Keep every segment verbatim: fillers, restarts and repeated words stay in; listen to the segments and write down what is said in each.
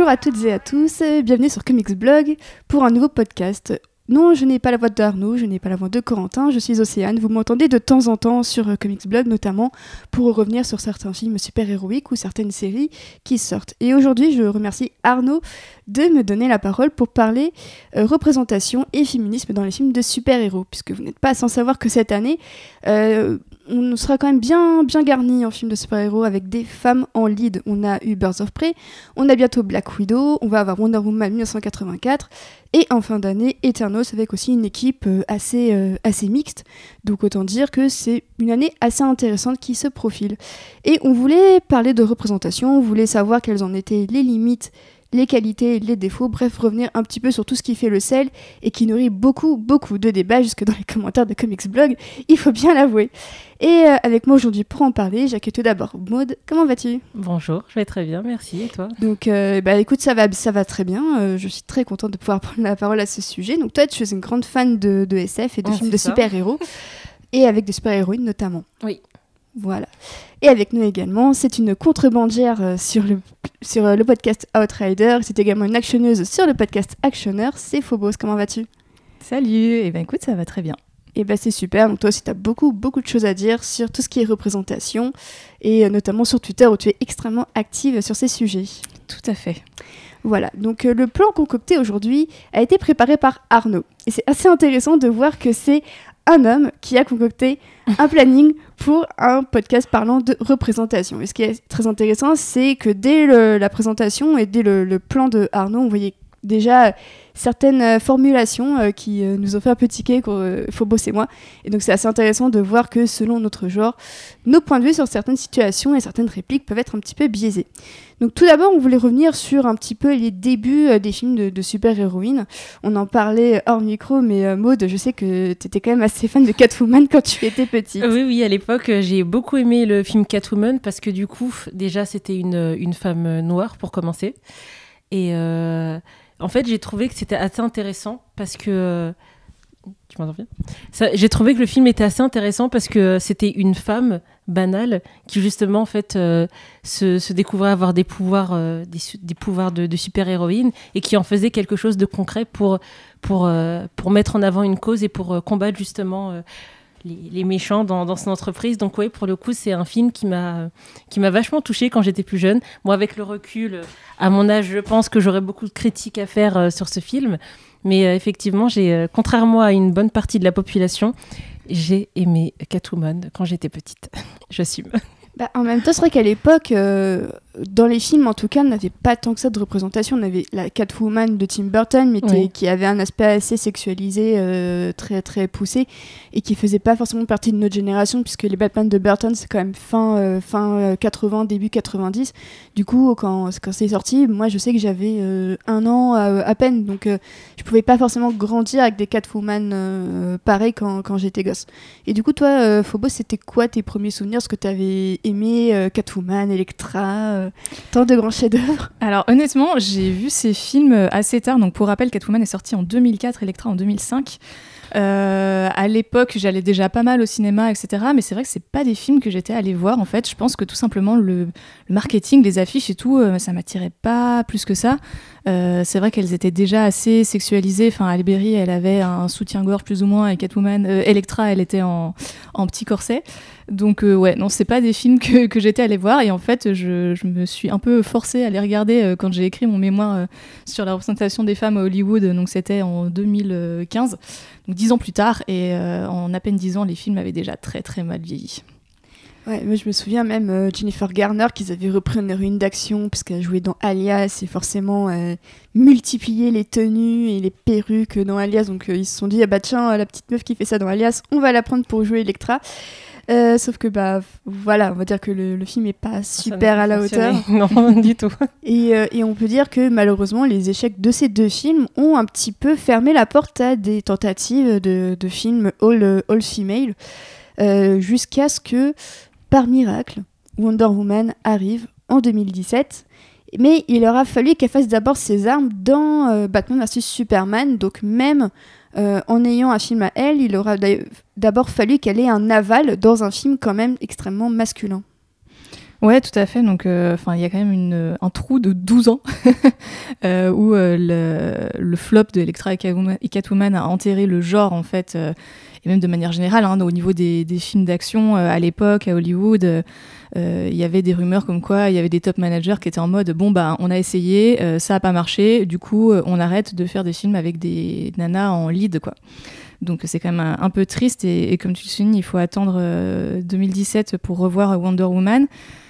Bonjour à toutes et à tous, bienvenue sur Comics Blog pour un nouveau podcast. Non, je n'ai pas la voix d'Arnaud, je n'ai pas la voix de Corentin, je suis Océane. Vous m'entendez de temps en temps sur euh, Comics Blog, notamment pour revenir sur certains films super-héroïques ou certaines séries qui sortent. Et aujourd'hui, je remercie Arnaud de me donner la parole pour parler euh, représentation et féminisme dans les films de super-héros, puisque vous n'êtes pas sans savoir que cette année, euh, on sera quand même bien, bien garni en films de super-héros avec des femmes en lead. On a eu Birds of Prey, on a bientôt Black Widow, on va avoir Wonder Woman dix-neuf cent quatre-vingt-quatre, et en fin d'année, Eternals avec aussi une équipe euh, assez, euh, assez mixte. Donc autant dire que c'est une année assez intéressante qui se profile. Et on voulait parler de représentation, on voulait savoir quelles en étaient les limites, les qualités, les défauts, bref, revenir un petit peu sur tout ce qui fait le sel et qui nourrit beaucoup, beaucoup de débats jusque dans les commentaires de Comics Blog, il faut bien l'avouer. Et euh, avec moi aujourd'hui pour en parler, j'accueille tout d'abord Maud. Comment vas-tu ? Bonjour, je vais très bien, merci. Et toi ? Donc, euh, bah écoute, ça va, ça va très bien. Euh, je suis très contente de pouvoir prendre la parole à ce sujet. Donc toi, tu es une grande fan de, de S F et de oh, films de ça. super-héros, et avec des super-héroïnes notamment. Oui. Voilà. Et avec nous également, c'est une contrebandière euh, sur, le, sur euh, le podcast Outrider. C'est également une actionneuse sur le podcast Actionneur. C'est Phobos. Comment vas-tu ? Salut. Eh ben écoute, ça va très bien. Et bah c'est super. Donc toi aussi, tu as beaucoup, beaucoup de choses à dire sur tout ce qui est représentation et euh, notamment sur Twitter où tu es extrêmement active sur ces sujets. Tout à fait. Voilà, donc euh, le plan concocté aujourd'hui a été préparé par Arnaud. Et c'est assez intéressant de voir que c'est un homme qui a concocté un planning pour un podcast parlant de représentation. Et ce qui est très intéressant, c'est que dès le, la présentation et dès le, le plan de Arnaud, on voyait déjà certaines euh, formulations euh, qui euh, nous ont fait un peu tiquer, euh, Phobos et moi. Et donc c'est assez intéressant de voir que selon notre genre, nos points de vue sur certaines situations et certaines répliques peuvent être un petit peu biaisés. Donc tout d'abord, on voulait revenir sur un petit peu les débuts euh, des films de, de super-héroïnes. On en parlait hors micro, mais euh, Maud, je sais que tu étais quand même assez fan de Catwoman quand tu étais petite. Oui, oui, à l'époque, j'ai beaucoup aimé le film Catwoman parce que du coup, déjà, c'était une, une femme noire pour commencer. Et euh, en fait, j'ai trouvé que c'était assez intéressant parce que... Tu m'entends bien ? Ça, j'ai trouvé que le film était assez intéressant parce que c'était une femme banale qui justement en fait euh, se, se découvrait avoir des pouvoirs, euh, des, des pouvoirs de, de super-héroïne et qui en faisait quelque chose de concret pour, pour, euh, pour mettre en avant une cause et pour euh, combattre justement euh, les, les méchants dans, dans son entreprise. Donc oui, pour le coup, c'est un film qui m'a, qui m'a vachement touchée quand j'étais plus jeune. Moi, avec le recul, à mon âge, je pense que j'aurais beaucoup de critiques à faire euh, sur ce film. Mais euh, effectivement, j'ai, euh, contrairement à une bonne partie de la population, j'ai aimé Catwoman quand j'étais petite. J'assume. Bah, en même temps, c'est vrai qu'à l'époque, euh, dans les films, en tout cas, on n'avait pas tant que ça de représentation. On avait la Catwoman de Tim Burton, mais oui. qui avait un aspect assez sexualisé, euh, très, très poussé, et qui faisait pas forcément partie de notre génération, puisque les Batman de Burton, c'est quand même fin, euh, fin euh, quatre-vingts, début quatre-vingt-dix. Du coup, quand, quand c'est sorti, moi, je sais que j'avais euh, un an euh, à peine, donc euh, je pouvais pas forcément grandir avec des Catwoman euh, pareils quand, quand j'étais gosse. Et du coup, toi, euh, Phobos, c'était quoi tes premiers souvenirs, ce que tu avais aimé, euh, Catwoman, Elektra, euh, tant de grands chefs-d'œuvre. Alors honnêtement, j'ai vu ces films assez tard. Donc pour rappel, Catwoman est sorti en deux mille quatre, Elektra en deux mille cinq. Euh, à l'époque, j'allais déjà pas mal au cinéma, et cetera. Mais c'est vrai que c'est pas des films que j'étais allée voir. En fait, je pense que tout simplement le, le marketing, les affiches et tout, euh, ça m'attirait pas plus que ça. Euh, c'est vrai qu'elles étaient déjà assez sexualisées. Enfin, Halle Berry, elle avait un soutien-gorge plus ou moins, et Catwoman, euh, Elektra, elle était en, en petit corset. Donc euh, ouais, non, c'est pas des films que, que j'étais allée voir. Et en fait, je, je me suis un peu forcée à les regarder euh, quand j'ai écrit mon mémoire euh, sur la représentation des femmes à Hollywood. Donc c'était en deux mille quinze. Donc dix ans plus tard, et euh, en à peine dix ans, les films avaient déjà très très mal vieilli. Ouais, moi je me souviens même euh, Jennifer Garner qu'ils avaient repris une héroïne d'action puisqu'elle jouait dans Alias et forcément euh, multiplié les tenues et les perruques dans Alias. Donc euh, ils se sont dit ah bah tiens, la petite meuf qui fait ça dans Alias, on va la prendre pour jouer Elektra. Euh, sauf que bah voilà, on va dire que le, le film est pas super à la hauteur. Non, du tout. Et, euh, et on peut dire que malheureusement les échecs de ces deux films ont un petit peu fermé la porte à des tentatives de, de films all, all female euh, jusqu'à ce que par miracle Wonder Woman arrive en deux mille dix-sept. Mais il aura fallu qu'elle fasse d'abord ses armes dans euh, Batman versus Superman. Donc même euh, en ayant un film à elle, il aura d'abord fallu qu'elle ait un aval dans un film quand même extrêmement masculin. Ouais, tout à fait. Donc, euh, il y a quand même une, un trou de douze ans euh, où euh, le, le flop de Elektra et Catwoman a enterré le genre, en fait, euh, et même de manière générale, hein, au niveau des, des films d'action euh, à l'époque, à Hollywood. Il euh, y avait des rumeurs comme quoi il y avait des top managers qui étaient en mode « Bon, bah, on a essayé, euh, ça n'a pas marché, du coup, euh, on arrête de faire des films avec des nanas en lead, quoi. » Donc c'est quand même un, un peu triste et, et comme tu le soulignes, il faut attendre euh, deux mille dix-sept pour revoir Wonder Woman.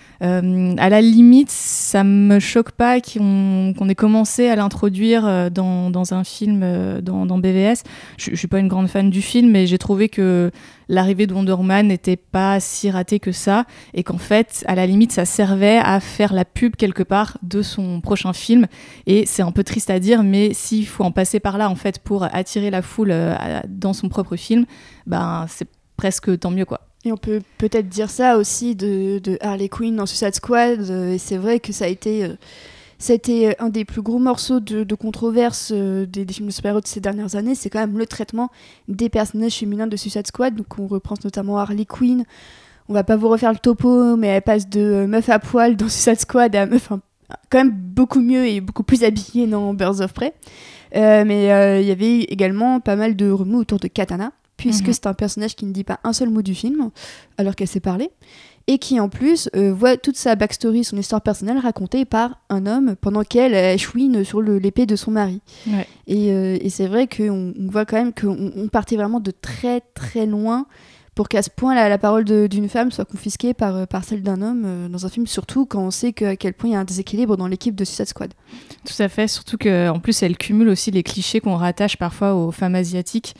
Euh, à la limite, ça me choque pas qu'on, qu'on ait commencé à l'introduire euh, dans, dans un film, euh, dans, dans B V S. Je, je suis pas une grande fan du film, mais j'ai trouvé que l'arrivée de Wonder Woman n'était pas si ratée que ça, et qu'en fait, à la limite, ça servait à faire la pub quelque part de son prochain film. Et c'est un peu triste à dire, mais s'il faut en passer par là en fait pour attirer la foule euh, dans son propre film, ben c'est presque tant mieux, quoi. Et on peut peut-être dire ça aussi de, de Harley Quinn dans Suicide Squad. Euh, et c'est vrai que ça a été, euh, ça a été un des plus gros morceaux de, de controverse euh, des, des films de super-héros de ces dernières années. C'est quand même le traitement des personnages féminins de Suicide Squad. Donc on reprend notamment Harley Quinn. On va pas vous refaire le topo, mais elle passe de euh, meuf à poil dans Suicide Squad à meuf un, quand même beaucoup mieux et beaucoup plus habillée dans Birds of Prey. Euh, mais il euh, y avait également pas mal de remous autour de Katana, puisque mmh. c'est un personnage qui ne dit pas un seul mot du film, alors qu'elle sait parler, et qui en plus euh, voit toute sa backstory, son histoire personnelle racontée par un homme pendant qu'elle euh, chouine sur le, l'épée de son mari. Ouais. Et, euh, et c'est vrai qu'on on voit quand même qu'on on partait vraiment de très très loin pour qu'à ce point la, la parole de, d'une femme soit confisquée par, par celle d'un homme euh, dans un film, surtout quand on sait que, à quel point il y a un déséquilibre dans l'équipe de Suicide Squad. Tout à fait, surtout qu'en plus elle cumule aussi les clichés qu'on rattache parfois aux femmes asiatiques.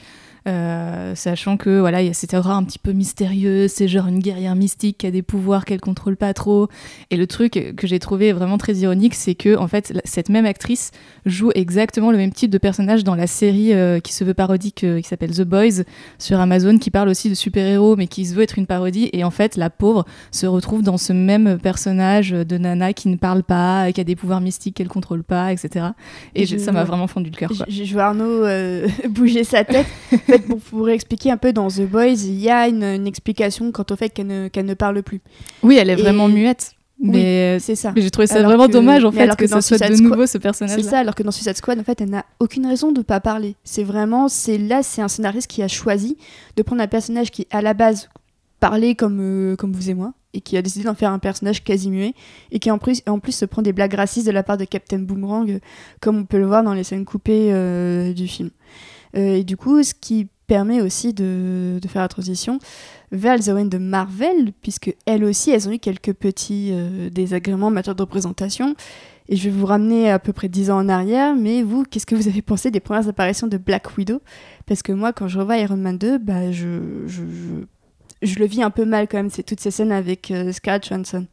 Euh, sachant que voilà, il y a cette aura un petit peu mystérieuse, c'est genre une guerrière mystique qui a des pouvoirs qu'elle contrôle pas trop. Et le truc que j'ai trouvé vraiment très ironique, c'est que en fait cette même actrice joue exactement le même type de personnage dans la série euh, qui se veut parodique, euh, qui s'appelle The Boys sur Amazon, qui parle aussi de super-héros mais qui se veut être une parodie. Et en fait la pauvre se retrouve dans ce même personnage de nana qui ne parle pas, qui a des pouvoirs mystiques qu'elle contrôle pas, et cetera. Et je, ça m'a vraiment fendu le cœur, quoi. Je, je vois Arnaud euh, bouger sa tête. En fait, pour, pour expliquer un peu, dans The Boys, il y a une, une explication quant au fait qu'elle ne, qu'elle ne parle plus. Oui, elle est et... vraiment muette. Mais, oui, c'est ça. mais j'ai trouvé ça alors vraiment que, dommage en fait que, que ce soit de nouveau ce personnage. C'est ça, alors que dans Suicide Squad, en fait, elle n'a aucune raison de ne pas parler. C'est vraiment, c'est là, c'est un scénariste qui a choisi de prendre un personnage qui, à la base, parlait comme, euh, comme vous et moi, et qui a décidé d'en faire un personnage quasi muet, et qui en plus, en plus se prend des blagues racistes de la part de Captain Boomerang, euh, comme on peut le voir dans les scènes coupées euh, du film. Euh, et du coup, ce qui permet aussi de, de faire la transition vers les héroïnes de Marvel, puisque elles aussi, elles ont eu quelques petits euh, désagréments en matière de représentation. Et je vais vous ramener à peu près dix ans en arrière, mais vous, qu'est-ce que vous avez pensé des premières apparitions de Black Widow ? Parce que moi, quand je revois Iron Man deux, bah, je, je, je, je le vis un peu mal quand même, c'est toutes ces scènes avec euh, Scarlett Johansson.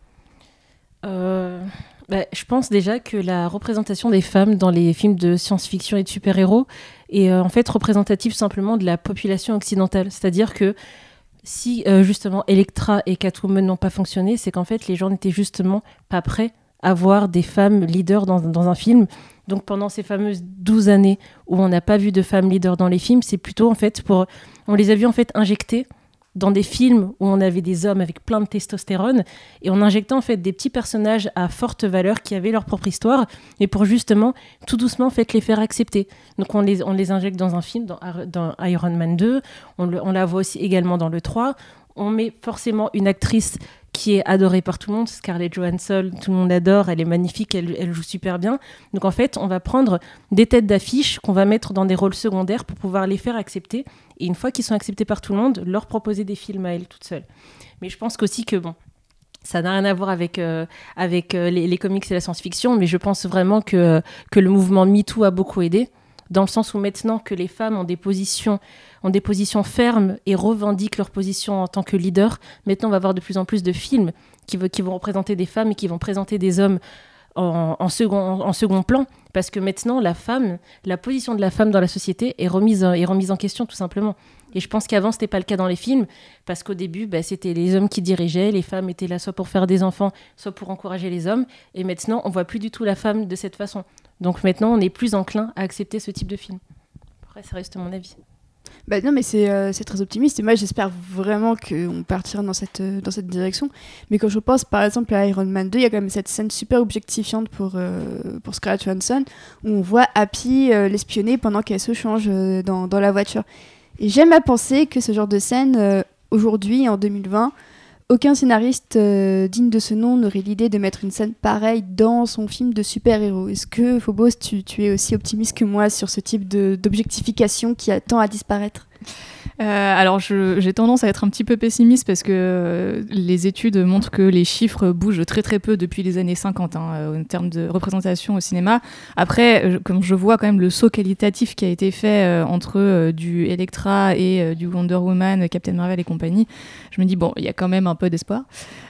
Euh... Bah, je pense déjà que la représentation des femmes dans les films de science-fiction et de super-héros est euh, en fait représentative simplement de la population occidentale. C'est-à-dire que si euh, justement Elektra et Catwoman n'ont pas fonctionné, c'est qu'en fait les gens n'étaient justement pas prêts à voir des femmes leaders dans, dans un film. Donc pendant ces fameuses douze années où on n'a pas vu de femmes leaders dans les films, c'est plutôt en fait pour... On les a vues en fait injectées dans des films où on avait des hommes avec plein de testostérone et on injectait en fait des petits personnages à forte valeur qui avaient leur propre histoire et pour justement tout doucement en fait les faire accepter. Donc on les, on les injecte dans un film, dans, dans Iron Man deux, on, le, on la voit aussi également dans le trois, on met forcément une actrice qui est adorée par tout le monde, Scarlett Johansson, tout le monde adore, elle est magnifique, elle, elle joue super bien. Donc en fait, on va prendre des têtes d'affiche qu'on va mettre dans des rôles secondaires pour pouvoir les faire accepter. Et une fois qu'ils sont acceptés par tout le monde, leur proposer des films à elles toutes seules. Mais je pense qu'aussi que, bon, ça n'a rien à voir avec, euh, avec euh, les, les comics et la science-fiction, mais je pense vraiment que, que le mouvement MeToo a beaucoup aidé, dans le sens où maintenant que les femmes ont des positions, ont des positions fermes et revendiquent leur position en tant que leader, maintenant on va avoir de plus en plus de films qui, v- qui vont représenter des femmes et qui vont présenter des hommes en, en, second, en, en second plan, parce que maintenant la femme, la position de la femme dans la société est remise, est remise en question tout simplement. Et je pense qu'avant c'était pas le cas dans les films, parce qu'au début bah, c'était les hommes qui dirigeaient, les femmes étaient là soit pour faire des enfants, soit pour encourager les hommes, et maintenant on voit plus du tout la femme de cette façon. Donc maintenant on est plus enclin à accepter ce type de film. Après ça reste mon avis. Bah non, mais c'est, euh, c'est très optimiste et moi j'espère vraiment qu'on partira dans cette, euh, dans cette direction. Mais quand je pense par exemple à Iron Man deux, il y a quand même cette scène super objectifiante pour, euh, pour Scarlett Johansson où on voit Happy euh, l'espionner pendant qu'elle se change euh, dans, dans la voiture. Et j'aime à penser que ce genre de scène, euh, aujourd'hui, en deux mille vingt, aucun scénariste euh, digne de ce nom n'aurait l'idée de mettre une scène pareille dans son film de super-héros. Est-ce que, Phobos, tu, tu es aussi optimiste que moi sur ce type de, d'objectification qui tend à disparaître ? Euh, alors, je, j'ai tendance à être un petit peu pessimiste parce que euh, les études montrent que les chiffres bougent très très peu depuis les années cinquante hein, euh, en termes de représentation au cinéma. Après, euh, comme je vois quand même le saut qualitatif qui a été fait euh, entre euh, du Elektra et euh, du Wonder Woman, Captain Marvel et compagnie, je me dis bon, il y a quand même un peu d'espoir.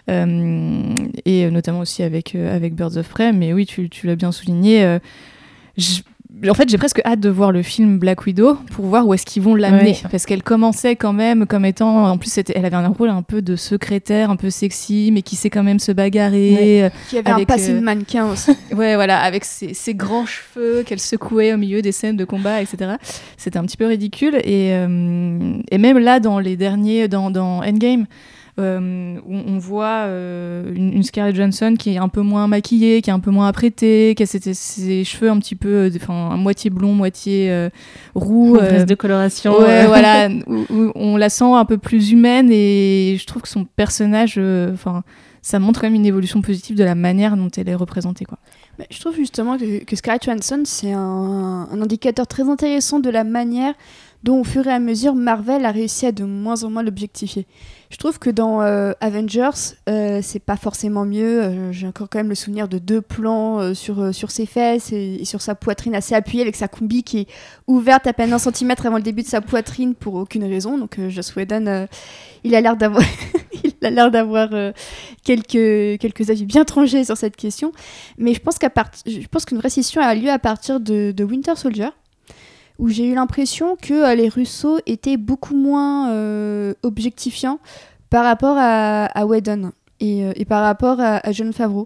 Euh, et euh, notamment aussi avec, euh, avec Birds of Prey, mais oui, tu, tu l'as bien souligné. Euh, je... En fait, j'ai presque hâte de voir le film Black Widow pour voir où est-ce qu'ils vont l'amener. Ouais. Parce qu'elle commençait quand même comme étant... En plus, c'était... elle avait un rôle un peu de secrétaire, un peu sexy, mais qui sait quand même se bagarrer. Ouais. Qui avait avec, un passé euh... de mannequin aussi. Ouais, voilà, avec ses, ses grands cheveux qu'elle secouait au milieu des scènes de combat, et cetera. C'était un petit peu ridicule. Et, euh... et même là, dans les derniers... Dans, dans Endgame... Euh, on, on voit euh, une, une Scarlett Johansson qui est un peu moins maquillée, qui est un peu moins apprêtée, qui a ses, ses cheveux un petit peu, enfin, moitié blond, moitié euh, roux. Euh, de coloration. Ouais, voilà, où, où on la sent un peu plus humaine et je trouve que son personnage, enfin, euh, ça montre quand même une évolution positive de la manière dont elle est représentée, quoi. Bah, je trouve justement que, que Scarlett Johansson, c'est un, un indicateur très intéressant de la manière dont, au fur et à mesure, Marvel a réussi à de moins en moins l'objectifier. Je trouve que dans euh, Avengers, euh, c'est pas forcément mieux. Euh, j'ai encore quand même le souvenir de deux plans euh, sur, euh, sur ses fesses et, et sur sa poitrine assez appuyée, avec sa combi qui est ouverte à peine un centimètre avant le début de sa poitrine pour aucune raison. Donc euh, Joss Whedon, euh, il a l'air d'avoir, il a l'air d'avoir euh, quelques, quelques avis bien tranchés sur cette question. Mais je pense, qu'à part... je pense qu'une vraie scission a lieu à partir de, de Winter Soldier, où j'ai eu l'impression que euh, les Russo étaient beaucoup moins euh, objectifiants par rapport à, à Whedon et, euh, et par rapport à, à Jon Favreau.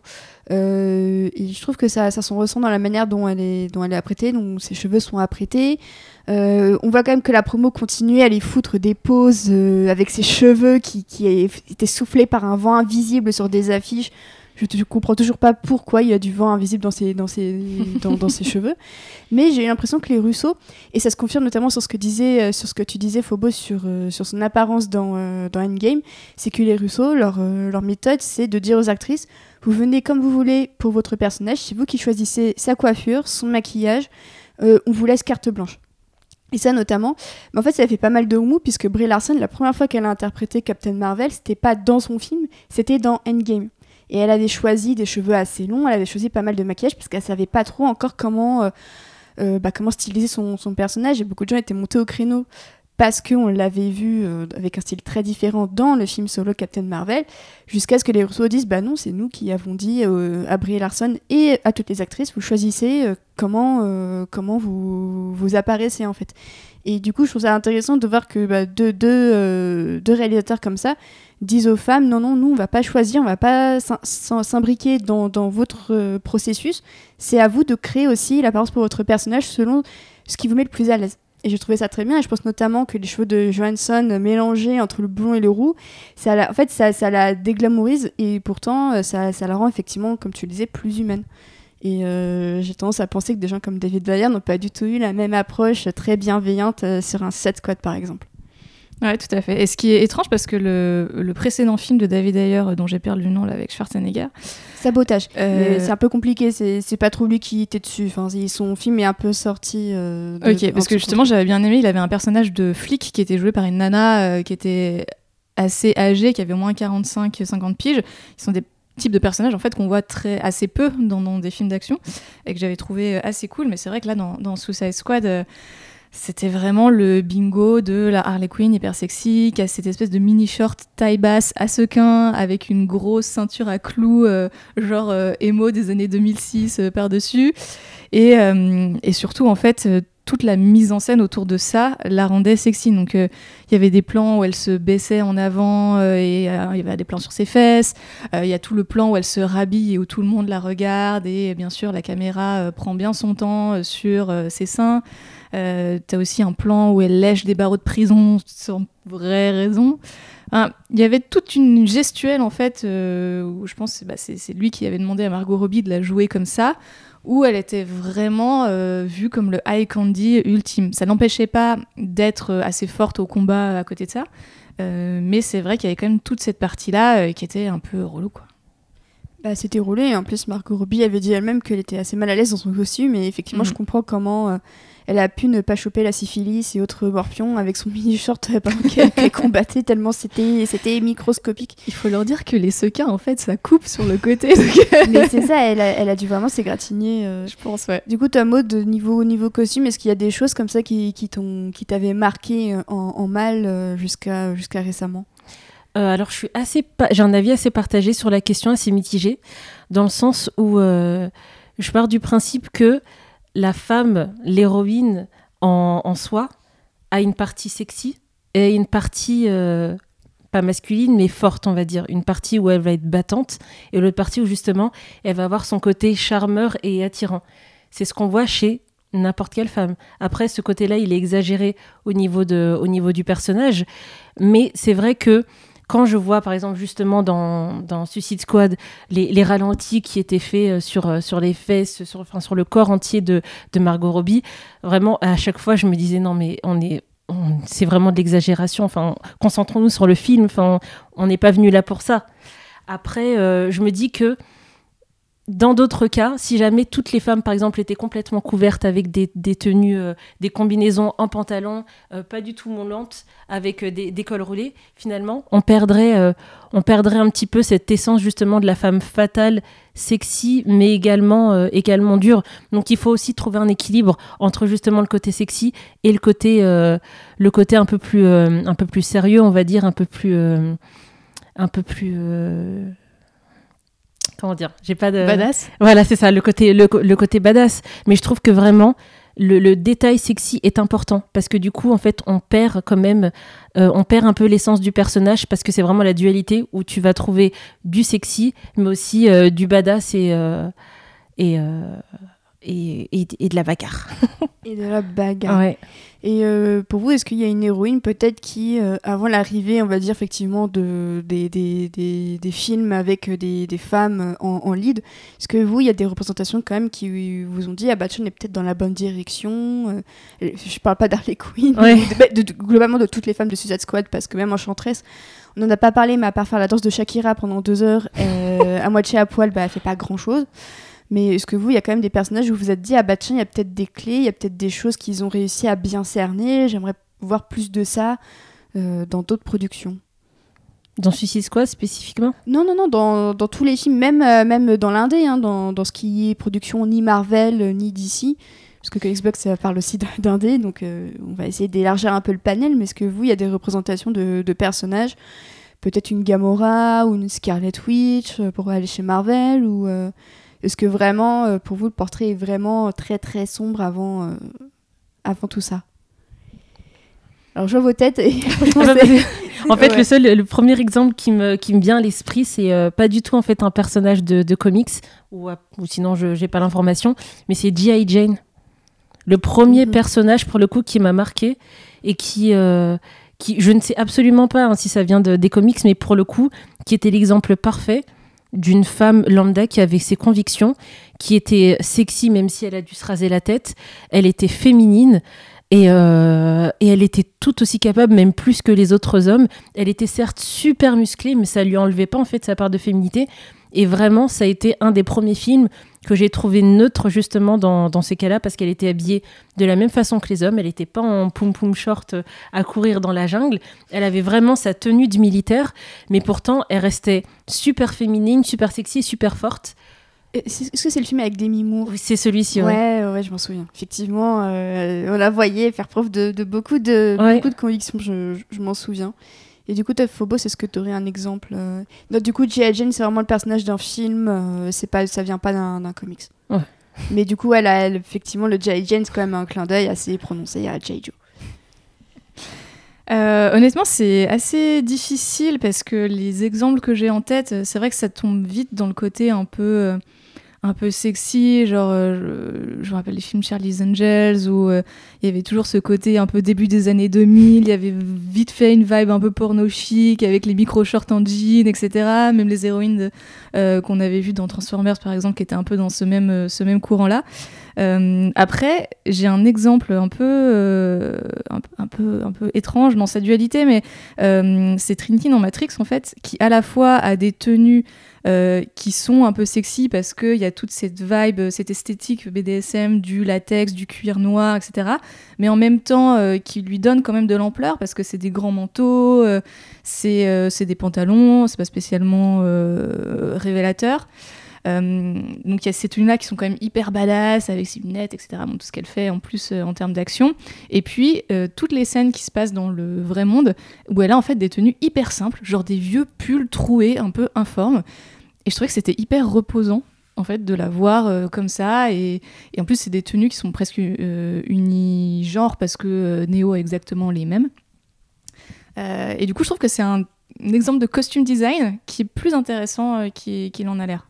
Euh, et je trouve que ça, ça s'en ressent dans la manière dont elle est, dont elle est apprêtée, dont ses cheveux sont apprêtés. Euh, on voit quand même que la promo continuait à les foutre des poses euh, avec ses cheveux qui, qui étaient soufflés par un vent invisible sur des affiches. Je ne comprends toujours pas pourquoi il y a du vent invisible dans ses, dans ses, dans, dans ses cheveux. Mais j'ai eu l'impression que les Russo, et ça se confirme notamment sur ce que, disait, sur ce que tu disais, Phobos, sur, euh, sur son apparence dans, euh, dans Endgame, c'est que les Russo, leur, euh, leur méthode, c'est de dire aux actrices, vous venez comme vous voulez pour votre personnage, c'est vous qui choisissez sa coiffure, son maquillage, euh, on vous laisse carte blanche. Et ça notamment, mais en fait ça a fait pas mal de remous puisque Brie Larson, la première fois qu'elle a interprété Captain Marvel, c'était pas dans son film, c'était dans Endgame. Et elle avait choisi des cheveux assez longs, elle avait choisi pas mal de maquillage parce qu'elle savait pas trop encore comment, euh, euh, bah, comment styliser son, son personnage. Et beaucoup de gens étaient montés au créneau parce qu'on l'avait vu euh, avec un style très différent dans le film solo Captain Marvel, jusqu'à ce que les Russo disent bah non, c'est nous qui avons dit euh, à Brie Larson et à toutes les actrices, vous choisissez euh, comment, euh, comment vous, vous apparaissez en fait. Et du coup, je trouve ça intéressant de voir que bah, deux, deux, euh, deux réalisateurs comme ça disent aux femmes non, non, nous, on va pas choisir, on va pas s'imbriquer dans, dans votre euh, processus. C'est à vous de créer aussi l'apparence pour votre personnage selon ce qui vous met le plus à l'aise. Et j'ai trouvé ça très bien. Et je pense notamment que les cheveux de Johansson mélangés entre le blond et le roux, ça la, en fait, ça, ça la déglamourise et pourtant, ça, ça la rend effectivement, comme tu le disais, plus humaine. Et euh, j'ai tendance à penser que des gens comme David Ayer n'ont pas du tout eu la même approche très bienveillante euh, sur un Suicide Squad, par exemple. Ouais, tout à fait. Et ce qui est étrange, parce que le, le précédent film de David Ayer, dont j'ai perdu le nom là, avec Schwarzenegger... Sabotage. Euh... C'est un peu compliqué, c'est, c'est pas trop lui qui était dessus. Enfin, son film est un peu sorti... Euh, de, ok, parce que justement, j'avais bien aimé, il avait un personnage de flic qui était joué par une nana euh, qui était assez âgée, qui avait au moins quarante-cinq à cinquante piges. Ils sont des type de personnage en fait qu'on voit très assez peu dans, dans des films d'action et que j'avais trouvé assez cool, mais c'est vrai que là dans, dans Suicide Squad euh, c'était vraiment le bingo de la Harley Quinn hyper sexy qui a cette espèce de mini short taille basse à sequins avec une grosse ceinture à clous euh, genre euh, emo des années deux mille six euh, par dessus et, euh, et surtout en fait euh, toute la mise en scène autour de ça la rendait sexy. Donc il euh, y avait des plans où elle se baissait en avant euh, et il euh, y avait des plans sur ses fesses. Il euh, y a tout le plan où elle se rhabille et où tout le monde la regarde. Et bien sûr, la caméra euh, prend bien son temps euh, sur euh, ses seins. Euh, t'as aussi un plan où elle lèche des barreaux de prison sans vraie raison. Il y avait toute une gestuelle, en fait, euh, où je pense que bah, c'est, c'est lui qui avait demandé à Margot Robbie de la jouer comme ça, où elle était vraiment euh, vue comme le eye candy ultime. Ça n'empêchait pas d'être assez forte au combat à côté de ça, euh, mais c'est vrai qu'il y avait quand même toute cette partie-là euh, qui était un peu relou, quoi. Bah, c'était roulé, et en plus Margot Robbie avait dit elle-même qu'elle était assez mal à l'aise dans son costume, et effectivement mmh. je comprends comment euh, elle a pu ne pas choper la syphilis et autres morpions avec son mini-short pendant qu'elle, qu'elle combattait, tellement c'était, c'était microscopique. Il faut leur dire que les sequins, en fait, ça coupe sur le côté. Donc... Mais c'est ça, elle a, elle a dû vraiment s'égratigner. Euh... Je pense, ouais. Du coup, toi, Maud, de niveau, niveau costume, est-ce qu'il y a des choses comme ça qui, qui, t'ont, qui t'avaient marqué en, en mal euh, jusqu'à, jusqu'à récemment ? Euh, alors, je suis assez pa- j'ai un avis assez partagé sur la question, assez mitigé, dans le sens où euh, je pars du principe que la femme, l'héroïne en, en soi, a une partie sexy et une partie, euh, pas masculine, mais forte, on va dire. Une partie où elle va être battante et l'autre partie où, justement, elle va avoir son côté charmeur et attirant. C'est ce qu'on voit chez n'importe quelle femme. Après, ce côté-là, il est exagéré au niveau, de, au niveau du personnage, mais c'est vrai que quand je vois, par exemple, justement, dans, dans Suicide Squad, les, les ralentis qui étaient faits sur, sur les fesses, sur, enfin, sur le corps entier de, de Margot Robbie, vraiment, à chaque fois, je me disais, non, mais on est, on, c'est vraiment de l'exagération. Enfin, concentrons-nous sur le film. Enfin, on n'est pas venu là pour ça. Après, euh, je me dis que dans d'autres cas, si jamais toutes les femmes, par exemple, étaient complètement couvertes avec des, des tenues, euh, des combinaisons en pantalon, euh, pas du tout moulantes, avec euh, des, des cols roulés, finalement, on perdrait, euh, on perdrait un petit peu cette essence, justement, de la femme fatale, sexy, mais également, euh, également dure. Donc, il faut aussi trouver un équilibre entre, justement, le côté sexy et le côté, euh, le côté un peu plus, euh, un peu plus sérieux, on va dire, un peu plus... Euh, un peu plus... Euh... Comment dire ? J'ai pas de... Badass ? Voilà, c'est ça, le côté, le, le côté badass. Mais je trouve que vraiment, le, le détail sexy est important. Parce que du coup, en fait, on perd quand même... Euh, on perd un peu l'essence du personnage parce que c'est vraiment la dualité où tu vas trouver du sexy, mais aussi euh, du badass et... Euh, et euh, Et, et, et de la bagarre. Et de la bagarre. Ouais. Et euh, pour vous, est-ce qu'il y a une héroïne peut-être qui, euh, avant l'arrivée, on va dire effectivement, de, des, des, des, des films avec des, des femmes en, en lead, est-ce que vous, il y a des représentations quand même qui vous ont dit « Ah bah, Batman est peut-être dans la bonne direction euh, ». Je parle pas d'Harley Quinn, ouais. de, de, de, globalement de toutes les femmes de Suicide Squad, parce que même Enchantress, on n'en a pas parlé, mais à part faire la danse de Shakira pendant deux heures, euh, à moitié à poil, bah, elle fait pas grand-chose. Mais est-ce que vous, il y a quand même des personnages où vous vous êtes dit, ah bah tiens, il y a peut-être des clés, il y a peut-être des choses qu'ils ont réussi à bien cerner, j'aimerais voir plus de ça euh, dans d'autres productions. Dans Suicide Squad spécifiquement ? Non, non, non, dans, dans tous les films, même, euh, même dans l'indé, hein, dans, dans ce qui est production ni Marvel, euh, ni D C, parce que Xbox, ça parle aussi d'indé, donc euh, on va essayer d'élargir un peu le panel, mais est-ce que vous, il y a des représentations de, de personnages, peut-être une Gamora ou une Scarlet Witch euh, pour aller chez Marvel, ou... Euh, est-ce que vraiment, euh, pour vous, le portrait est vraiment très très sombre avant, euh, avant tout ça ? Alors je vois vos têtes et en fait, ouais. le seul, le premier exemple qui me qui me vient à l'esprit, c'est euh, pas du tout en fait un personnage de, de comics ou, ou sinon je j'ai pas l'information, mais c'est G I. Jane, le premier mm-hmm. personnage pour le coup qui m'a marqué et qui euh, qui je ne sais absolument pas hein, si ça vient de, des comics, mais pour le coup qui était l'exemple parfait d'une femme lambda qui avait ses convictions, qui était sexy même si elle a dû se raser la tête, elle était féminine et, euh, et elle était tout aussi capable, même plus que les autres hommes. Elle était certes super musclée, mais ça lui enlevait pas en fait sa part de féminité. Et vraiment, ça a été un des premiers films que j'ai trouvé neutre justement dans, dans ces cas-là, parce qu'elle était habillée de la même façon que les hommes. Elle n'était pas en poum-poum short à courir dans la jungle. Elle avait vraiment sa tenue de militaire, mais pourtant, elle restait super féminine, super sexy, super forte. Est-ce que c'est le film avec Demi Moore ? Oui, c'est celui-ci, ouais. Ouais, ouais, je m'en souviens. Effectivement, euh, on la voyait faire preuve de, de, beaucoup, de ouais. beaucoup de convictions, je, je, je m'en souviens. Et du coup, Phobos, est-ce que tu aurais un exemple euh... Non, du coup, G I. Jane, c'est vraiment le personnage d'un film, euh, c'est pas, ça vient pas d'un, d'un comics. Ouais. Mais du coup, elle a, elle, effectivement, le G I. Jane, c'est quand même un clin d'œil assez prononcé à G I. Joe. Euh, honnêtement, c'est assez difficile parce que les exemples que j'ai en tête, c'est vrai que ça tombe vite dans le côté un peu, euh, un peu sexy. Genre, euh, je, je me rappelle les films Charlie's Angels où il euh, y avait toujours ce côté un peu début des années deux mille. Il y avait vite fait une vibe un peu porno chic avec les micro-shorts en jean, et cetera. Même les héroïnes de, euh, qu'on avait vues dans Transformers, par exemple, qui étaient un peu dans ce même, ce même courant-là. Euh, après, j'ai un exemple un peu, euh, un, un peu, un peu étrange dans sa dualité, mais euh, c'est Trinity dans Matrix, en fait, qui à la fois a des tenues euh, qui sont un peu sexy parce qu'il y a toute cette vibe, cette esthétique B D S M, du latex, du cuir noir, et cetera. Mais en même temps, euh, qui lui donne quand même de l'ampleur parce que c'est des grands manteaux, euh, c'est, euh, c'est des pantalons, c'est pas spécialement euh, révélateur. Euh, donc il y a ces tenues-là qui sont quand même hyper badass avec ses lunettes, et cetera. Bon, tout ce qu'elle fait en plus euh, en termes d'action. Et puis euh, toutes les scènes qui se passent dans le vrai monde où elle a en fait des tenues hyper simples, genre des vieux pulls troués, un peu informes. Et je trouvais que c'était hyper reposant en fait de la voir euh, comme ça. Et, et en plus c'est des tenues qui sont presque euh, unigenres parce que euh, Neo a exactement les mêmes. Euh, et du coup je trouve que c'est un, un exemple de costume design qui est plus intéressant euh, qu'il, qu'il en a l'air.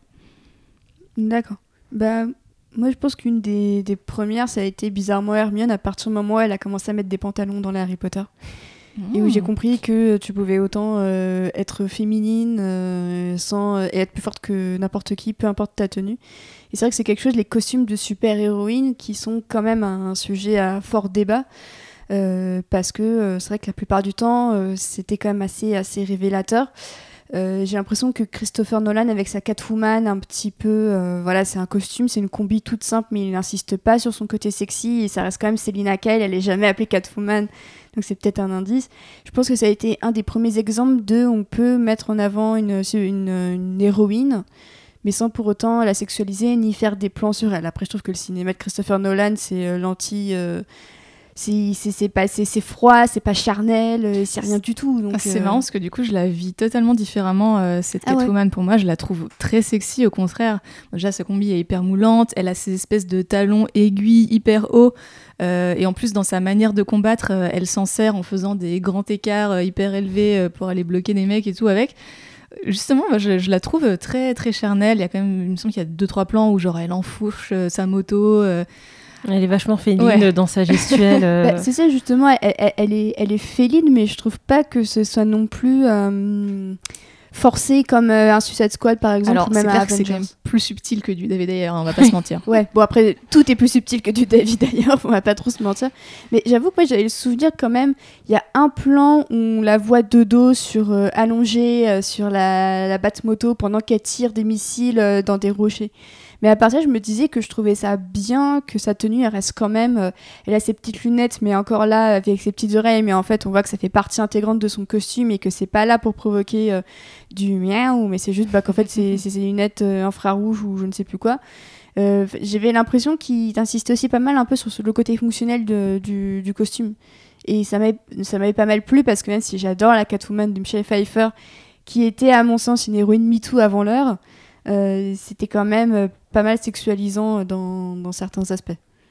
D'accord. Bah, moi, je pense qu'une des, des premières, ça a été bizarrement Hermione à partir du moment où elle a commencé à mettre des pantalons dans les Harry Potter. Mmh. Et où j'ai compris que tu pouvais autant euh, être féminine euh, sans, et être plus forte que n'importe qui, peu importe ta tenue. Et c'est vrai que c'est quelque chose, les costumes de super-héroïnes, qui sont quand même un sujet à fort débat. Euh, parce que euh, c'est vrai que la plupart du temps, euh, c'était quand même assez, assez révélateur. Euh, j'ai l'impression que Christopher Nolan avec sa Catwoman un petit peu euh, voilà, c'est un costume, c'est une combi toute simple, mais il n'insiste pas sur son côté sexy et ça reste quand même Selina Kyle, elle est jamais appelée Catwoman, donc c'est peut-être un indice. Je pense que ça a été un des premiers exemples de on peut mettre en avant une, une, une héroïne mais sans pour autant la sexualiser ni faire des plans sur elle. Après je trouve que le cinéma de Christopher Nolan c'est euh, l'anti euh, C'est, c'est, c'est, pas, c'est, c'est froid, c'est pas charnel, c'est rien du tout. Donc, ah, c'est euh... marrant parce que du coup, je la vis totalement différemment, euh, cette ah Catwoman. Ouais. Pour moi, je la trouve très sexy, au contraire. Déjà, sa combi est hyper moulante, elle a ces espèces de talons aiguilles hyper hauts. Euh, et en plus, dans sa manière de combattre, euh, elle s'en sert en faisant des grands écarts euh, hyper élevés euh, pour aller bloquer des mecs et tout avec. Justement, moi, je, je la trouve très, très charnelle. Il y a quand même, il me semble qu'il y a deux, trois plans où genre, elle enfourche euh, sa moto. Euh, Elle est vachement féline ouais. dans sa gestuelle. Euh... Bah, c'est ça, justement, elle, elle, elle, est, elle est féline, mais je trouve pas que ce soit non plus euh, forcé comme euh, un Suicide Squad, par exemple. Alors, ou même c'est clair à que c'est quand même plus subtil que du David Ayer, on va pas se mentir. Ouais, bon après, tout est plus subtil que du David Ayer, on va pas trop se mentir. Mais j'avoue que moi, j'avais le souvenir quand même, il y a un plan où on la voit de dos sur, euh, allongée euh, sur la, la Batmoto pendant qu'elle tire des missiles euh, dans des rochers. Mais à part ça, je me disais que je trouvais ça bien, que sa tenue, elle reste quand même... Euh, elle a ses petites lunettes, mais encore là, avec ses petites oreilles. Mais en fait, on voit que ça fait partie intégrante de son costume et que c'est pas là pour provoquer euh, du miaou, mais c'est juste bah, qu'en fait, c'est, c'est ses lunettes euh, infrarouges ou je ne sais plus quoi. Euh, j'avais l'impression qu'il insistait aussi pas mal un peu sur le côté fonctionnel de, du, du costume. Et ça m'avait, ça m'avait pas mal plu parce que même si j'adore la Catwoman de Michelle Pfeiffer, qui était à mon sens une héroïne MeToo avant l'heure, euh, c'était quand même... Euh, pas mal sexualisant dans, dans certains aspects.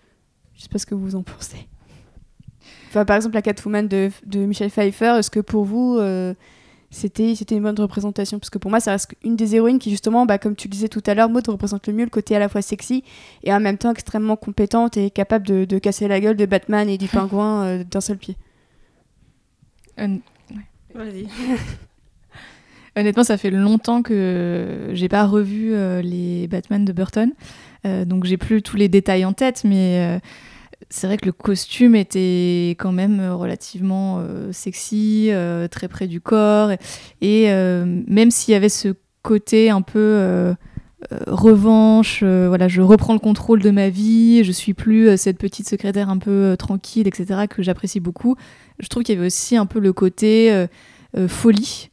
Je sais pas ce que vous en pensez. Enfin, par exemple, la Catwoman de, de Michelle Pfeiffer, est-ce que pour vous, euh, c'était, c'était une bonne représentation ? Parce que pour moi, ça reste une des héroïnes qui, justement, bah, comme tu le disais tout à l'heure, Maud représente le mieux le côté à la fois sexy et en même temps extrêmement compétente et capable de, de casser la gueule de Batman et du pingouin euh, d'un seul pied. Euh, ouais. Vas-y. Honnêtement, ça fait longtemps que j'ai pas revu euh, les Batman de Burton, euh, donc j'ai plus tous les détails en tête, mais euh, c'est vrai que le costume était quand même relativement euh, sexy, euh, très près du corps, et, et euh, même s'il y avait ce côté un peu euh, euh, revanche, euh, voilà, je reprends le contrôle de ma vie, je suis plus euh, cette petite secrétaire un peu euh, tranquille, et cetera, que j'apprécie beaucoup. Je trouve qu'il y avait aussi un peu le côté euh, euh, folie.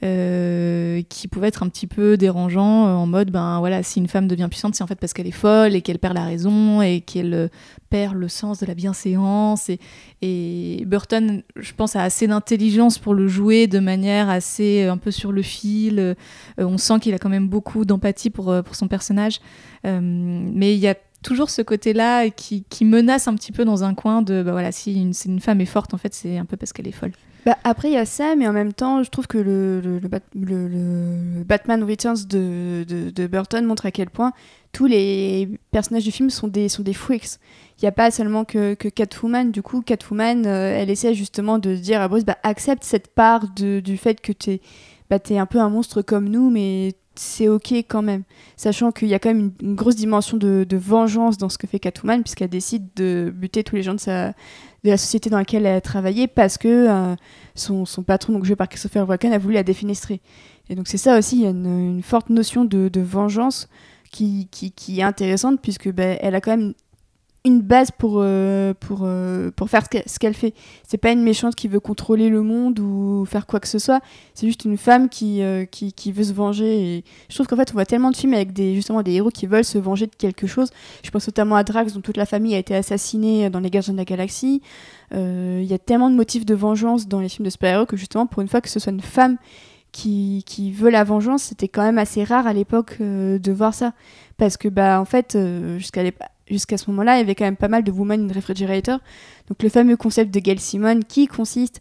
Euh, qui pouvait être un petit peu dérangeant euh, en mode ben voilà, si une femme devient puissante c'est en fait parce qu'elle est folle et qu'elle perd la raison et qu'elle euh, perd le sens de la bienséance et, et Burton je pense a assez d'intelligence pour le jouer de manière assez euh, un peu sur le fil, euh, on sent qu'il a quand même beaucoup d'empathie pour, euh, pour son personnage, euh, mais il y a toujours ce côté-là qui, qui menace un petit peu dans un coin de bah voilà, si une, si une femme est forte, en fait, c'est un peu parce qu'elle est folle. Bah, après, il y a ça, mais en même temps, je trouve que le, le, le, Bat- le- le Batman Returns de, de, de Burton montre à quel point tous les personnages du film sont des, sont des freaks. Il n'y a pas seulement que, que Catwoman. Du coup, Catwoman, euh, elle essaie justement de dire à Bruce, bah, accepte cette part de, du fait que t'es, bah, t'es un peu un monstre comme nous, mais c'est ok quand même. Sachant qu'il y a quand même une, une grosse dimension de, de vengeance dans ce que fait Catwoman, puisqu'elle décide de buter tous les gens de sa... de la société dans laquelle elle a travaillé parce que euh, son, son patron, donc joué par Christopher Walken, a voulu la défenestrer. Et donc c'est ça aussi, il y a une, une forte notion de, de vengeance qui, qui, qui est intéressante puisque bah, elle a quand même une base pour, euh, pour, euh, pour faire ce qu'elle, ce qu'elle fait. C'est pas une méchante qui veut contrôler le monde ou faire quoi que ce soit, c'est juste une femme qui, euh, qui, qui veut se venger. Et je trouve qu'en fait on voit tellement de films avec des, justement des héros qui veulent se venger de quelque chose. Je pense notamment à Drax dont toute la famille a été assassinée dans les Gardiens de la Galaxie. Il euh, y a tellement de motifs de vengeance dans les films de super-héros que justement pour une fois que ce soit une femme qui, qui veut la vengeance, c'était quand même assez rare à l'époque euh, de voir ça. Parce que bah en fait euh, jusqu'à l'époque Jusqu'à ce moment-là, il y avait quand même pas mal de Woman in Refrigerator, donc le fameux concept de Gail Simone qui consiste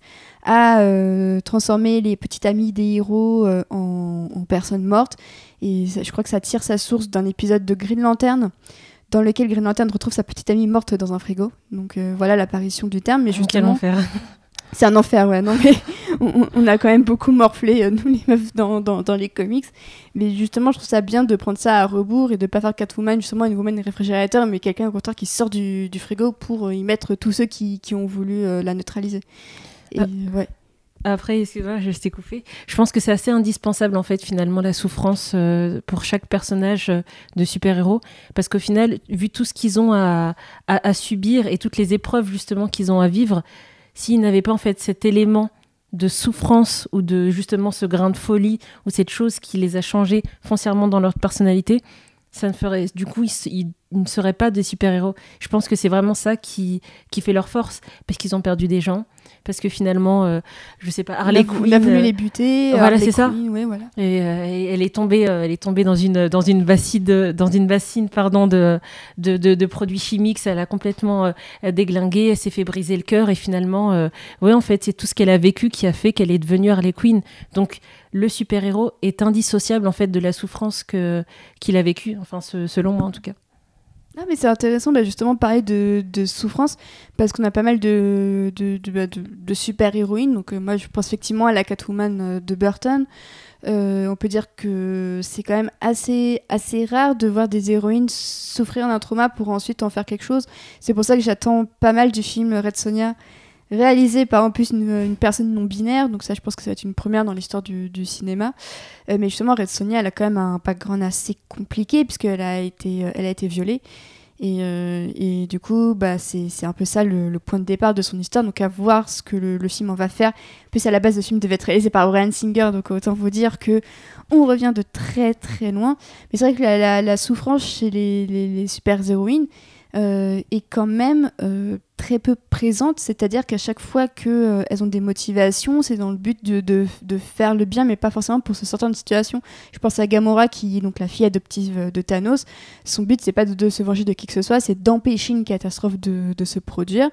à euh, transformer les petites amies des héros euh, en, en personnes mortes. Et ça, je crois que ça tire sa source d'un épisode de Green Lantern, dans lequel Green Lantern retrouve sa petite amie morte dans un frigo. Donc euh, voilà l'apparition du terme. Mais justement, quel enfer. C'est un enfer, ouais. Non, mais on, on a quand même beaucoup morflé, euh, nous les meufs, dans, dans, dans les comics. Mais justement, je trouve ça bien de prendre ça à rebours et de pas faire Catwoman, justement, une woman réfrigérateur, mais quelqu'un au contraire qui sort du, du frigo pour euh, y mettre tous ceux qui, qui ont voulu euh, la neutraliser. Et, ah. ouais. Après, excuse-moi, je t'ai coupé. Je pense que c'est assez indispensable, en fait, finalement, la souffrance euh, pour chaque personnage euh, de super-héros. Parce qu'au final, vu tout ce qu'ils ont à, à, à subir et toutes les épreuves, justement, qu'ils ont à vivre, s'ils n'avaient pas, en fait, cet élément de souffrance ou de, justement, ce grain de folie ou cette chose qui les a changés foncièrement dans leur personnalité, ça ne ferait... Du coup, ils, ils, ils ne seraient pas des super-héros. Je pense que c'est vraiment ça qui, qui fait leur force. Parce qu'ils ont perdu des gens. Parce que finalement, euh, je sais pas, Harley Quinn... On a voulu les buter. Voilà, Harley c'est Quinn, ça. Ouais, voilà. Et, euh, et elle est tombée, euh, elle est tombée dans une dans une bassine de, dans une bassine pardon de de, de, de produits chimiques. Ça l'a complètement euh, déglinguée. Elle s'est fait briser le cœur et finalement, euh, ouais, en fait, c'est tout ce qu'elle a vécu qui a fait qu'elle est devenue Harley Quinn. Donc, le super-héros est indissociable en fait de la souffrance que qu'il a vécue. Enfin, ce, selon moi en tout cas. Ah mais c'est intéressant bah, justement de parler de, de souffrance parce qu'on a pas mal de, de, de, bah, de, de super-héroïnes. Donc euh, moi je pense effectivement à la Catwoman euh, de Burton. Euh, on peut dire que c'est quand même assez, assez rare de voir des héroïnes souffrir d'un trauma pour ensuite en faire quelque chose. C'est pour ça que j'attends pas mal du film Red Sonja, réalisé par en plus une, une personne non binaire, donc ça je pense que ça va être une première dans l'histoire du, du cinéma. Euh, mais justement Red Sonja elle a quand même un background assez compliqué puisqu'elle a été, elle a été violée et, euh, et du coup bah, c'est, c'est un peu ça le, le point de départ de son histoire, donc à voir ce que le, le film en va faire. En plus à la base le film devait être réalisé par Bryan Singer, donc autant vous dire que on revient de très très loin. Mais c'est vrai que la, la, la souffrance chez les, les, les super-héroïnes Euh, est quand même euh, très peu présente, c'est-à-dire qu'à chaque fois qu'elles euh, ont des motivations, c'est dans le but de, de, de faire le bien, mais pas forcément pour se sortir d'une situation. Je pense à Gamora, qui est donc la fille adoptive de Thanos. Son but, c'est pas de, de se venger de qui que ce soit, c'est d'empêcher une catastrophe de, de se produire.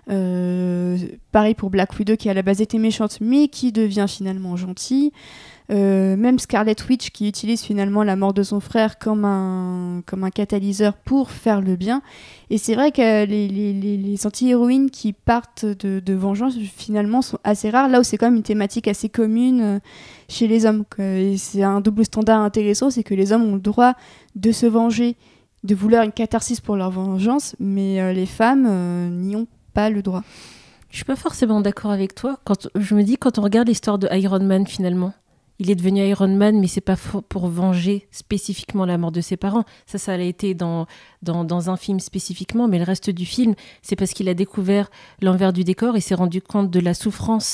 Euh, pareil pour Black Widow, qui à la base était méchante, mais qui devient finalement gentille. Euh, même Scarlet Witch qui utilise finalement la mort de son frère comme un, comme un catalyseur pour faire le bien. Et c'est vrai que les, les, les, les anti-héroïnes qui partent de, de vengeance finalement sont assez rares, là où c'est quand même une thématique assez commune euh, chez les hommes. Et c'est un double standard intéressant, c'est que les hommes ont le droit de se venger, de vouloir une catharsis pour leur vengeance, mais euh, les femmes euh, n'y ont pas le droit. Je suis pas forcément d'accord avec toi. Quand, je me dis, quand on regarde l'histoire de Iron Man finalement, il est devenu Iron Man, mais c'est pas pour venger spécifiquement la mort de ses parents. Ça, ça a été dans, dans, dans un film spécifiquement, mais le reste du film, c'est parce qu'il a découvert l'envers du décor et s'est rendu compte de la souffrance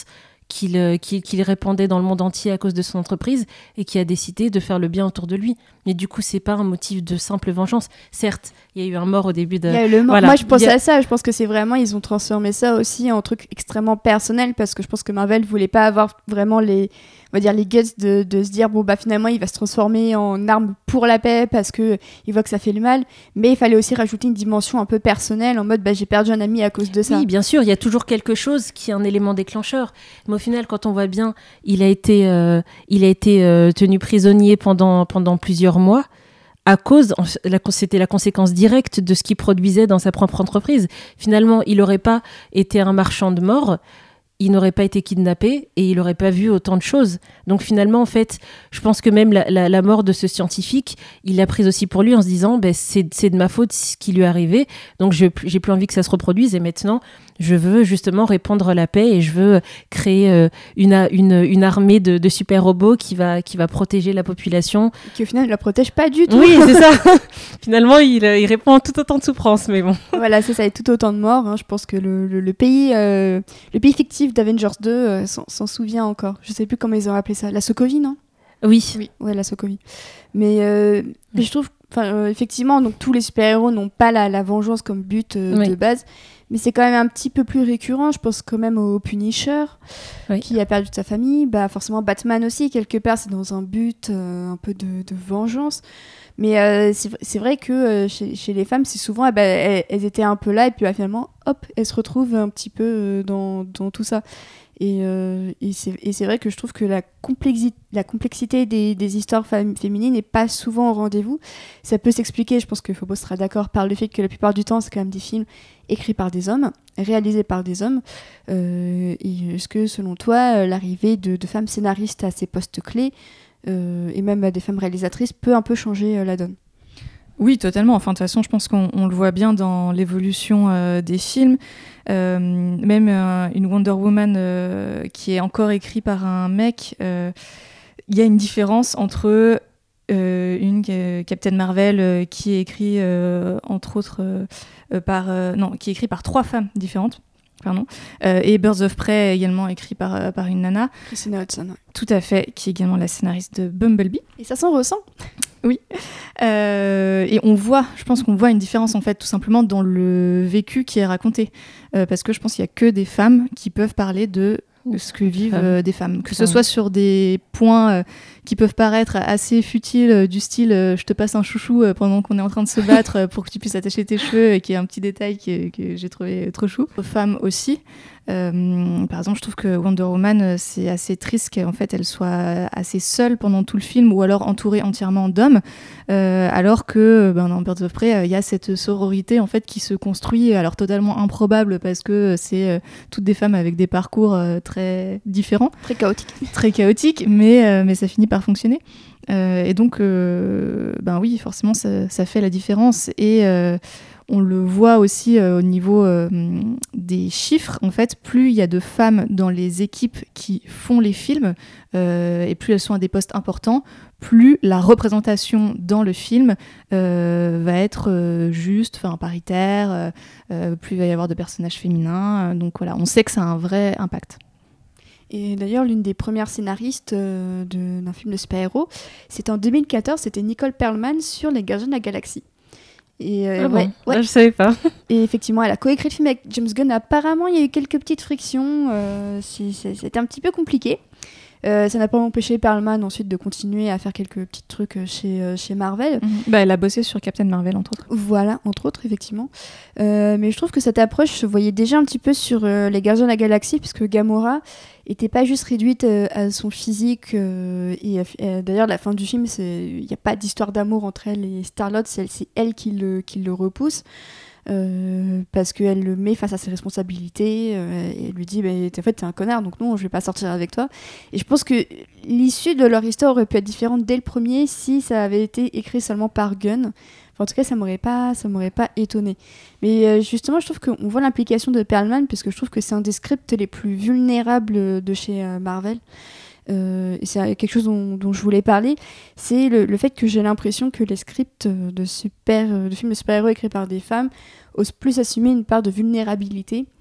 qu'il, euh, qu'il, qu'il répandait dans le monde entier à cause de son entreprise et qui a décidé de faire le bien autour de lui. Mais du coup, c'est pas un motif de simple vengeance. Certes, il y a eu un mort au début de... Il y a eu le mort. Voilà. Moi, je pensais a... à ça. Je pense que c'est vraiment... Ils ont transformé ça aussi en truc extrêmement personnel parce que je pense que Marvel voulait pas avoir vraiment les... On va dire les guts de, de se dire bon bah finalement il va se transformer en arme pour la paix parce que il voit que ça fait le mal, mais il fallait aussi rajouter une dimension un peu personnelle en mode bah j'ai perdu un ami à cause de ça. Oui, bien sûr, il y a toujours quelque chose qui est un élément déclencheur, mais au final quand on voit bien il a été euh, il a été euh, tenu prisonnier pendant pendant plusieurs mois à cause, c'était la conséquence directe de ce qu'il produisait dans sa propre entreprise. Finalement, il n'aurait pas été un marchand de mort, il n'aurait pas été kidnappé et il n'aurait pas vu autant de choses. Donc finalement, en fait, je pense que même la, la, la mort de ce scientifique, il l'a prise aussi pour lui en se disant ben, c'est, c'est de ma faute ce qui lui est arrivé, donc je j'ai plus envie que ça se reproduise et maintenant, je veux justement répandre la paix et je veux créer euh, une, une, une armée de, de super robots qui va, qui va protéger la population. Et qui au final ne la protège pas du tout. Oui, c'est ça. Finalement, il, il répond à tout autant de souffrances, mais bon. Voilà, c'est ça, et tout autant de morts. Hein. Je pense que le, le, le, pays, euh, le pays fictif d'Avengers deux euh, s'en, s'en souvient encore. Je sais plus comment ils ont appelé ça. La Sokovie, non ? Oui. Oui, ouais, la Sokovie. Mais, euh, oui. mais je trouve, euh, effectivement, donc, tous les super-héros n'ont pas la, la vengeance comme but euh, oui. de base. Mais c'est quand même un petit peu plus récurrent. Je pense quand même au Punisher, oui. qui a perdu de sa famille. Bah, forcément, Batman aussi, quelque part, c'est dans un but euh, un peu de, de vengeance. Mais euh, c'est, c'est vrai que euh, chez, chez les femmes, c'est souvent, eh ben, elles, elles étaient un peu là, et puis bah, finalement, hop, elles se retrouvent un petit peu euh, dans, dans tout ça. Et, euh, et, c'est, et c'est vrai que je trouve que la, complexi- la complexité des, des histoires fam- féminines n'est pas souvent au rendez-vous. Ça peut s'expliquer, je pense que Phobos sera d'accord, par le fait que la plupart du temps, c'est quand même des films écrits par des hommes, réalisés par des hommes. Euh, et est-ce que, selon toi, l'arrivée de, de femmes scénaristes à ces postes clés, euh, et même à des femmes réalisatrices, peut un peu changer euh, la donne ? Oui, totalement. Enfin, de toute façon, je pense qu'on on le voit bien dans l'évolution euh, des films. Euh, même euh, une Wonder Woman euh, qui est encore écrite par un mec, il euh, y a une différence entre euh, une euh, Captain Marvel euh, qui est écrite euh, entre autres euh, par euh, non, qui est écrite par trois femmes différentes. Pardon. Euh, et Birds of Prey, également écrit par, euh, par une nana. Christina Hodson. Tout à fait, qui est également la scénariste de Bumblebee. Et ça s'en ressent. Oui. Euh, et on voit, je pense qu'on voit une différence, en fait, tout simplement dans le vécu qui est raconté. Euh, parce que je pense qu'il n'y a que des femmes qui peuvent parler de ce que vivent euh, des femmes. Que ce soit sur des points euh, qui peuvent paraître assez futiles, euh, du style euh, je te passe un chouchou euh, pendant qu'on est en train de se battre euh, pour que tu puisses attacher tes cheveux, et qui est un petit détail que, que j'ai trouvé trop chou. Aux femmes aussi. Euh, par exemple, je trouve que Wonder Woman, c'est assez triste qu'en fait elle soit assez seule pendant tout le film, ou alors entourée entièrement d'hommes, euh, alors que ben, dans Birds of Prey, il euh, y a cette sororité en fait qui se construit, alors totalement improbable parce que c'est euh, toutes des femmes avec des parcours euh, très différents, très chaotiques, très chaotiques, mais euh, mais ça finit par fonctionner. Euh, et donc, euh, ben oui, forcément, ça, ça fait la différence. Et euh, on le voit aussi euh, au niveau euh, des chiffres. En fait, plus il y a de femmes dans les équipes qui font les films, euh, et plus elles sont à des postes importants, plus la représentation dans le film euh, va être euh, juste, enfin paritaire, euh, euh, plus il va y avoir de personnages féminins. Donc voilà, on sait que ça a un vrai impact. Et d'ailleurs, l'une des premières scénaristes euh, de, d'un film de super-héros, c'était en deux mille quatorze, c'était Nicole Perlman sur Les Gardiens de la Galaxie. Et, euh, ah bon, ouais, ouais. Là, je savais pas. Et effectivement, elle a coécrit le film avec James Gunn. Apparemment, il y a eu quelques petites frictions. Euh, c'est, c'est, c'était un petit peu compliqué. Euh, ça n'a pas empêché Perlman ensuite de continuer à faire quelques petits trucs chez, euh, chez Marvel. Mmh. Bah, elle a bossé sur Captain Marvel, entre autres. Voilà, entre autres, effectivement. Euh, mais je trouve que cette approche se voyait déjà un petit peu sur euh, les Gardiens de la Galaxie, puisque Gamora était pas juste réduite euh, à son physique. Euh, et, et d'ailleurs, à la fin du film, il n'y a pas d'histoire d'amour entre elle et Star-Lord, c'est, c'est elle qui le, qui le repousse. Euh, parce qu'elle le met face à ses responsabilités euh, et elle lui dit bah, en fait t'es un connard donc non je vais pas sortir avec toi. Et je pense que l'issue de leur histoire aurait pu être différente dès le premier si ça avait été écrit seulement par Gunn. Enfin, en tout cas ça m'aurait pas, ça m'aurait pas étonné. Mais euh, justement je trouve qu'on voit l'implication de Perlman parce que je trouve que c'est un des scripts les plus vulnérables de chez euh, Marvel. Euh, et c'est quelque chose dont, dont je voulais parler, c'est le, le fait que j'ai l'impression que les scripts de, super, de films de super-héros écrits par des femmes osent plus assumer une part de vulnérabilité.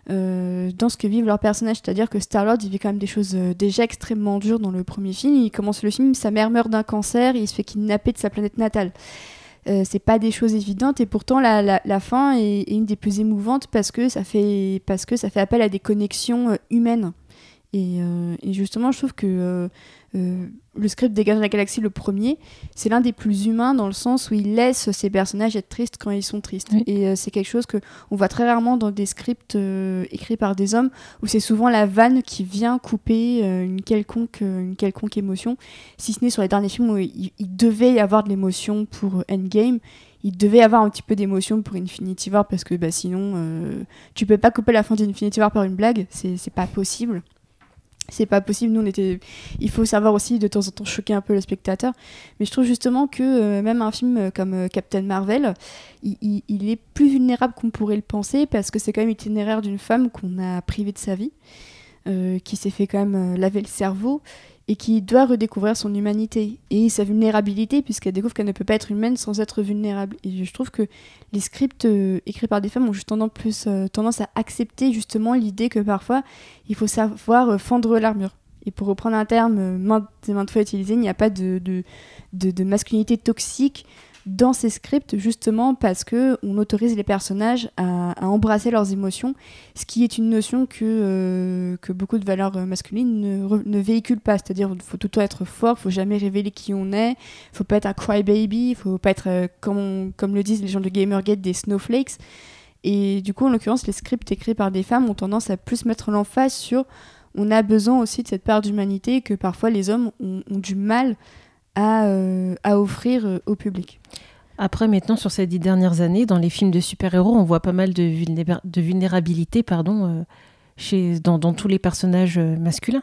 euh, dans ce que vivent leurs personnages. C'est-à-dire que Star-Lord, il vit quand même des choses euh, déjà extrêmement dures dans le premier film. Il commence le film, sa mère meurt d'un cancer et il se fait kidnapper de sa planète natale. Euh, c'est pas des choses évidentes et pourtant la, la, la fin est, est une des plus émouvantes parce que ça fait, parce que ça fait appel à des connexions euh, humaines. Et, euh, et justement, je trouve que euh, euh, le script des Gardiens de la Galaxie, le premier, c'est l'un des plus humains dans le sens où il laisse ses personnages être tristes quand ils sont tristes. Oui. Et euh, c'est quelque chose qu'on voit très rarement dans des scripts euh, écrits par des hommes, où c'est souvent la vanne qui vient couper euh, une, quelconque, euh, une quelconque émotion, si ce n'est sur les derniers films où il, il devait y avoir de l'émotion pour Endgame. Il devait y avoir un petit peu d'émotion pour Infinity War, parce que bah, sinon, euh, tu peux pas couper la fin d'Infinity War par une blague, c'est, c'est pas possible. C'est pas possible, nous on était... Il faut savoir aussi de temps en temps choquer un peu le spectateur, mais je trouve justement que euh, même un film comme euh, Captain Marvel, il, il, il est plus vulnérable qu'on pourrait le penser, parce que c'est quand même l'itinéraire d'une femme qu'on a privée de sa vie, euh, qui s'est fait quand même euh, laver le cerveau, et qui doit redécouvrir son humanité et sa vulnérabilité, puisqu'elle découvre qu'elle ne peut pas être humaine sans être vulnérable. Et je trouve que les scripts euh, écrits par des femmes ont juste tendance, plus, euh, tendance à accepter justement l'idée que parfois il faut savoir euh, fendre l'armure. Et pour reprendre un terme euh, maintes et maintes fois utilisé, il n'y a pas de, de, de, de masculinité toxique dans ces scripts, justement parce qu'on autorise les personnages à, à embrasser leurs émotions, ce qui est une notion que, euh, que beaucoup de valeurs masculines ne, re, ne véhiculent pas. C'est-à-dire qu'il faut tout le temps être fort, il ne faut jamais révéler qui on est, il ne faut pas être un crybaby, il ne faut pas être, euh, comme, on, comme le disent les gens de Gamergate, des snowflakes. Et du coup, en l'occurrence, les scripts écrits par des femmes ont tendance à plus mettre l'emphase sur on a besoin aussi de cette part d'humanité que parfois les hommes ont, ont du mal À, euh, à offrir euh, au public. Après, maintenant, sur ces dix dernières années, dans les films de super-héros, on voit pas mal de, vulnéra- de vulnérabilité pardon, euh, chez, dans, dans tous les personnages euh, masculins.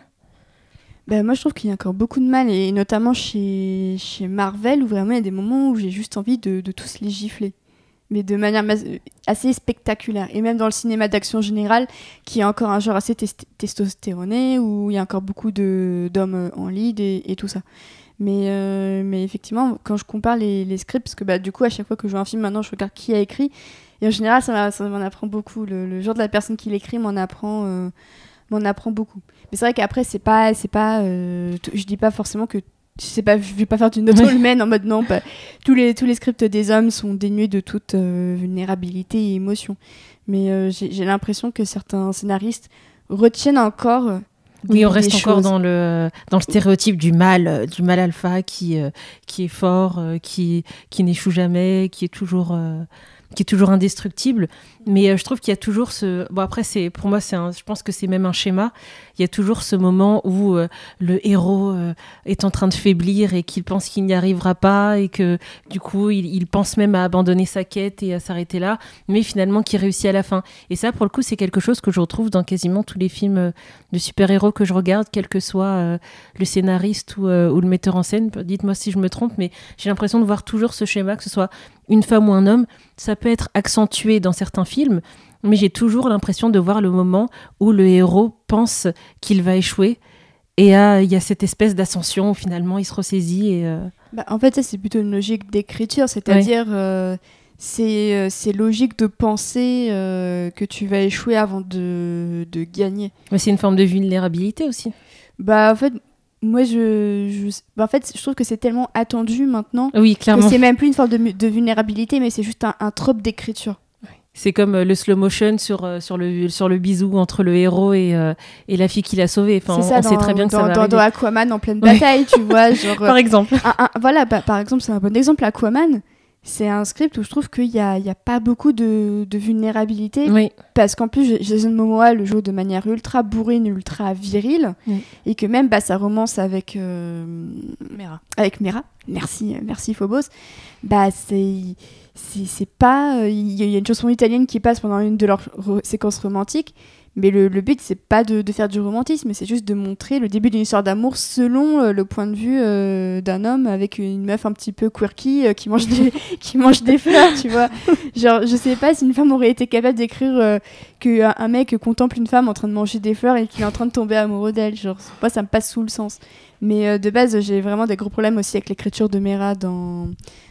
Ben, moi, je trouve qu'il y a encore beaucoup de mal, et notamment chez, chez Marvel, où vraiment il y a des moments où j'ai juste envie de, de tous les gifler. Mais de manière mas- assez spectaculaire. Et même dans le cinéma d'action général, qui est encore un genre assez test- testostéroné, où il y a encore beaucoup de, d'hommes en lead et, et tout ça. Mais, euh, mais effectivement, quand je compare les, les scripts, parce que bah, du coup, à chaque fois que je vois un film, maintenant, je regarde qui a écrit. Et en général, ça, ça m'en apprend beaucoup. Le, le genre de la personne qui l'écrit m'en apprend, euh, m'en apprend beaucoup. Mais c'est vrai qu'après, c'est pas... C'est pas euh, t- je dis pas forcément que... Je ne vais pas faire du no-toll-man en mode non. Bah, tous, les, tous les scripts des hommes sont dénués de toute euh, vulnérabilité et émotion. Mais euh, j'ai, j'ai l'impression que certains scénaristes retiennent encore... Des, oui, on reste encore choses. dans le, dans le stéréotype du mal, euh, du mal alpha qui, euh, qui est fort, euh, qui, qui n'échoue jamais, qui est toujours, euh, qui est toujours indestructible. Mais euh, je trouve qu'il y a toujours ce... Bon, après, c'est, pour moi, c'est un, je pense que c'est même un schéma. Il y a toujours ce moment où euh, le héros euh, est en train de faiblir et qu'il pense qu'il n'y arrivera pas et que, du coup, il, il pense même à abandonner sa quête et à s'arrêter là, mais finalement qu'il réussit à la fin. Et ça, pour le coup, c'est quelque chose que je retrouve dans quasiment tous les films de super-héros que je regarde, quel que soit euh, le scénariste ou, euh, ou le metteur en scène. Dites-moi si je me trompe, mais j'ai l'impression de voir toujours ce schéma, que ce soit une femme ou un homme. Ça peut être accentué dans certains films, mais j'ai toujours l'impression de voir le moment où le héros pense qu'il va échouer et il euh, y a cette espèce d'ascension où finalement il se ressaisit. Et, euh... bah, en fait, ça, c'est plutôt une logique d'écriture, c'est-à-dire ouais. euh, c'est, euh, c'est logique de penser euh, que tu vas échouer avant de, de gagner. Mais c'est une forme de vulnérabilité aussi. Bah, en fait, moi, je, je, bah, en fait, je trouve que c'est tellement attendu maintenant oui, clairement. que c'est même plus une forme de, de vulnérabilité, mais c'est juste un, un trope d'écriture. C'est comme euh, le slow motion sur, euh, sur, le, sur le bisou entre le héros et, euh, et la fille qui l'a sauvé. Enfin, c'est on, ça, on dans, sait très bien que dans, ça va dans, arriver. Dans Aquaman en pleine bataille, tu vois. Genre, par exemple. Un, un, voilà, bah, par exemple, c'est un bon exemple. Aquaman, c'est un script où je trouve qu'il n'y a, y a pas beaucoup de, de vulnérabilité. Oui. Parce qu'en plus, Jason Momoa le joue de manière ultra bourrine, ultra virile. Oui. Et que même bah, sa romance avec, euh, Mera. avec Mera, merci, merci Phobos, bah, c'est... C'est, c'est pas... Il euh, y, y a une chanson italienne qui passe pendant une de leurs re- séquences romantiques, mais le, le but, c'est pas de, de faire du romantisme, c'est juste de montrer le début d'une histoire d'amour selon euh, le point de vue euh, d'un homme avec une meuf un petit peu quirky euh, qui, mange des, qui mange des fleurs, tu vois. Genre, je sais pas si une femme aurait été capable d'écrire euh, qu'un un mec contemple une femme en train de manger des fleurs et qu'il est en train de tomber amoureux d'elle. Genre, moi, ça me passe sous le sens. Mais euh, de base, j'ai vraiment des gros problèmes aussi avec l'écriture de Mera dans...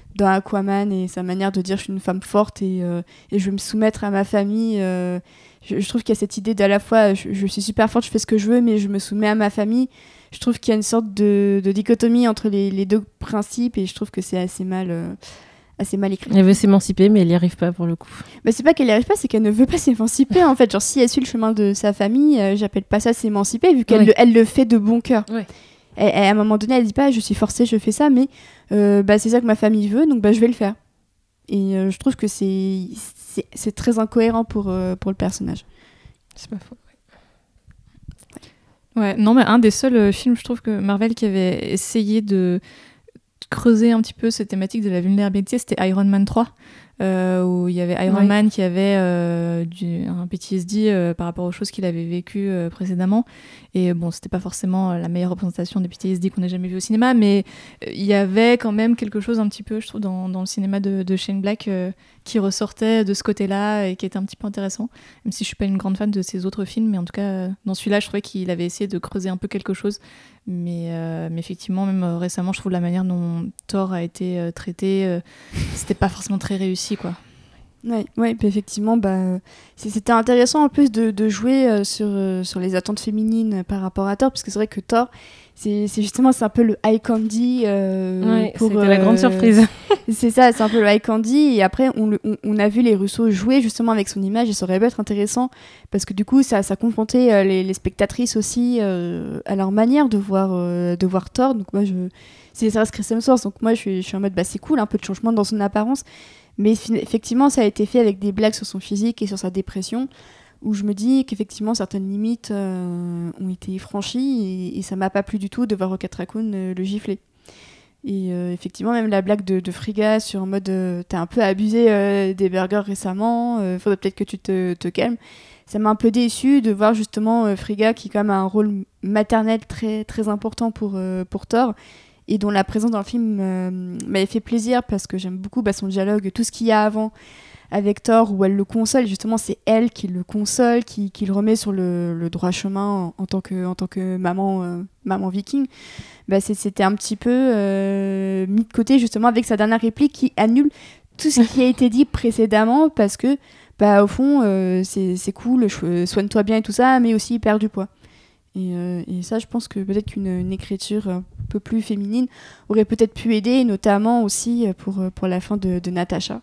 dans Aquaman et sa manière de dire je suis une femme forte et, euh, et je vais me soumettre à ma famille. Euh, je, je trouve qu'il y a cette idée d'à la fois je, je suis super forte, je fais ce que je veux, mais je me soumets à ma famille. Je trouve qu'il y a une sorte de, de dichotomie entre les, les deux principes et je trouve que c'est assez mal, euh, assez mal écrit. Elle veut s'émanciper, mais elle n'y arrive pas pour le coup. Bah, c'est pas qu'elle n'y arrive pas, c'est qu'elle ne veut pas s'émanciper en fait. Genre, si elle suit le chemin de sa famille, euh, j'appelle pas ça s'émanciper vu qu'elle Oui. le, elle le fait de bon cœur. Oui. Et, et à un moment donné, elle dit pas je suis forcée, je fais ça, mais euh, bah, c'est ça que ma famille veut, donc bah, je vais le faire. Et euh, je trouve que c'est, c'est, c'est très incohérent pour, euh, pour le personnage. C'est pas faux. Ouais, non, mais un des seuls euh, films, je trouve, que Marvel qui avait essayé de creuser un petit peu cette thématique de la vulnérabilité, c'était Iron Man trois, euh, où il y avait Iron Ouais. Man qui avait euh, du, un P T S D euh, par rapport aux choses qu'il avait vécues euh, précédemment. Et bon, c'était pas forcément la meilleure représentation des P T S D qu'on ait jamais vu au cinéma, mais euh, il y avait quand même quelque chose un petit peu, je trouve, dans, dans le cinéma de, de Shane Black euh, qui ressortait de ce côté-là et qui était un petit peu intéressant, même si je suis pas une grande fan de ses autres films, mais en tout cas, euh, dans celui-là, je trouvais qu'il avait essayé de creuser un peu quelque chose. Mais, euh, mais effectivement, même euh, récemment, je trouve la manière dont Thor a été euh, traité, euh, c'était pas forcément très réussi, quoi. Ouais, ouais, puis effectivement, bah, euh, c'est- c'était intéressant en plus de, de jouer euh, sur, euh, sur les attentes féminines par rapport à Thor, parce que c'est vrai que Thor, c'est, c'est justement c'est un peu le eye candy. Euh, Ouais, pour, c'était la euh, grande surprise. C'est ça, c'est un peu le eye candy. Et après, on, le- on, on a vu les Russo jouer justement avec son image, et ça aurait pu être intéressant, parce que du coup, ça, ça confrontait euh, les, les spectatrices aussi euh, à leur manière de voir, euh, de voir Thor. Donc moi, je... c'est, ça reste Chris Hemsworth, donc moi, je suis, je suis en mode, bah, c'est cool, un peu de changement dans son apparence. Mais fin- effectivement, ça a été fait avec des blagues sur son physique et sur sa dépression, où je me dis qu'effectivement, certaines limites euh, ont été franchies, et, et ça m'a pas plu du tout de voir Rocket Raccoon euh, le gifler. Et euh, effectivement, même la blague de, de Frigga sur en mode euh, t'as un peu abusé euh, des burgers récemment, euh, faudrait peut-être que tu te, te calmes. Ça m'a un peu déçue de voir justement euh, Frigga qui quand même a un rôle maternel très, très important pour, euh, pour Thor, et dont la présence dans le film euh, m'avait fait plaisir parce que j'aime beaucoup bah, son dialogue, tout ce qu'il y a avant avec Thor où elle le console. Justement, c'est elle qui le console, qui, qui le remet sur le, le droit chemin en, en, tant que, en tant que maman, euh, maman viking. Bah, c'est, c'était un petit peu euh, mis de côté justement avec sa dernière réplique qui annule tout ce qui a été dit précédemment parce que bah, au fond euh, c'est, c'est cool, je, soigne-toi bien et tout ça, mais aussi perd du poids. Et, euh, et ça, je pense que peut-être qu'une une écriture un peu plus féminine aurait peut-être pu aider, notamment aussi pour, pour la fin de, de Natasha.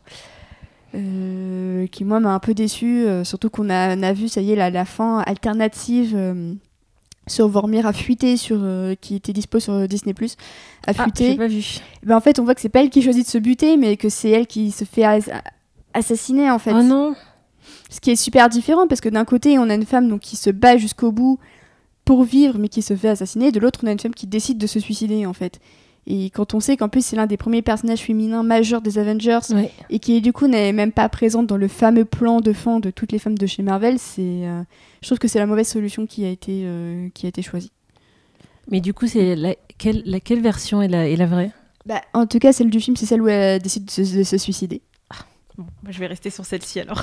Euh, qui moi m'a un peu déçue, euh, surtout qu'on a, on a vu ça y est la, la fin alternative euh, sur Vormir a fuité, sur, euh, qui était dispo sur Disney plus, a Ah, fuité. j'ai pas vu. Ben, en fait on voit que c'est pas elle qui choisit de se buter, mais que c'est elle qui se fait as- assassiner en fait. Oh non. Ce qui est super différent parce que d'un côté on a une femme donc, qui se bat jusqu'au bout pour vivre mais qui se fait assassiner, de l'autre on a une femme qui décide de se suicider en fait. Et quand on sait qu'en plus c'est l'un des premiers personnages féminins majeurs des Avengers, Ouais. et qui du coup n'est même pas présente dans le fameux plan de fin de toutes les femmes de chez Marvel, c'est, euh, je trouve que c'est la mauvaise solution qui a été, euh, qui a été choisie. Mais du coup, c'est la, quelle, laquelle version est la, est la vraie? Bah, en tout cas, celle du film, c'est celle où elle décide de se, de se suicider. Bon, bah, je vais rester sur celle-ci alors.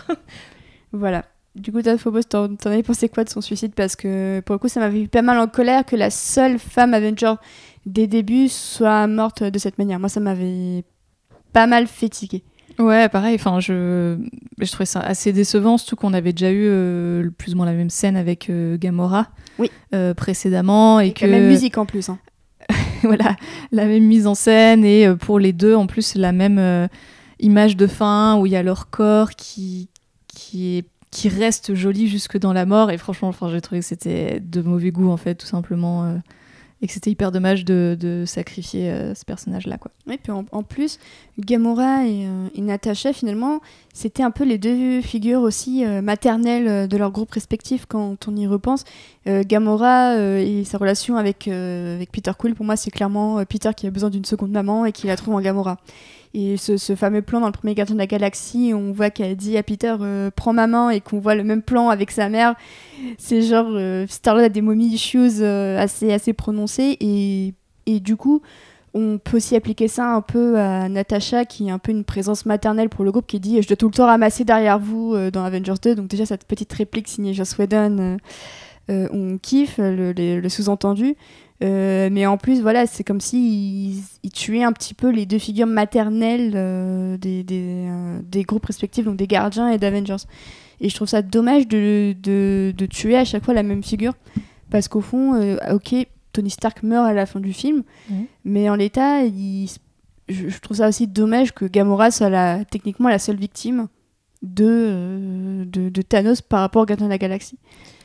Voilà. Du coup, toi, Phobos, t'en, t'en avais pensé quoi de son suicide? Parce que pour le coup, ça m'avait mis pas mal en colère que la seule femme Avenger des débuts soit morte de cette manière. Moi, ça m'avait pas mal fait tiquer. Ouais, pareil, enfin, je... je trouvais ça assez décevant, surtout qu'on avait déjà eu euh, plus ou moins la même scène avec euh, Gamora Oui. euh, précédemment. Et Avec que... la même musique en plus. Hein. Voilà, la même mise en scène, et euh, pour les deux, en plus, la même euh, image de fin où il y a leur corps qui, qui, est... qui reste joli jusque dans la mort. Et franchement, enfin, j'ai trouvé que c'était de mauvais goût, en fait, tout simplement. Euh... Et que c'était hyper dommage de, de sacrifier euh, ce personnage-là, quoi. Oui, puis en, en plus, Gamora et, euh, et Natasha, finalement, c'était un peu les deux figures aussi euh, maternelles euh, de leur groupe respectif quand on y repense. Euh, Gamora euh, et sa relation avec, euh, avec Peter Quill, pour moi, c'est clairement euh, Peter qui a besoin d'une seconde maman et qui la trouve en Gamora. Et ce, ce fameux plan dans le premier Gardien de la Galaxie, où on voit qu'elle dit à Peter euh, « prends ma main » et qu'on voit le même plan avec sa mère, c'est genre euh, Star-Lord a des mommy issues euh, assez, assez prononcés. Et, et du coup, on peut aussi appliquer ça un peu à Natasha, qui est un peu une présence maternelle pour le groupe, qui dit « je dois tout le temps ramasser derrière vous euh, dans Avengers deux ». Donc déjà, cette petite réplique signée Joss Whedon, euh, euh, on kiffe le, le, le sous-entendu. Euh, mais en plus, voilà, c'est comme s'ils ils tuaient un petit peu les deux figures maternelles euh, des, des, euh, des groupes respectifs, donc des Gardiens et d'Avengers. Et je trouve ça dommage de, de, de tuer à chaque fois la même figure. Parce qu'au fond, euh, ok, Tony Stark meurt à la fin du film, mmh. mais en l'état, il, je, je trouve ça aussi dommage que Gamora soit la, techniquement la seule victime de, euh, de, de Thanos par rapport aux Gardiens de la Galaxie.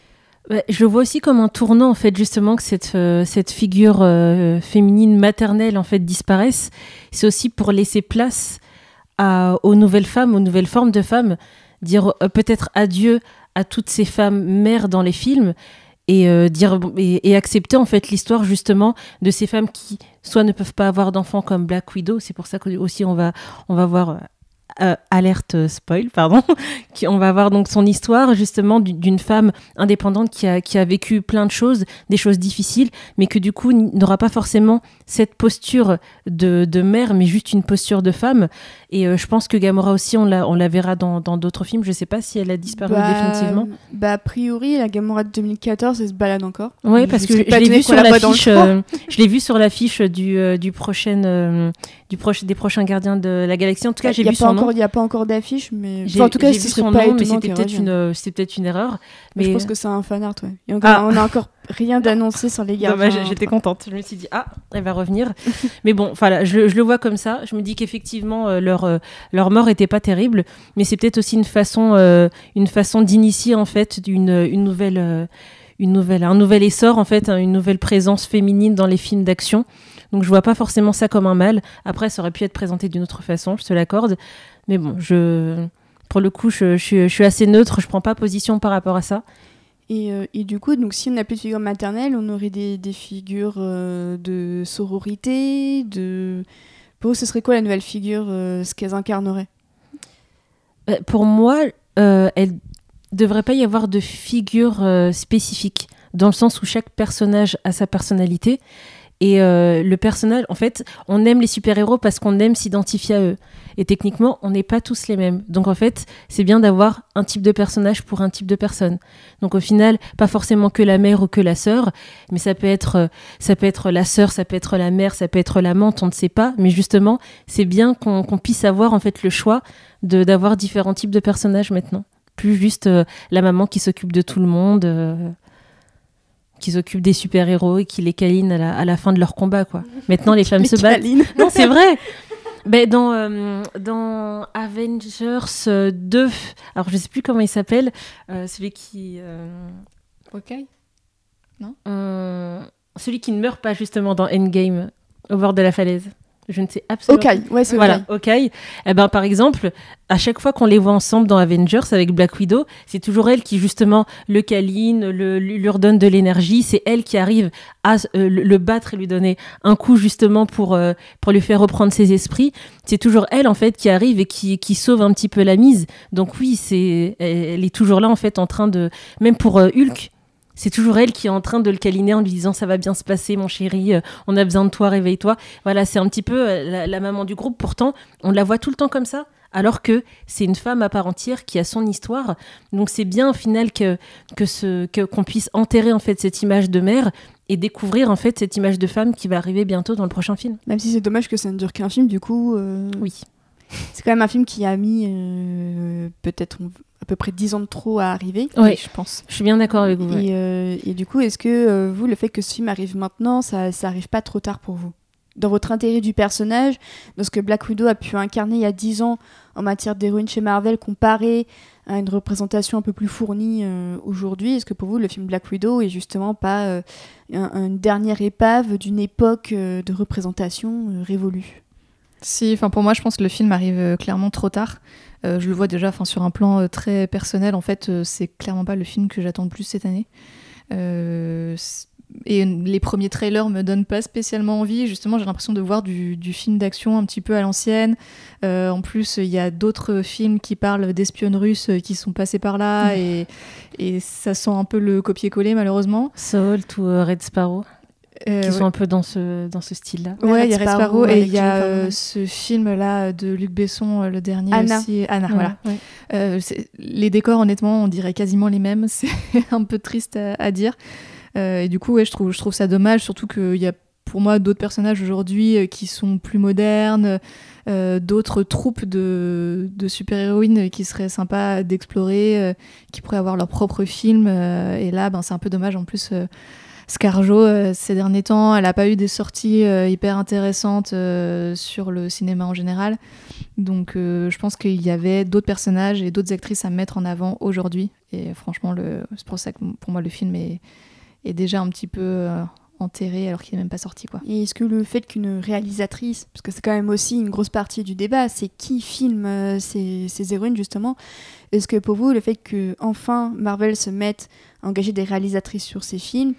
Je le vois aussi comme un tournant, en fait, justement, que cette, euh, cette figure euh, féminine maternelle, en fait, disparaisse. C'est aussi pour laisser place à, aux nouvelles femmes, aux nouvelles formes de femmes, dire euh, peut-être adieu à toutes ces femmes mères dans les films et, euh, dire, et, et accepter, en fait, l'histoire, justement, de ces femmes qui, soit ne peuvent pas avoir d'enfants comme Black Widow. C'est pour ça qu'aussi, on va, on va voir... Euh, Euh, alerte euh, spoil, pardon. On va voir donc son histoire justement d'une femme indépendante qui a, qui a vécu plein de choses, des choses difficiles, mais que du coup n'aura pas forcément cette posture de, de mère, mais juste une posture de femme. Et euh, je pense que Gamora aussi, on la, on la verra dans, dans d'autres films. Je sais pas si elle a disparu bah, définitivement. Bah a priori, la Gamora de deux mille quatorze, elle se balade encore. Oui, parce je que je, je l'ai vu sur l'affiche. Euh, je l'ai vu sur l'affiche du euh, du prochain euh, du proche des prochains Gardiens de la Galaxie. En tout cas, j'ai vu son nom. Il n'y a pas encore d'affiche, mais enfin, en tout cas, j'ai vu son nom, mais c'était peut-être une, c'était peut-être une erreur. Mais, mais je pense que c'est un fan art, ouais. Et encore, ah. On a encore rien d'annoncé sur les Gardiens. Dommage, j'étais contente. Je me suis dit ah, elle va revenir. Mais bon, voilà, je, je le vois comme ça. Je me dis qu'effectivement euh, leur euh, leur mort était pas terrible, mais c'est peut-être aussi une façon euh, une façon d'initier en fait une une nouvelle euh, une nouvelle un nouvel essor en fait, hein, une nouvelle présence féminine dans les films d'action. Donc je vois pas forcément ça comme un mal. Après, ça aurait pu être présenté d'une autre façon, je te l'accorde. Mais bon, je, pour le coup, je, je, je suis assez neutre, je prends pas position par rapport à ça. Et, euh, et du coup, donc, si on n'a plus de figure maternelle, on aurait des, des figures euh, de sororité, de... Pour vous, ce serait quoi la nouvelle figure, euh, ce qu'elles incarneraient ? euh, Pour moi, euh, elle devrait pas y avoir de figure euh, spécifique, dans le sens où chaque personnage a sa personnalité. Et euh, le personnage, en fait, on aime les super-héros parce qu'on aime s'identifier à eux. Et techniquement, on n'est pas tous les mêmes. Donc en fait, c'est bien d'avoir un type de personnage pour un type de personne. Donc au final, pas forcément que la mère ou que la sœur, mais ça peut être, ça peut être la sœur, ça peut être la mère, ça peut être l'amante, on ne sait pas. Mais justement, c'est bien qu'on, qu'on puisse avoir en fait le choix de, d'avoir différents types de personnages maintenant. Plus juste euh, la maman qui s'occupe de tout le monde... Euh, qui s'occupent des super-héros et qui les câlinent à la, à la fin de leur combat, quoi. Maintenant, les femmes les se battent. Non, c'est vrai. Ben, dans, euh, dans Avengers deux, alors je sais plus comment il s'appelle, euh, celui qui... Euh... Hawkeye ? Non euh, Celui qui ne meurt pas, justement, dans Endgame, au bord de la falaise. Je ne sais absolument pas. Hawkeye, ouais, c'est voilà, Hawkeye. Eh ben, par exemple, à chaque fois qu'on les voit ensemble dans Avengers avec Black Widow, c'est toujours elle qui, justement, le câline, le, lui redonne de l'énergie. C'est elle qui arrive à euh, le, le battre et lui donner un coup, justement, pour, euh, pour lui faire reprendre ses esprits. C'est toujours elle, en fait, qui arrive et qui, qui sauve un petit peu la mise. Donc oui, c'est, elle est toujours là, en fait, en train de... Même pour euh, Hulk, c'est toujours elle qui est en train de le câliner en lui disant « ça va bien se passer, mon chéri, euh, on a besoin de toi, réveille-toi ». Voilà, c'est un petit peu euh, la, la maman du groupe. Pourtant, on la voit tout le temps comme ça, alors que c'est une femme à part entière qui a son histoire. Donc c'est bien au final que, que ce, que, qu'on puisse enterrer en fait cette image de mère et découvrir en fait cette image de femme qui va arriver bientôt dans le prochain film. Même si c'est dommage que ça ne dure qu'un film, du coup... Euh... Oui. C'est quand même un film qui a mis euh, peut-être à peu près dix ans de trop à arriver. Oui, je pense. Je suis bien d'accord avec vous. Et, ouais. euh, et du coup, est-ce que euh, vous, le fait que ce film arrive maintenant, ça, ça arrive pas trop tard pour vous ? Dans votre intérêt du personnage, dans ce que Black Widow a pu incarner il y a dix ans en matière d'héroïne chez Marvel, comparé à une représentation un peu plus fournie euh, aujourd'hui, est-ce que pour vous, le film Black Widow est justement pas euh, un, une dernière épave d'une époque euh, de représentation euh, révolue ? Si, enfin pour moi, je pense que le film arrive euh, clairement trop tard. Euh, je le vois déjà, enfin sur un plan euh, très personnel, en fait, euh, c'est clairement pas le film que j'attends le plus cette année. Euh, et les premiers trailers me donnent pas spécialement envie. Justement, j'ai l'impression de voir du, du film d'action un petit peu à l'ancienne. Euh, en plus, il y a d'autres films qui parlent d'espionnes russes qui sont passés par là, mmh. et, et ça sent un peu le copier-coller malheureusement. Salt ou euh, Red Sparrow. Euh, qui ouais. sont un peu dans ce, dans ce style-là. Ouais, il y a Red Sparrow et il y a euh, ce film-là de Luc Besson, euh, le dernier Anna. aussi. Anna, ouais, voilà. Ouais. Euh, les décors, honnêtement, on dirait quasiment les mêmes. C'est un peu triste à, à dire. Euh, et du coup, ouais, je trouve, je trouve ça dommage, surtout qu'il y a pour moi d'autres personnages aujourd'hui euh, qui sont plus modernes, euh, d'autres troupes de, de super-héroïnes qui seraient sympas d'explorer, euh, qui pourraient avoir leur propre film. Euh, et là, ben, c'est un peu dommage. En plus, euh, Scarjo, euh, ces derniers temps, elle n'a pas eu des sorties euh, hyper intéressantes euh, sur le cinéma en général. Donc euh, je pense qu'il y avait d'autres personnages et d'autres actrices à mettre en avant aujourd'hui. Et franchement, le, c'est pour ça que pour moi, le film est, est déjà un petit peu euh, enterré alors qu'il n'est même pas sorti, quoi. Et est-ce que le fait qu'une réalisatrice, parce que c'est quand même aussi une grosse partie du débat, c'est qui filme euh, ces, ces héroïnes justement, est-ce que pour vous, le fait que enfin Marvel se mette à engager des réalisatrices sur ces films,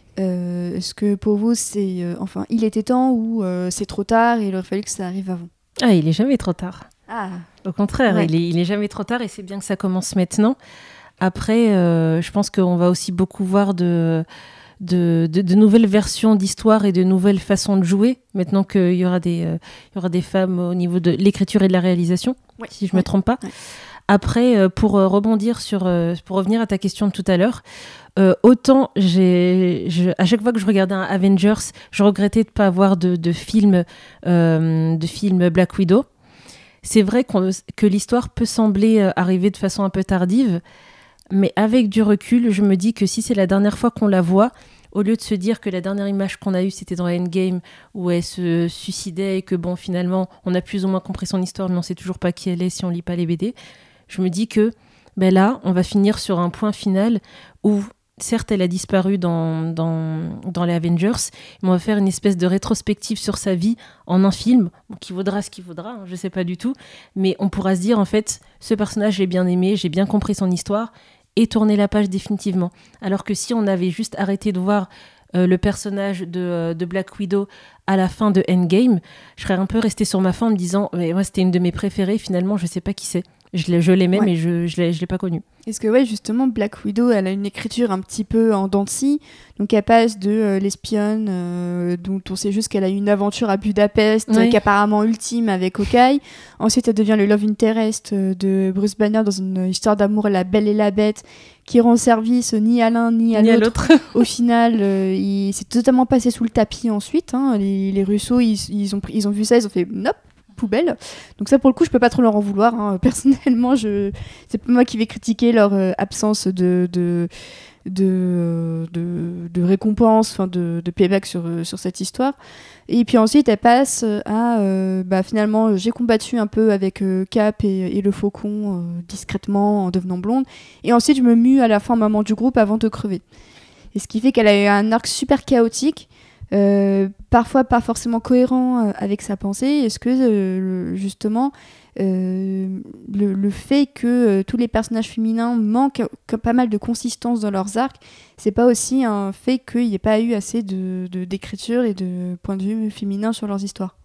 Euh, est-ce que pour vous c'est euh, enfin il était temps ou euh, c'est trop tard et il aurait fallu que ça arrive avant? Ah, il est jamais trop tard. Ah. Au contraire, ouais. il, est, il est jamais trop tard et c'est bien que ça commence maintenant. Après, euh, je pense qu'on va aussi beaucoup voir de, de, de, de nouvelles versions d'histoire et de nouvelles façons de jouer. Maintenant qu'il y aura des, euh, il y aura des femmes au niveau de l'écriture et de la réalisation, ouais. si je ne ouais. me trompe pas. Ouais. Après, euh, pour euh, rebondir sur, euh, pour revenir à ta question de tout à l'heure, Euh, autant j'ai, je, à chaque fois que je regardais un Avengers, je regrettais de ne pas avoir de, de film euh, de film Black Widow. C'est vrai qu'on, que l'histoire peut sembler euh, arriver de façon un peu tardive, mais avec du recul, je me dis que si c'est la dernière fois qu'on la voit, au lieu de se dire que la dernière image qu'on a eue, c'était dans Endgame, où elle se suicidait et que bon, finalement, on a plus ou moins compris son histoire, mais on ne sait toujours pas qui elle est si on ne lit pas les B D, je me dis que ben là, on va finir sur un point final où certes, elle a disparu dans, dans, dans les Avengers, mais on va faire une espèce de rétrospective sur sa vie en un film, qui vaudra ce qui vaudra, hein, je ne sais pas du tout, mais on pourra se dire, en fait, ce personnage, j'ai bien aimé, j'ai bien compris son histoire, et tourner la page définitivement. Alors que si on avait juste arrêté de voir euh, le personnage de, de Black Widow à la fin de Endgame, je serais un peu restée sur ma fin en me disant, mais moi, c'était une de mes préférées, finalement, je ne sais pas qui c'est. Je, l'ai, je l'aimais, ouais. mais je ne je l'ai, je l'ai pas connue. Est-ce que, ouais, justement, Black Widow, elle a une écriture un petit peu en dents de scie. Donc, elle passe de euh, l'espionne, euh, dont on sait juste qu'elle a eu une aventure à Budapest, ouais. euh, qu'apparemment ultime avec Hawkeye. Ensuite, elle devient le love interest euh, de Bruce Banner dans une histoire d'amour, La Belle et la Bête, qui rend service ni à l'un ni à, ni l'autre. à l'autre. Au final, euh, il s'est totalement passé sous le tapis ensuite. Hein. Les, les Russos, ils, ils, ont, ils ont vu ça, ils ont fait « nope ». Poubelle. Donc ça pour le coup je peux pas trop leur en vouloir hein. Personnellement je... c'est pas moi qui vais critiquer leur euh, absence de, de, de, de, de récompense, enfin de, de payback sur, euh, sur cette histoire. Et puis ensuite elle passe à euh, bah, finalement j'ai combattu un peu avec euh, Cap et, et le Faucon euh, discrètement en devenant blonde et ensuite je me mue à la fin maman du groupe avant de crever. Et ce qui fait qu'elle a eu un arc super chaotique. Euh, parfois pas forcément cohérent euh, avec sa pensée. Est-ce que euh, justement euh, le, le fait que euh, tous les personnages féminins manquent que pas mal de consistance dans leurs arcs, c'est pas aussi un fait qu'il n'y ait pas eu assez de, de, d'écriture et de point de vue féminin sur leurs histoires?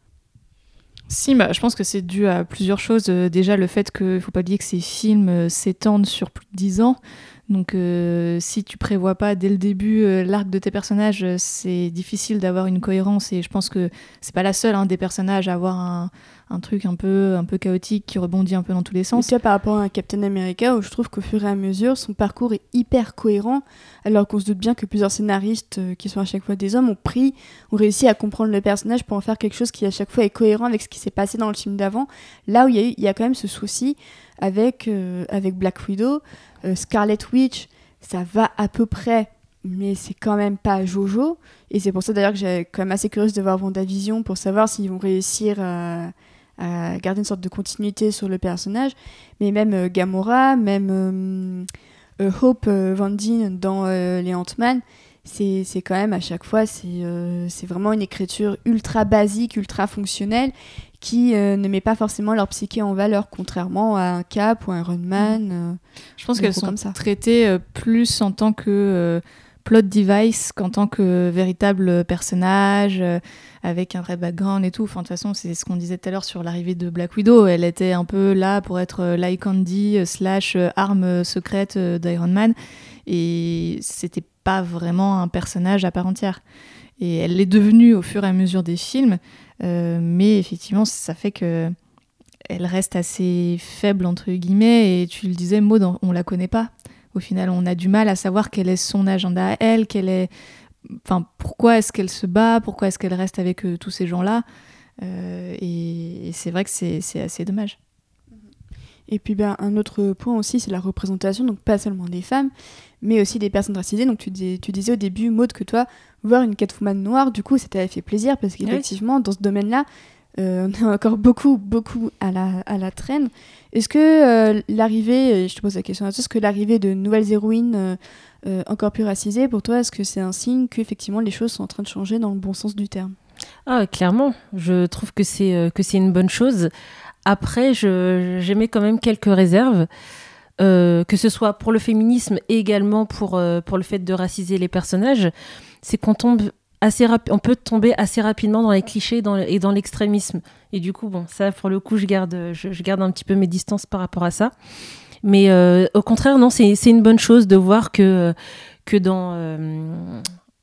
Si, bah, je pense que c'est dû à plusieurs choses. Euh, déjà, le fait qu'il ne faut pas oublier que ces films euh, s'étendent sur plus de dix ans. Donc, euh, si tu prévois pas dès le début euh, l'arc de tes personnages, euh, c'est difficile d'avoir une cohérence. Et je pense que c'est pas la seule hein, des personnages à avoir un, un truc un peu, un peu chaotique qui rebondit un peu dans tous les sens. Et tu vois, par rapport à Captain America, où je trouve qu'au fur et à mesure, son parcours est hyper cohérent, alors qu'on se doute bien que plusieurs scénaristes, euh, qui sont à chaque fois des hommes, ont pris, ont réussi à comprendre le personnage pour en faire quelque chose qui à chaque fois est cohérent avec ce qui s'est passé dans le film d'avant. Là où il y a eu, il y a quand même ce souci avec, euh, avec Black Widow. Euh, Scarlet Witch, ça va à peu près, mais c'est quand même pas Jojo. Et c'est pour ça d'ailleurs que j'ai quand même assez curieuse de voir WandaVision pour savoir s'ils vont réussir à, à garder une sorte de continuité sur le personnage. Mais même euh, Gamora, même euh, euh, Hope euh, Van Dyne dans euh, les Ant-Man, c'est, c'est quand même à chaque fois, c'est, euh, c'est vraiment une écriture ultra basique, ultra fonctionnelle, qui euh, ne met pas forcément leur psyché en valeur, contrairement à un Cap ou un Iron Man. Euh, Je pense qu'elles sont traitées euh, plus en tant que euh, plot device qu'en tant que véritable personnage, euh, avec un vrai background et tout. Enfin, de toute façon, c'est ce qu'on disait tout à l'heure sur l'arrivée de Black Widow. Elle était un peu là pour être euh, l'eye candy euh, slash euh, arme secrète euh, d'Iron Man. Et c'était pas vraiment un personnage à part entière. Et elle l'est devenue au fur et à mesure des films. Euh, mais effectivement, ça fait que elle reste assez faible, entre guillemets. Et tu le disais, Maud, on la connaît pas. Au final, on a du mal à savoir quel est son agenda à elle, quel est... Enfin, pourquoi est-ce qu'elle se bat, pourquoi est-ce qu'elle reste avec euh, tous ces gens-là. Euh, et, et c'est vrai que c'est, c'est assez dommage. Et puis ben, un autre point aussi, c'est la représentation, donc pas seulement des femmes, mais aussi des personnes racisées. Donc tu, dis, tu disais au début, Maud, que toi, voir une Catwoman noire, du coup, ça t'avait fait plaisir, parce qu'effectivement, oui. dans ce domaine-là, euh, on est encore beaucoup, beaucoup à la, à la traîne. Est-ce que euh, l'arrivée, je te pose la question à toi, est-ce que l'arrivée de nouvelles héroïnes euh, euh, encore plus racisées, pour toi, est-ce que c'est un signe qu'effectivement les choses sont en train de changer dans le bon sens du terme ? Ah, clairement, je trouve que c'est, euh, que c'est une bonne chose. Après, je, j'émets quand même quelques réserves, euh, que ce soit pour le féminisme et également pour, euh, pour le fait de raciser les personnages. C'est qu'on tombe assez rapi- on peut tomber assez rapidement dans les clichés dans, et dans l'extrémisme. Et du coup, bon, ça, pour le coup, je garde, je, je garde un petit peu mes distances par rapport à ça. Mais euh, au contraire, non, c'est, c'est une bonne chose de voir que, que dans... Euh,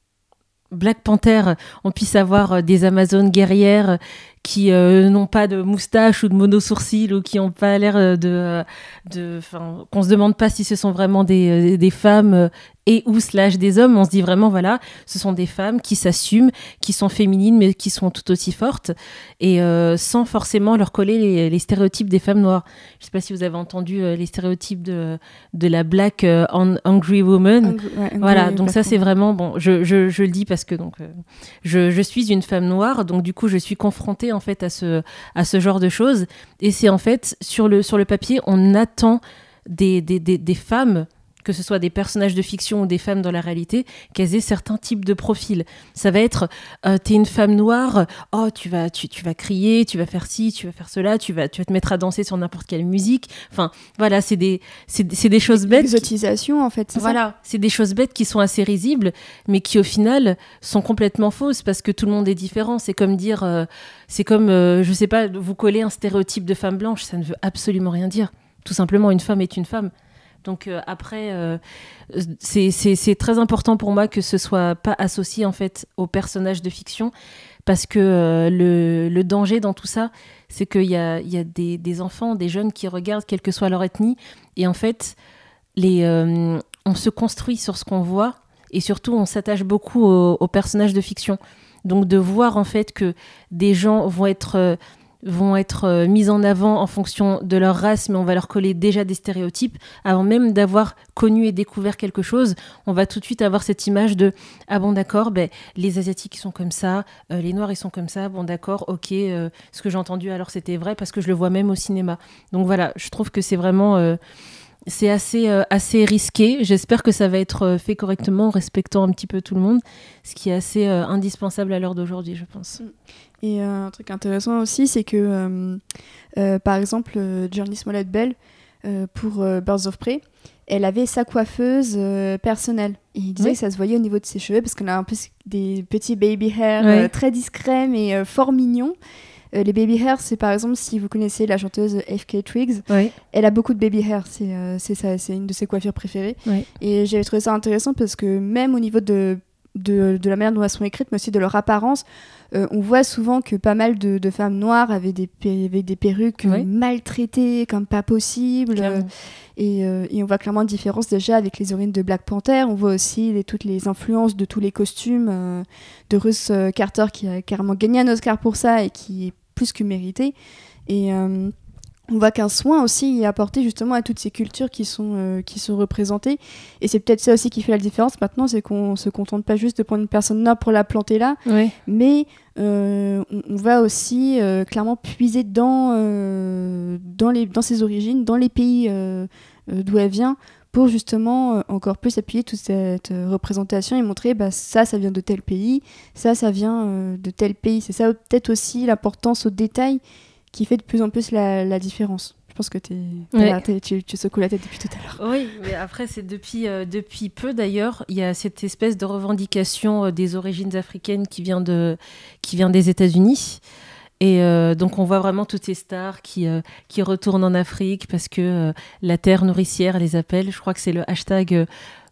Black Panther, on puisse avoir des Amazones guerrières qui euh, n'ont pas de moustache ou de mono-sourcils ou qui n'ont pas l'air de... de qu'on ne se demande pas si ce sont vraiment des, des femmes et ou slash des hommes. On se dit vraiment, voilà, ce sont des femmes qui s'assument, qui sont féminines, mais qui sont tout aussi fortes, et euh, sans forcément leur coller les, les stéréotypes des femmes noires. Je ne sais pas si vous avez entendu euh, les stéréotypes de, de la Black euh, Angry Woman. Angry, ouais, angry voilà, donc ça, c'est vraiment... Bon, je, je, je le dis parce que donc, euh, je, je suis une femme noire, donc du coup, je suis confrontée en fait à ce, à ce genre de choses. Et c'est en fait, sur le, sur le papier, on attend des, des, des, des femmes, que ce soit des personnages de fiction ou des femmes dans la réalité, qu'elles aient certains types de profils. Ça va être, euh, t'es une femme noire, oh, tu vas, tu, tu vas crier, tu vas faire ci, tu vas faire cela, tu vas, tu vas te mettre à danser sur n'importe quelle musique. Enfin, voilà, c'est des, c'est, c'est des choses bêtes. L'exotisation, en fait, c'est voilà, ça. C'est des choses bêtes qui sont assez risibles, mais qui, au final, sont complètement fausses, parce que tout le monde est différent. C'est comme dire, euh, c'est comme, euh, je sais pas, vous coller un stéréotype de femme blanche, ça ne veut absolument rien dire. Tout simplement, une femme est une femme. Donc euh, après, euh, c'est, c'est, c'est très important pour moi que ce soit pas associé en fait aux personnages de fiction, parce que euh, le, le danger dans tout ça, c'est qu'il y a, il y a des, des enfants, des jeunes qui regardent, quelle que soit leur ethnie, et en fait, les, euh, on se construit sur ce qu'on voit, et surtout on s'attache beaucoup aux, aux personnages de fiction. Donc de voir en fait que des gens vont être... Euh, vont être euh, mises en avant en fonction de leur race, mais on va leur coller déjà des stéréotypes. Avant même d'avoir connu et découvert quelque chose, on va tout de suite avoir cette image de « Ah bon, d'accord, ben, les Asiatiques, ils sont comme ça, euh, les Noirs, ils sont comme ça, bon, d'accord, ok, euh, ce que j'ai entendu, alors c'était vrai, parce que je le vois même au cinéma. » Donc voilà, je trouve que c'est vraiment... Euh, c'est assez, euh, assez risqué. J'espère que ça va être fait correctement, en respectant un petit peu tout le monde, ce qui est assez euh, indispensable à l'heure d'aujourd'hui, je pense. Et euh, un truc intéressant aussi, c'est que, euh, euh, par exemple, euh, Jurnee Smollett-Bell, euh, pour euh, Birds of Prey, elle avait sa coiffeuse euh, personnelle. Et il disait oui. que ça se voyait au niveau de ses cheveux, parce qu'elle a un peu des petits baby hair oui. euh, très discrets, mais euh, fort mignons. Euh, les baby hair, c'est par exemple, si vous connaissez la chanteuse F K Twigs, oui. elle a beaucoup de baby hair, c'est, euh, c'est, ça, c'est une de ses coiffures préférées. Oui. Et j'avais trouvé ça intéressant parce que même au niveau de, de, de la manière dont elles sont écrites, mais aussi de leur apparence, euh, on voit souvent que pas mal de, de femmes noires avaient des, avaient des perruques oui. maltraitées comme pas possible. Euh, et, euh, et on voit clairement une différence déjà avec les héroïnes de Black Panther. On voit aussi les, toutes les influences de tous les costumes euh, de Ruth Carter qui a carrément gagné un Oscar pour ça et qui est plus que mérité. Et euh, on voit qu'un soin aussi est apporté justement à toutes ces cultures qui sont, euh, qui sont représentées. Et c'est peut-être ça aussi qui fait la différence maintenant, c'est qu'on ne se contente pas juste de prendre une personne noire pour la planter là, oui. mais euh, on, on va aussi euh, clairement puiser dans, euh, dans, les, dans ses origines, dans les pays euh, euh, d'où elle vient, pour justement euh, encore plus appuyer toute cette euh, représentation et montrer bah, ça, ça vient de tel pays, ça, ça vient euh, de tel pays. C'est ça peut-être aussi l'importance au détail qui fait de plus en plus la, la différence. Je pense que t'es, ouais. là, t'es, tu, tu secoues la tête depuis tout à l'heure. Oui, mais après, c'est depuis, euh, depuis peu d'ailleurs, il y a cette espèce de revendication euh, des origines africaines qui vient, de, qui vient des États-Unis. Et euh, donc on voit vraiment toutes ces stars qui, euh, qui retournent en Afrique parce que euh, la terre nourricière les appelle. Je crois que c'est le hashtag euh,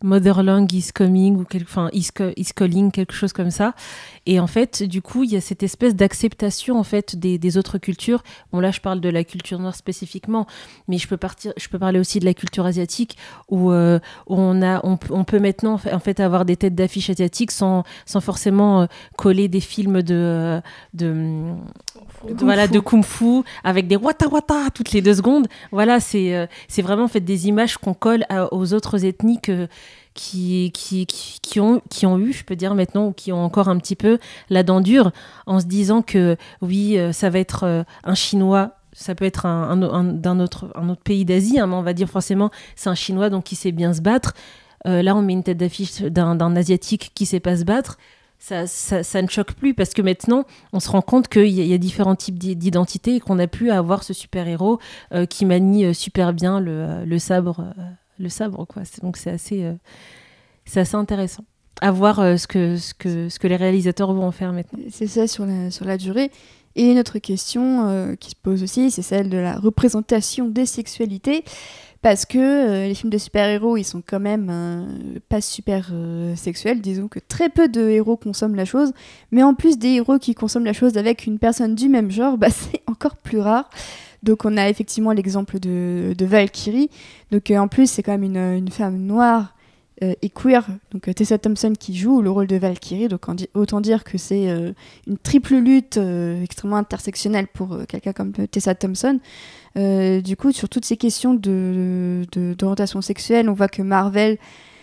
Motherland is coming ou quelque, enfin is, is calling, quelque chose comme ça. Et en fait, du coup, il y a cette espèce d'acceptation en fait des, des autres cultures. Bon là, je parle de la culture noire spécifiquement, mais je peux partir, je peux parler aussi de la culture asiatique où, euh, où on a, on, on peut maintenant en fait avoir des têtes d'affiche asiatiques sans, sans forcément euh, coller des films de, de, de, de voilà, de kung-fu avec des wata wata toutes les deux secondes. Voilà, c'est, euh, c'est vraiment en fait des images qu'on colle à, aux autres ethnies que, Qui, qui, qui, qui, ont, qui ont eu, je peux dire maintenant, ou qui ont encore un petit peu la dent dure, en se disant que oui, euh, ça va être euh, un Chinois, ça peut être un, un, un, d'un autre, un autre pays d'Asie, hein, mais on va dire forcément c'est un Chinois, donc qui sait bien se battre. Euh, là, on met une tête d'affiche d'un, d'un Asiatique qui sait pas se battre. Ça, ça, ça ne choque plus parce que maintenant, on se rend compte qu'il y a, il y a différents types d'identités et qu'on n'a plus à avoir ce super-héros euh, qui manie euh, super bien le, le sabre. Euh, le sabre quoi, c'est, donc c'est assez euh, c'est assez intéressant à voir euh, ce que ce que ce que les réalisateurs vont en faire maintenant. C'est ça sur la sur la durée. Et une autre question euh, qui se pose aussi, c'est celle de la représentation des sexualités, parce que euh, les films de super-héros, ils sont quand même euh, pas super euh, sexuels, disons que très peu de héros consomment la chose, mais en plus des héros qui consomment la chose avec une personne du même genre, bah, c'est encore plus rare. Donc on a effectivement l'exemple de, de Valkyrie. Donc euh, en plus c'est quand même une, une femme noire euh, et queer. Donc euh, Tessa Thompson qui joue le rôle de Valkyrie. Donc di- autant dire que c'est euh, une triple lutte euh, extrêmement intersectionnelle pour euh, quelqu'un comme Tessa Thompson. Euh, du coup sur toutes ces questions de, de, d'orientation sexuelle, on voit que Marvel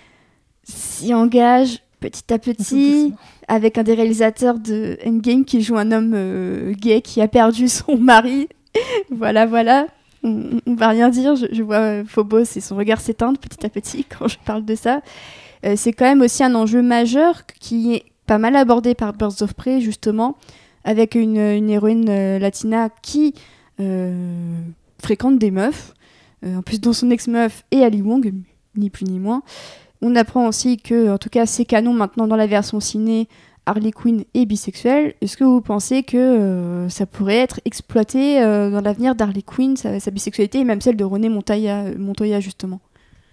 s'y engage petit à petit, avec un des réalisateurs de Endgame qui joue un homme euh, gay qui a perdu son mari. Voilà, voilà. On, on va rien dire. Je, je vois Phobos et son regard s'éteindre petit à petit quand je parle de ça. Euh, c'est quand même aussi un enjeu majeur qui est pas mal abordé par Birds of Prey, justement, avec une, une héroïne euh, latina qui euh, fréquente des meufs. Euh, en plus, dont son ex-meuf et Ali Wong, ni plus ni moins. On apprend aussi que, en tout cas, c'est canon maintenant dans la version ciné, Harley Quinn est bisexuelle. Est-ce que vous pensez que euh, ça pourrait être exploité euh, dans l'avenir d'Harley Quinn, sa, sa bisexualité, et même celle de René Montoya, Montoya justement?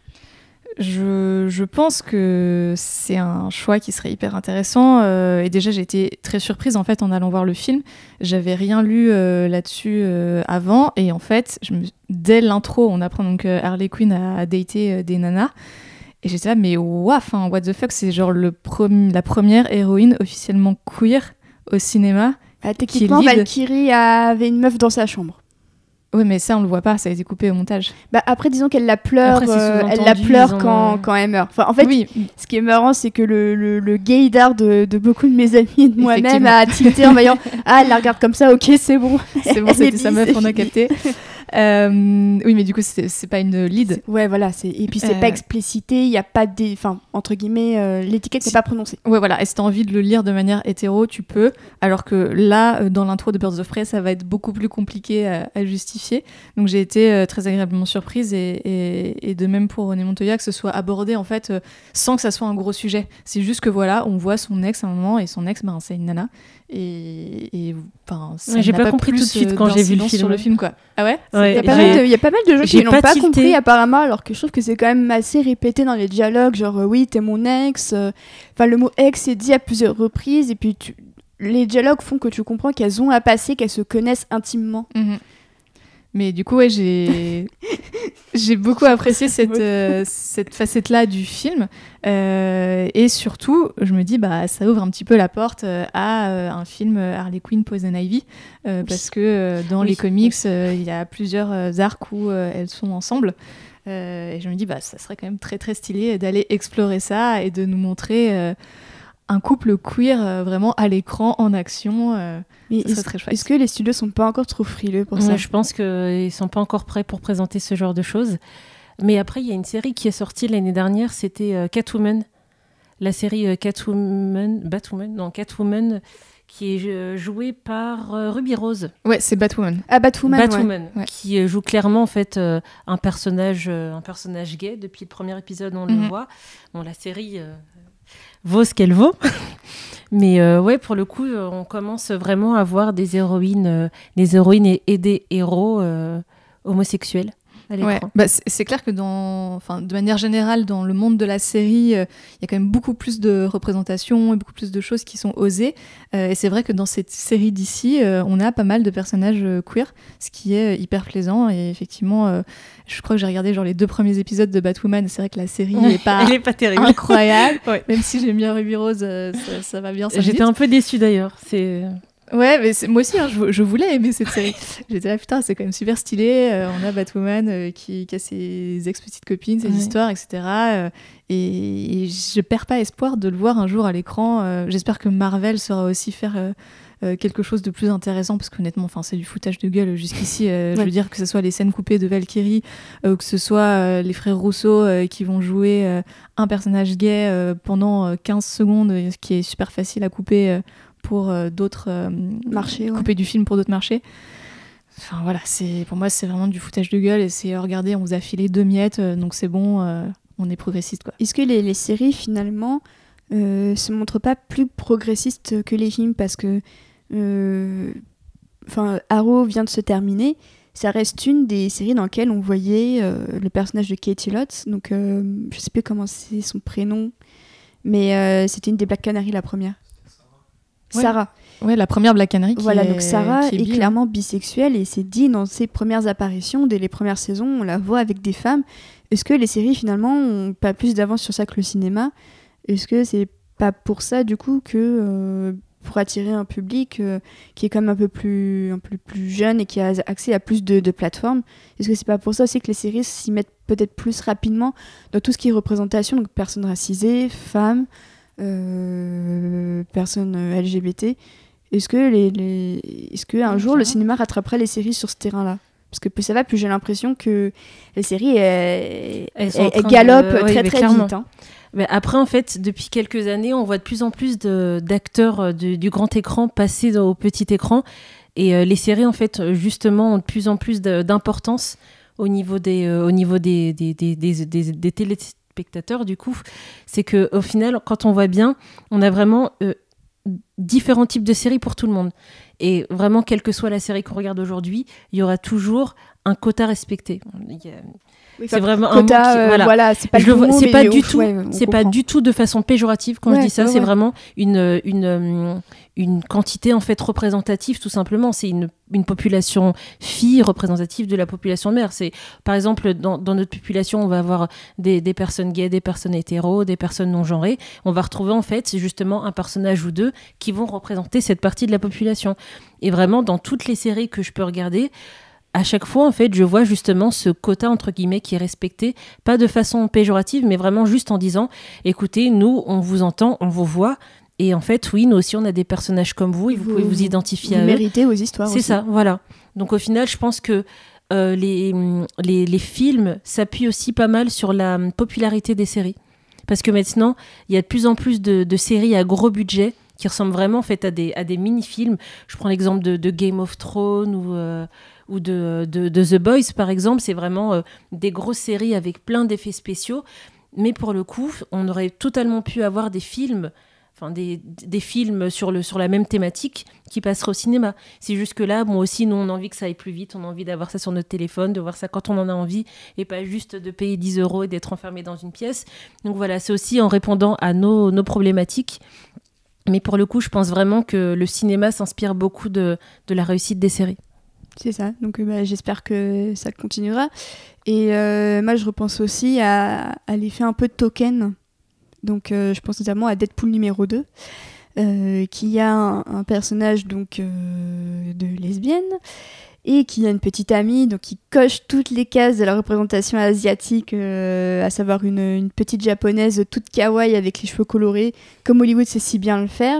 Je, je pense que c'est un choix qui serait hyper intéressant. Euh, et déjà, j'ai été très surprise en fait en allant voir le film. J'avais rien lu euh, là-dessus euh, avant. Et en fait, je me, dès l'intro, on apprend donc euh, Harley Quinn à, à dater euh, des nanas. Et j'étais là, mais what, enfin, what the fuck, c'est genre le pre- la première héroïne officiellement queer au cinéma. Ah, techniquement, Valkyrie avait une meuf dans sa chambre. Oui, mais ça, on le voit pas, ça a été coupé au montage. Bah, après, disons qu'elle la pleure, après, euh, elle la pleure ont... quand, quand elle meurt. Enfin, en fait, oui. Ce qui est marrant, c'est que le, le, le gaydar de, de beaucoup de mes amis et de moi-même a tilté en voyant « Ah, elle la regarde comme ça, ok, c'est bon. » C'est bon, c'était sa meuf, on a capté. Euh, oui, mais du coup, c'est, c'est pas une lead. C'est, ouais, voilà. C'est, et puis, c'est euh... pas explicité. Il y a pas des. Enfin, entre guillemets, euh, l'étiquette n'est si... pas prononcée. Ouais, voilà. Et si t'as envie de le lire de manière hétéro, tu peux. Alors que là, dans l'intro de Birds of Prey, ça va être beaucoup plus compliqué à, à justifier. Donc, j'ai été euh, très agréablement surprise. Et, et, et de même pour René Montoya, que ce soit abordé, en fait, euh, sans que ça soit un gros sujet. C'est juste que, voilà, on voit son ex à un moment. Et son ex, ben, c'est une nana. Et. et enfin, ouais, j'ai pas, pas compris tout de suite quand j'ai vu le film. Sur le film, quoi. Ah ouais, ouais, il, y a pas mal de, il y a pas mal de gens qui n'ont pas, pas compris apparemment, alors que je trouve que c'est quand même assez répété dans les dialogues, genre euh, oui t'es mon ex, enfin euh, le mot ex est dit à plusieurs reprises et puis tu... les dialogues font que tu comprends qu'elles ont à passer, qu'elles se connaissent intimement. Mm-hmm. Mais du coup, ouais, j'ai, j'ai beaucoup apprécié cette, euh, cette facette-là du film. Euh, et surtout, je me dis, bah, ça ouvre un petit peu la porte à euh, un film Harley Quinn, Poison Ivy. Euh, oui. Parce que euh, dans oui. les comics, il euh, y a plusieurs euh, arcs où euh, elles sont ensemble. Euh, et je me dis, bah, ça serait quand même très, très stylé d'aller explorer ça et de nous montrer euh, un couple queer euh, vraiment à l'écran, en action. Euh, Mais ça serait très chouette. Est-ce que les studios sont pas encore trop frileux pour ouais, ça? Je pense qu'ils sont pas encore prêts pour présenter ce genre de choses. Mais après, il y a une série qui est sortie l'année dernière, c'était euh, Catwoman. La série euh, Catwoman, Batwoman, non, Catwoman, qui est euh, jouée par euh, Ruby Rose. Ouais, c'est Batwoman. Ah, Batwoman, Batwoman, ouais. qui euh, joue clairement en fait euh, un personnage, euh, un personnage gay. Depuis le premier épisode, on mm-hmm. le voit. Bon, la série euh, vaut ce qu'elle vaut. Mais euh, ouais, pour le coup, euh, on commence vraiment à voir des héroïnes, euh, des héroïnes et, et des héros euh, homosexuels. à l'écran. Ouais. Bah, c'est, c'est clair que dans, enfin, de manière générale, dans le monde de la série, il euh, y a quand même beaucoup plus de représentations et beaucoup plus de choses qui sont osées. Euh, et c'est vrai que dans cette série d'ici, euh, on a pas mal de personnages euh, queer, ce qui est hyper plaisant. Et effectivement, euh, je crois que j'ai regardé genre les deux premiers épisodes de Batwoman. C'est vrai que la série n'est pas, Elle est pas terrible. incroyable. Ouais. Même si j'aime bien Ruby Rose, euh, ça, ça va bien. J'étais un peu déçue d'ailleurs. C'est... Ouais, mais c'est, moi aussi, hein, je, je voulais aimer cette série. J'étais là, putain, c'est quand même super stylé. Euh, on a Batwoman euh, qui, qui a ses ex-petites copines, ses ouais. histoires, et cetera. Euh, et, et je perds pas espoir de le voir un jour à l'écran. Euh, j'espère que Marvel saura aussi faire euh, euh, quelque chose de plus intéressant, parce qu'honnêtement, c'est du foutage de gueule jusqu'ici. Euh, ouais. Je veux dire, que ce soit les scènes coupées de Valkyrie, euh, ou que ce soit euh, les frères Rousseau euh, qui vont jouer euh, un personnage gay euh, pendant quinze secondes, ce qui est super facile à couper. Euh, pour euh, d'autres euh, marchés, couper ouais. du film pour d'autres marchés. Enfin voilà, c'est, pour moi c'est vraiment du foutage de gueule et c'est euh, regardez, on vous a filé deux miettes, euh, donc c'est bon, euh, on est progressiste quoi. Est-ce que les, les séries finalement euh, se montrent pas plus progressistes que les films parce que euh, enfin Arrow vient de se terminer, ça reste une des séries dans lesquelles on voyait euh, le personnage de Katie Lotz, donc euh, je sais plus comment c'est son prénom, mais euh, c'était une des Black Canary la première. Ouais. Sarah. Ouais, la première Black Canary. Qui voilà, est, donc Sarah est, est, est clairement bisexuelle et c'est dit dans ses premières apparitions, dès les premières saisons, on la voit avec des femmes. Est-ce que les séries finalement ont pas plus d'avance sur ça que le cinéma ? Est-ce que c'est pas pour ça du coup que euh, pour attirer un public euh, qui est quand même un peu plus, un peu plus jeune et qui a accès à plus de, de plateformes ? Est-ce que c'est pas pour ça aussi que les séries s'y mettent peut-être plus rapidement dans tout ce qui est représentation, donc personnes racisées, femmes, Euh, personnes L G B T. Est-ce que les, les... est-ce que un jour le cinéma rattraperait les séries sur ce terrain-là ? Parce que plus ça va, plus j'ai l'impression que les séries elles, elles, elles, elles galopent de... très oui, très vite. Hein. Mais après, en fait, depuis quelques années, on voit de plus en plus de, d'acteurs du, du grand écran passer au petit écran, et euh, les séries, en fait, justement, ont de plus en plus de, d'importance au niveau des, euh, au niveau des, des, des, des, des, des télé spectateurs. Du coup, c'est que au final, quand on voit bien, on a vraiment euh, différents types de séries pour tout le monde. Et vraiment, quelle que soit la série qu'on regarde aujourd'hui, il y aura toujours un quota respecté. Il y a... Oui, c'est vraiment quota, un mot qui, voilà. Euh, voilà, c'est pas, je le vois, c'est pas du ouf, tout, ouais, c'est pas du tout de façon péjorative quand ouais, je dis ça. Ouais, c'est ouais. vraiment une une une quantité en fait représentative, tout simplement. C'est une une population fille représentative de la population mère. C'est par exemple dans dans notre population, on va avoir des des personnes gays, des personnes hétéros, des personnes non genrées. On va retrouver en fait justement un personnage ou deux qui vont représenter cette partie de la population. Et vraiment dans toutes les séries que je peux regarder, à chaque fois, en fait, je vois justement ce quota, entre guillemets, qui est respecté, pas de façon péjorative, mais vraiment juste en disant, écoutez, nous, on vous entend, on vous voit, et en fait, oui, nous aussi, on a des personnages comme vous, et vous, vous pouvez vous identifier vous à eux. Vous méritez vos histoires C'est aussi. ça, voilà. Donc au final, je pense que euh, les, les, les films s'appuient aussi pas mal sur la popularité des séries. Parce que maintenant, il y a de plus en plus de, de séries à gros budget qui ressemblent vraiment en fait, à des, à des mini-films. Je prends l'exemple de, de Game of Thrones ou... Euh, ou de, de, de The Boys, par exemple. C'est vraiment euh, des grosses séries avec plein d'effets spéciaux. Mais pour le coup, on aurait totalement pu avoir des films, enfin des, des films sur, le, sur la même thématique qui passeraient au cinéma. C'est juste que là, bon, aussi, nous, on a envie que ça aille plus vite. On a envie d'avoir ça sur notre téléphone, de voir ça quand on en a envie et pas juste de payer dix euros et d'être enfermé dans une pièce. Donc voilà, c'est aussi en répondant à nos, nos problématiques. Mais pour le coup, je pense vraiment que le cinéma s'inspire beaucoup de, de la réussite des séries. C'est ça, donc bah, j'espère que ça continuera. Et euh, moi, je repense aussi à, à l'effet un peu de token. Donc, euh, je pense notamment à Deadpool numéro deux, euh, qui a un, un personnage donc, euh, de lesbienne et qui a une petite amie donc, qui coche toutes les cases de la représentation asiatique, euh, à savoir une, une petite japonaise toute kawaii avec les cheveux colorés, comme Hollywood sait si bien le faire.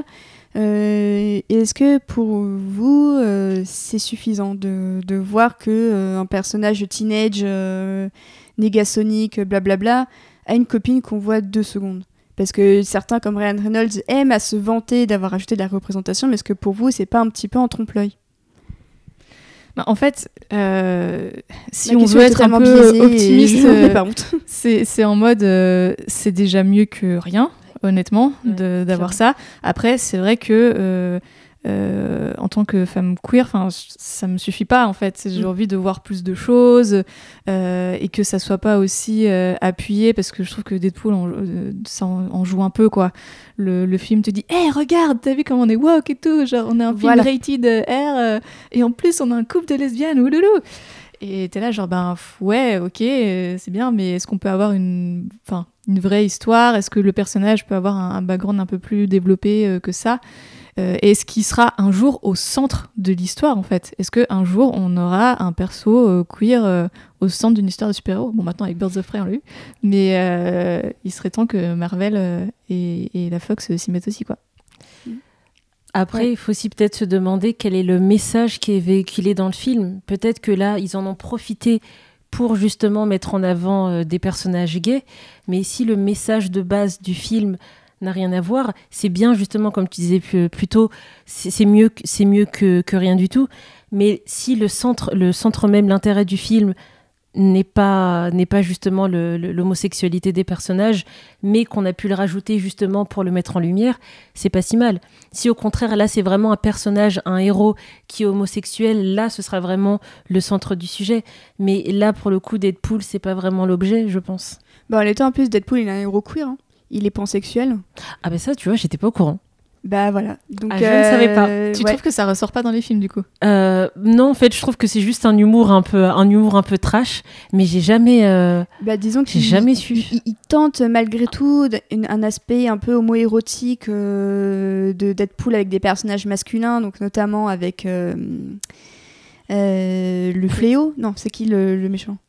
Euh, est-ce que pour vous euh, c'est suffisant de, de voir que euh, un personnage teenage euh, négasonique blablabla a une copine qu'on voit deux secondes? Parce que certains comme Ryan Reynolds aiment à se vanter d'avoir ajouté de la représentation, mais est-ce que pour vous c'est pas un petit peu en trompe-l'œil? Bah, en fait, euh, si on veut être un peu optimiste, euh, pas honte. c'est, c'est en mode euh, c'est déjà mieux que rien. Honnêtement, ouais, de, d'avoir ça. Après, c'est vrai que euh, euh, en tant que femme queer, enfin, ça me suffit pas en fait. J'ai mmh. envie de voir plus de choses euh, et que ça soit pas aussi euh, appuyé, parce que je trouve que Deadpool, on, euh, ça en, en joue un peu quoi. Le, le film te dit, hé, hey, regarde, t'as vu comment on est woke et tout, genre on est un voilà. film rated R euh, et en plus on a un couple de lesbiennes, ouloulou. Et t'es là genre ben ouais, ok, euh, c'est bien, mais est-ce qu'on peut avoir une, enfin, une vraie histoire? Est-ce que le personnage peut avoir un, un background un peu plus développé euh, que ça? Euh, est-ce qu'il sera un jour au centre de l'histoire en fait? Est-ce qu'un jour on aura un perso euh, queer euh, au centre d'une histoire de super-héros? Bon, maintenant avec Birds of Prey on l'a eu, mais euh, il serait temps que Marvel euh, et, et la Fox euh, s'y mettent aussi quoi. Après, ouais. il faut aussi peut-être se demander quel est le message qui est véhiculé dans le film. Peut-être que là, ils en ont profité pour justement mettre en avant euh, des personnages gays, mais si le message de base du film n'a rien à voir, c'est bien justement, comme tu disais plus, plus tôt, c'est, c'est mieux, c'est mieux que, que rien du tout. Mais si le centre, le centre même, l'intérêt du film n'est pas, n'est pas justement le, le, l'homosexualité des personnages, mais qu'on a pu le rajouter justement pour le mettre en lumière, c'est pas si mal. Si au contraire, là, c'est vraiment un personnage, un héros qui est homosexuel, là, ce sera vraiment le centre du sujet. Mais là, pour le coup, Deadpool, c'est pas vraiment l'objet, je pense. Bah, en étant en plus, Deadpool, il est un héros queer, hein. Il est pansexuel. Ah ben ça, tu vois, j'étais pas au courant. Bah voilà. Donc, ah, je euh, ne savais pas. Tu ouais. trouves que ça ressort pas dans les films du coup? euh, Non, en fait, je trouve que c'est juste un humour un peu, un humour un peu trash, mais j'ai jamais, euh, bah, disons que j'ai jamais su. Il, il, il tente malgré tout une, un aspect un peu homo-érotique euh, de Deadpool avec des personnages masculins, donc notamment avec euh, euh, le Fléau. Non, c'est qui le, le méchant?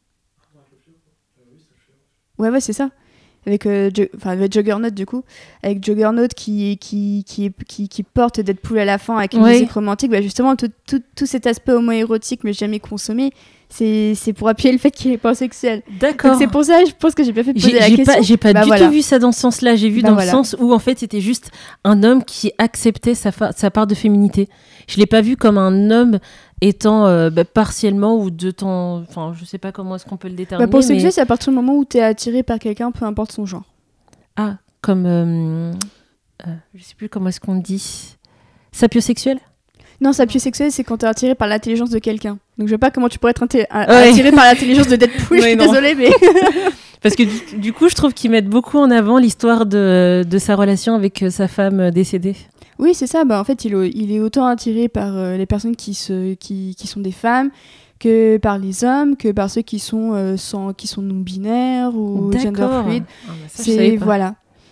Ouais, ouais, c'est ça. Avec, euh, Ju- avec Juggernaut du coup, avec Juggernaut qui, qui, qui, qui, qui porte Deadpool à la fin avec une oui. musique romantique, bah justement tout, tout, tout cet aspect homo-érotique mais jamais consommé, c'est, c'est pour appuyer le fait qu'il est pansexuel. D'accord. Donc c'est pour ça, je pense que j'ai bien fait de poser j'ai, la j'ai question. Pas, j'ai pas bah du voilà. tout vu ça dans ce sens-là, j'ai vu bah dans voilà. le sens où en fait c'était juste un homme qui acceptait sa, fa- sa part de féminité. Je l'ai pas vu comme un homme étant euh, bah, partiellement ou de temps, enfin je sais pas comment est-ce qu'on peut le déterminer. Bah, pansexuel, mais... c'est à partir du moment où t'es attiré par quelqu'un, peu importe son genre. Ah, comme euh, euh, je sais plus comment est-ce qu'on dit, sapiosexuel? Non, sapiosexuel, c'est quand t'es attiré par l'intelligence de quelqu'un. Donc je sais pas comment tu pourrais être inté- ouais. attiré par l'intelligence de Deadpool. Je suis désolée, mais parce que du, du coup, je trouve qu'ils mettent beaucoup en avant l'histoire de, de sa relation avec euh, sa femme décédée. Oui, c'est ça. Bah, en fait, il, il est autant attiré par euh, les personnes qui, se, qui, qui sont des femmes que par les hommes, que par ceux qui sont, euh, sans, qui sont non-binaires ou gender-fluid. Ah, bah ça, c'est, voilà.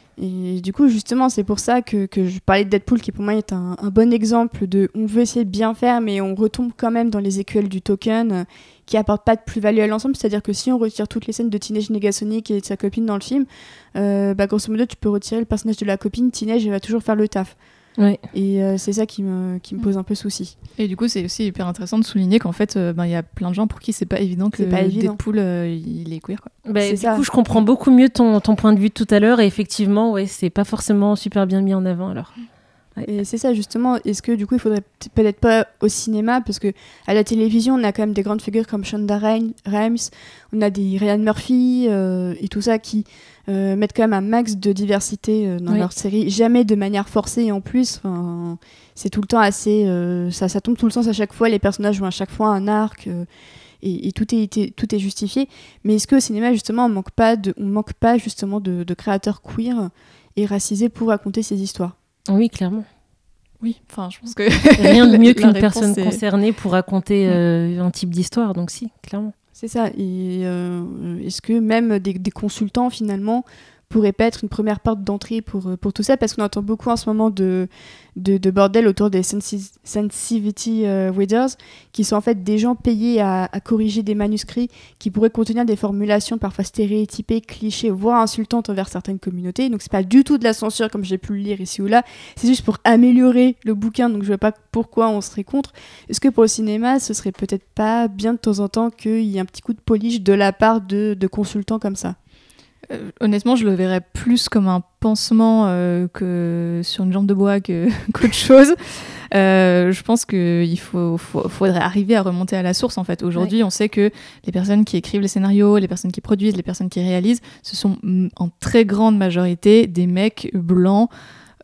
Et du coup, justement, c'est pour ça que, que je parlais de Deadpool, qui pour moi est un, un bon exemple de on veut essayer de bien faire, mais on retombe quand même dans les écueils du token euh, qui apportent pas de plus-value à l'ensemble. C'est-à-dire que si on retire toutes les scènes de Teenage Negasonic et de sa copine dans le film, euh, bah, grosso modo, tu peux retirer le personnage de la copine, Teenage, elle va toujours faire le taf. Ouais. Et euh, c'est ça qui me, qui me pose un peu souci. Et du coup, c'est aussi hyper intéressant de souligner qu'en fait, il euh, ben, y a plein de gens pour qui c'est pas évident que pas évident. Deadpool, euh, il est queer. Quoi. Bah, c'est du ça. coup, je comprends beaucoup mieux ton, ton point de vue de tout à l'heure. Et effectivement, ouais, c'est pas forcément super bien mis en avant. Alors. Ouais. Et c'est ça, justement. Est-ce que du coup, il faudrait peut-être pas au cinéma, parce que à la télévision, on a quand même des grandes figures comme Shonda Rhimes, on a des Ryan Murphy euh, et tout ça qui euh, mettent quand même un max de diversité euh, dans oui. leur série, jamais de manière forcée. Et en plus, c'est tout le temps assez, euh, ça, ça tombe tout le sens à chaque fois. Les personnages ont à chaque fois un arc. Euh, Et, et tout, est, tout est justifié. Mais est-ce qu'au cinéma, justement, on manque pas de, on manque pas justement de, de créateurs queer et racisés pour raconter ces histoires? Oui, clairement. Oui, enfin, je pense que... Rien de mieux qu'une personne est... concernée pour raconter euh, un type d'histoire, donc si, clairement. C'est ça. Et euh, est-ce que même des, des consultants, finalement, pourraient pas être une première porte d'entrée pour, pour tout ça? Parce qu'on entend beaucoup en ce moment de, de, de bordel autour des sensi- sensitivity uh, readers, qui sont en fait des gens payés à, à corriger des manuscrits qui pourraient contenir des formulations parfois stéréotypées, clichés, voire insultantes envers certaines communautés. Donc c'est pas du tout de la censure comme j'ai pu le lire ici ou là, c'est juste pour améliorer le bouquin, donc je vois pas pourquoi on serait contre. Est-ce que pour le cinéma, ce serait peut-être pas bien de temps en temps qu'il y ait un petit coup de polish de la part de, de consultants comme ça? Euh, honnêtement, je le verrais plus comme un pansement euh, que sur une jambe de bois que, qu'autre chose. Euh, je pense qu'il faut, faut, faudrait arriver à remonter à la source, en fait. Aujourd'hui, ouais. on sait que les personnes qui écrivent les scénarios, les personnes qui produisent, les personnes qui réalisent, ce sont en très grande majorité des mecs blancs,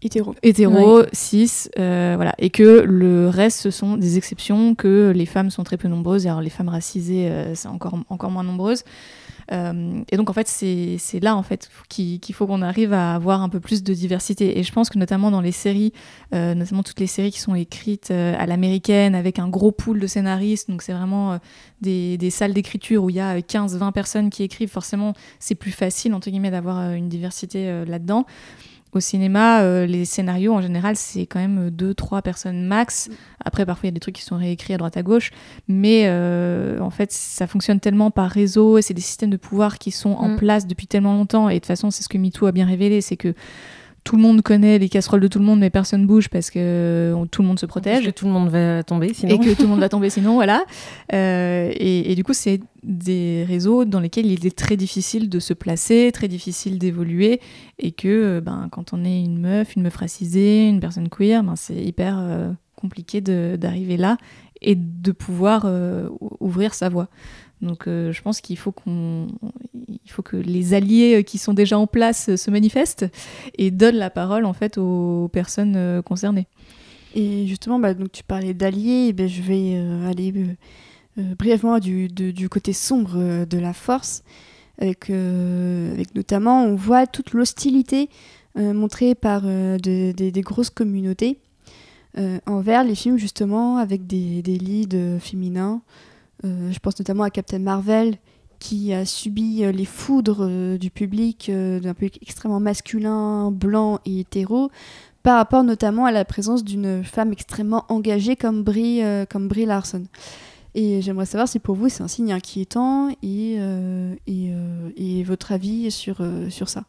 Hétéro. Hétéro, Ouais. cis, euh, voilà. Et que le reste, ce sont des exceptions, que les femmes sont très peu nombreuses. Et alors, les femmes racisées, euh, c'est encore, encore moins nombreuses. Euh, et donc, en fait, c'est, c'est là, en fait, qu'il, qu'il faut qu'on arrive à avoir un peu plus de diversité. Et je pense que notamment dans les séries, euh, notamment toutes les séries qui sont écrites euh, à l'américaine, avec un gros pool de scénaristes, donc c'est vraiment euh, des, des salles d'écriture où il y a quinze vingt personnes qui écrivent, forcément, c'est plus facile, entre guillemets, d'avoir euh, une diversité euh, là-dedans. Au cinéma, euh, les scénarios, en général, c'est quand même deux trois personnes max. Après, parfois, il y a des trucs qui sont réécrits à droite à gauche. Mais euh, en fait, ça fonctionne tellement par réseau. Et c'est des systèmes de pouvoir qui sont en Mm. place depuis tellement longtemps. Et de toute façon, c'est ce que MeToo a bien révélé. C'est que tout le monde connaît les casseroles de tout le monde, mais personne bouge parce que euh, tout le monde se protège. Parce que tout le monde va tomber, sinon. Et que tout le monde va tomber sinon, voilà. Euh, et, et du coup, c'est des réseaux dans lesquels il est très difficile de se placer, très difficile d'évoluer, et que ben, quand on est une meuf, une meuf racisée, une personne queer, ben, c'est hyper euh, compliqué de, d'arriver là et de pouvoir euh, ouvrir sa voie. Donc euh, je pense qu'il faut qu'on, il faut que les alliés qui sont déjà en place se manifestent et donnent la parole en fait aux personnes euh, concernées. Et justement, bah, donc tu parlais d'alliés, et ben, je vais euh, aller euh, euh, brièvement du, de- du côté sombre euh, de la force, avec, euh, avec notamment, on voit toute l'hostilité euh, montrée par euh, de- des, des grosses communautés euh, envers les films justement avec des, des leads euh, féminins. Euh, je pense notamment à Captain Marvel, qui a subi euh, les foudres euh, du public, euh, d'un public extrêmement masculin, blanc et hétéro, par rapport notamment à la présence d'une femme extrêmement engagée comme Brie, euh, comme Brie Larson. Et j'aimerais savoir si pour vous c'est un signe inquiétant et, euh, et, euh, et votre avis sur, euh, sur ça.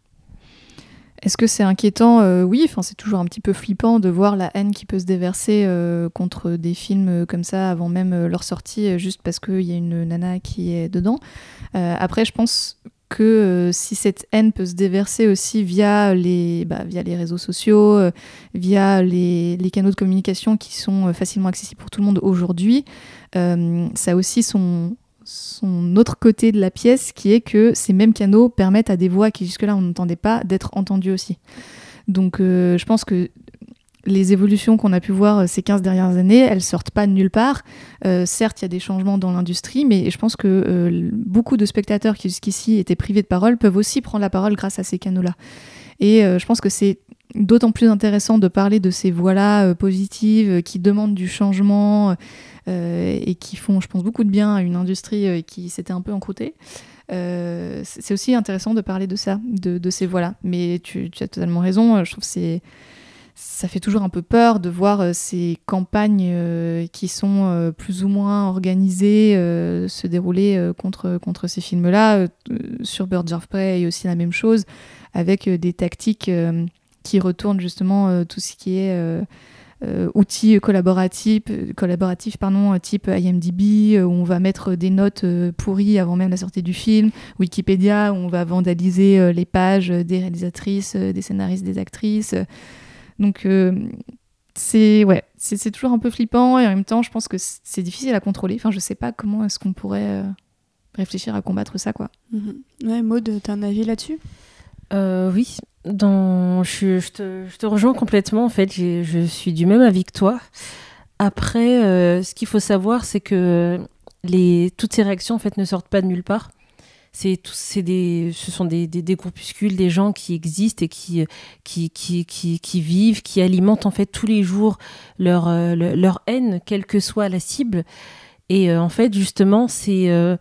Est-ce que c'est inquiétant ? Euh, Oui, enfin, c'est toujours un petit peu flippant de voir la haine qui peut se déverser euh, contre des films euh, comme ça avant même euh, leur sortie, euh, juste parce qu'il y a une nana qui est dedans. Euh, après, je pense que euh, si cette haine peut se déverser aussi via les, bah, via les réseaux sociaux, euh, via les, les canaux de communication qui sont euh, facilement accessibles pour tout le monde aujourd'hui, euh, ça a aussi son, son autre côté de la pièce, qui est que ces mêmes canaux permettent à des voix qui jusque-là on n'entendait pas d'être entendues aussi. Donc euh, je pense que les évolutions qu'on a pu voir ces quinze dernières années, elles sortent pas de nulle part. Euh, certes, il y a des changements dans l'industrie, mais je pense que euh, beaucoup de spectateurs qui jusqu'ici étaient privés de parole peuvent aussi prendre la parole grâce à ces canaux-là. Et euh, je pense que c'est d'autant plus intéressant de parler de ces voix-là euh, positives, euh, qui demandent du changement euh, et qui font, je pense, beaucoup de bien à une industrie euh, qui s'était un peu encroûtée. Euh, c'est c'est aussi intéressant de parler de ça, de, de ces voix-là. Mais tu, tu as totalement raison, je trouve que c'est... ça fait toujours un peu peur de voir euh, ces campagnes euh, qui sont euh, plus ou moins organisées euh, se dérouler euh, contre, contre ces films-là. Euh, sur Birds of Prey, il y a aussi la même chose, avec euh, des tactiques euh, qui retournent justement euh, tout ce qui est euh, euh, outils collaboratifs, collaboratifs pardon, type I M D B, euh, où on va mettre des notes euh, pourries avant même la sortie du film, Wikipédia, où on va vandaliser euh, les pages des réalisatrices, euh, des scénaristes, des actrices. Donc euh, c'est ouais, c'est, c'est toujours un peu flippant et en même temps je pense que c'est difficile à contrôler. Enfin je sais pas comment est-ce qu'on pourrait euh, réfléchir à combattre ça quoi. Mm-hmm. Ouais, Maud, t'as un avis là-dessus ? Euh, oui, dans... je, je, te, je te rejoins complètement. En fait, j'ai, je suis du même avis que toi. Après, euh, ce qu'il faut savoir, c'est que les, toutes ces réactions en fait, ne sortent pas de nulle part. C'est tout, c'est des, ce sont des, des, des groupuscules, des gens qui existent et qui, qui, qui, qui, qui vivent, qui alimentent en fait tous les jours leur, euh, leur haine, quelle que soit la cible. Et euh, en fait, justement, c'est... Euh,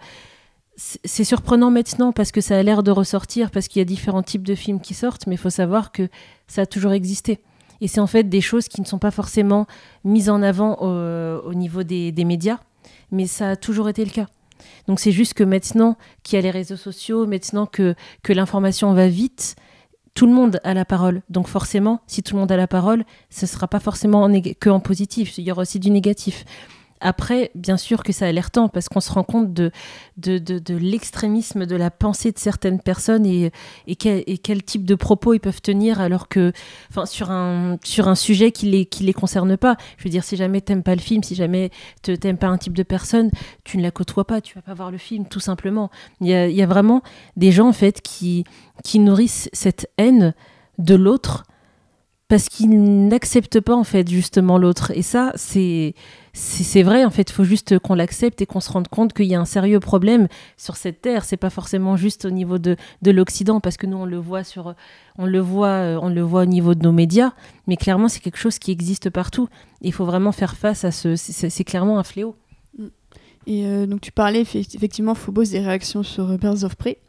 c'est surprenant maintenant parce que ça a l'air de ressortir, parce qu'il y a différents types de films qui sortent, mais il faut savoir que ça a toujours existé. Et c'est en fait des choses qui ne sont pas forcément mises en avant au, au niveau des, des médias, mais ça a toujours été le cas. Donc c'est juste que maintenant qu'il y a les réseaux sociaux, maintenant que, que l'information va vite, tout le monde a la parole. Donc forcément, si tout le monde a la parole, ce ne sera pas forcément en nég- que en positif, il y aura aussi du négatif. Après, bien sûr que ça a l'air temps, parce qu'on se rend compte de, de, de, de l'extrémisme de la pensée de certaines personnes et, et, quel, et quel type de propos ils peuvent tenir alors que, enfin, sur un, sur un sujet qui les, qui les concerne pas. Je veux dire, si jamais t'aimes pas le film, si jamais te, t'aimes pas un type de personne, tu ne la côtoies pas, tu vas pas voir le film, tout simplement. Il y a, il y a vraiment des gens, en fait, qui, qui nourrissent cette haine de l'autre parce qu'ils n'acceptent pas en fait justement l'autre. Et ça, c'est, c'est, c'est vrai en fait. Il faut juste qu'on l'accepte et qu'on se rende compte qu'il y a un sérieux problème sur cette terre. C'est pas forcément juste au niveau de, de l'Occident, parce que nous on le voit sur, on le voit, on le voit au niveau de nos médias, mais clairement c'est quelque chose qui existe partout. Il faut vraiment faire face à ce. C'est, c'est clairement un fléau. Et euh, donc tu parlais effectivement, Phobos, des réactions sur Birds of Prey.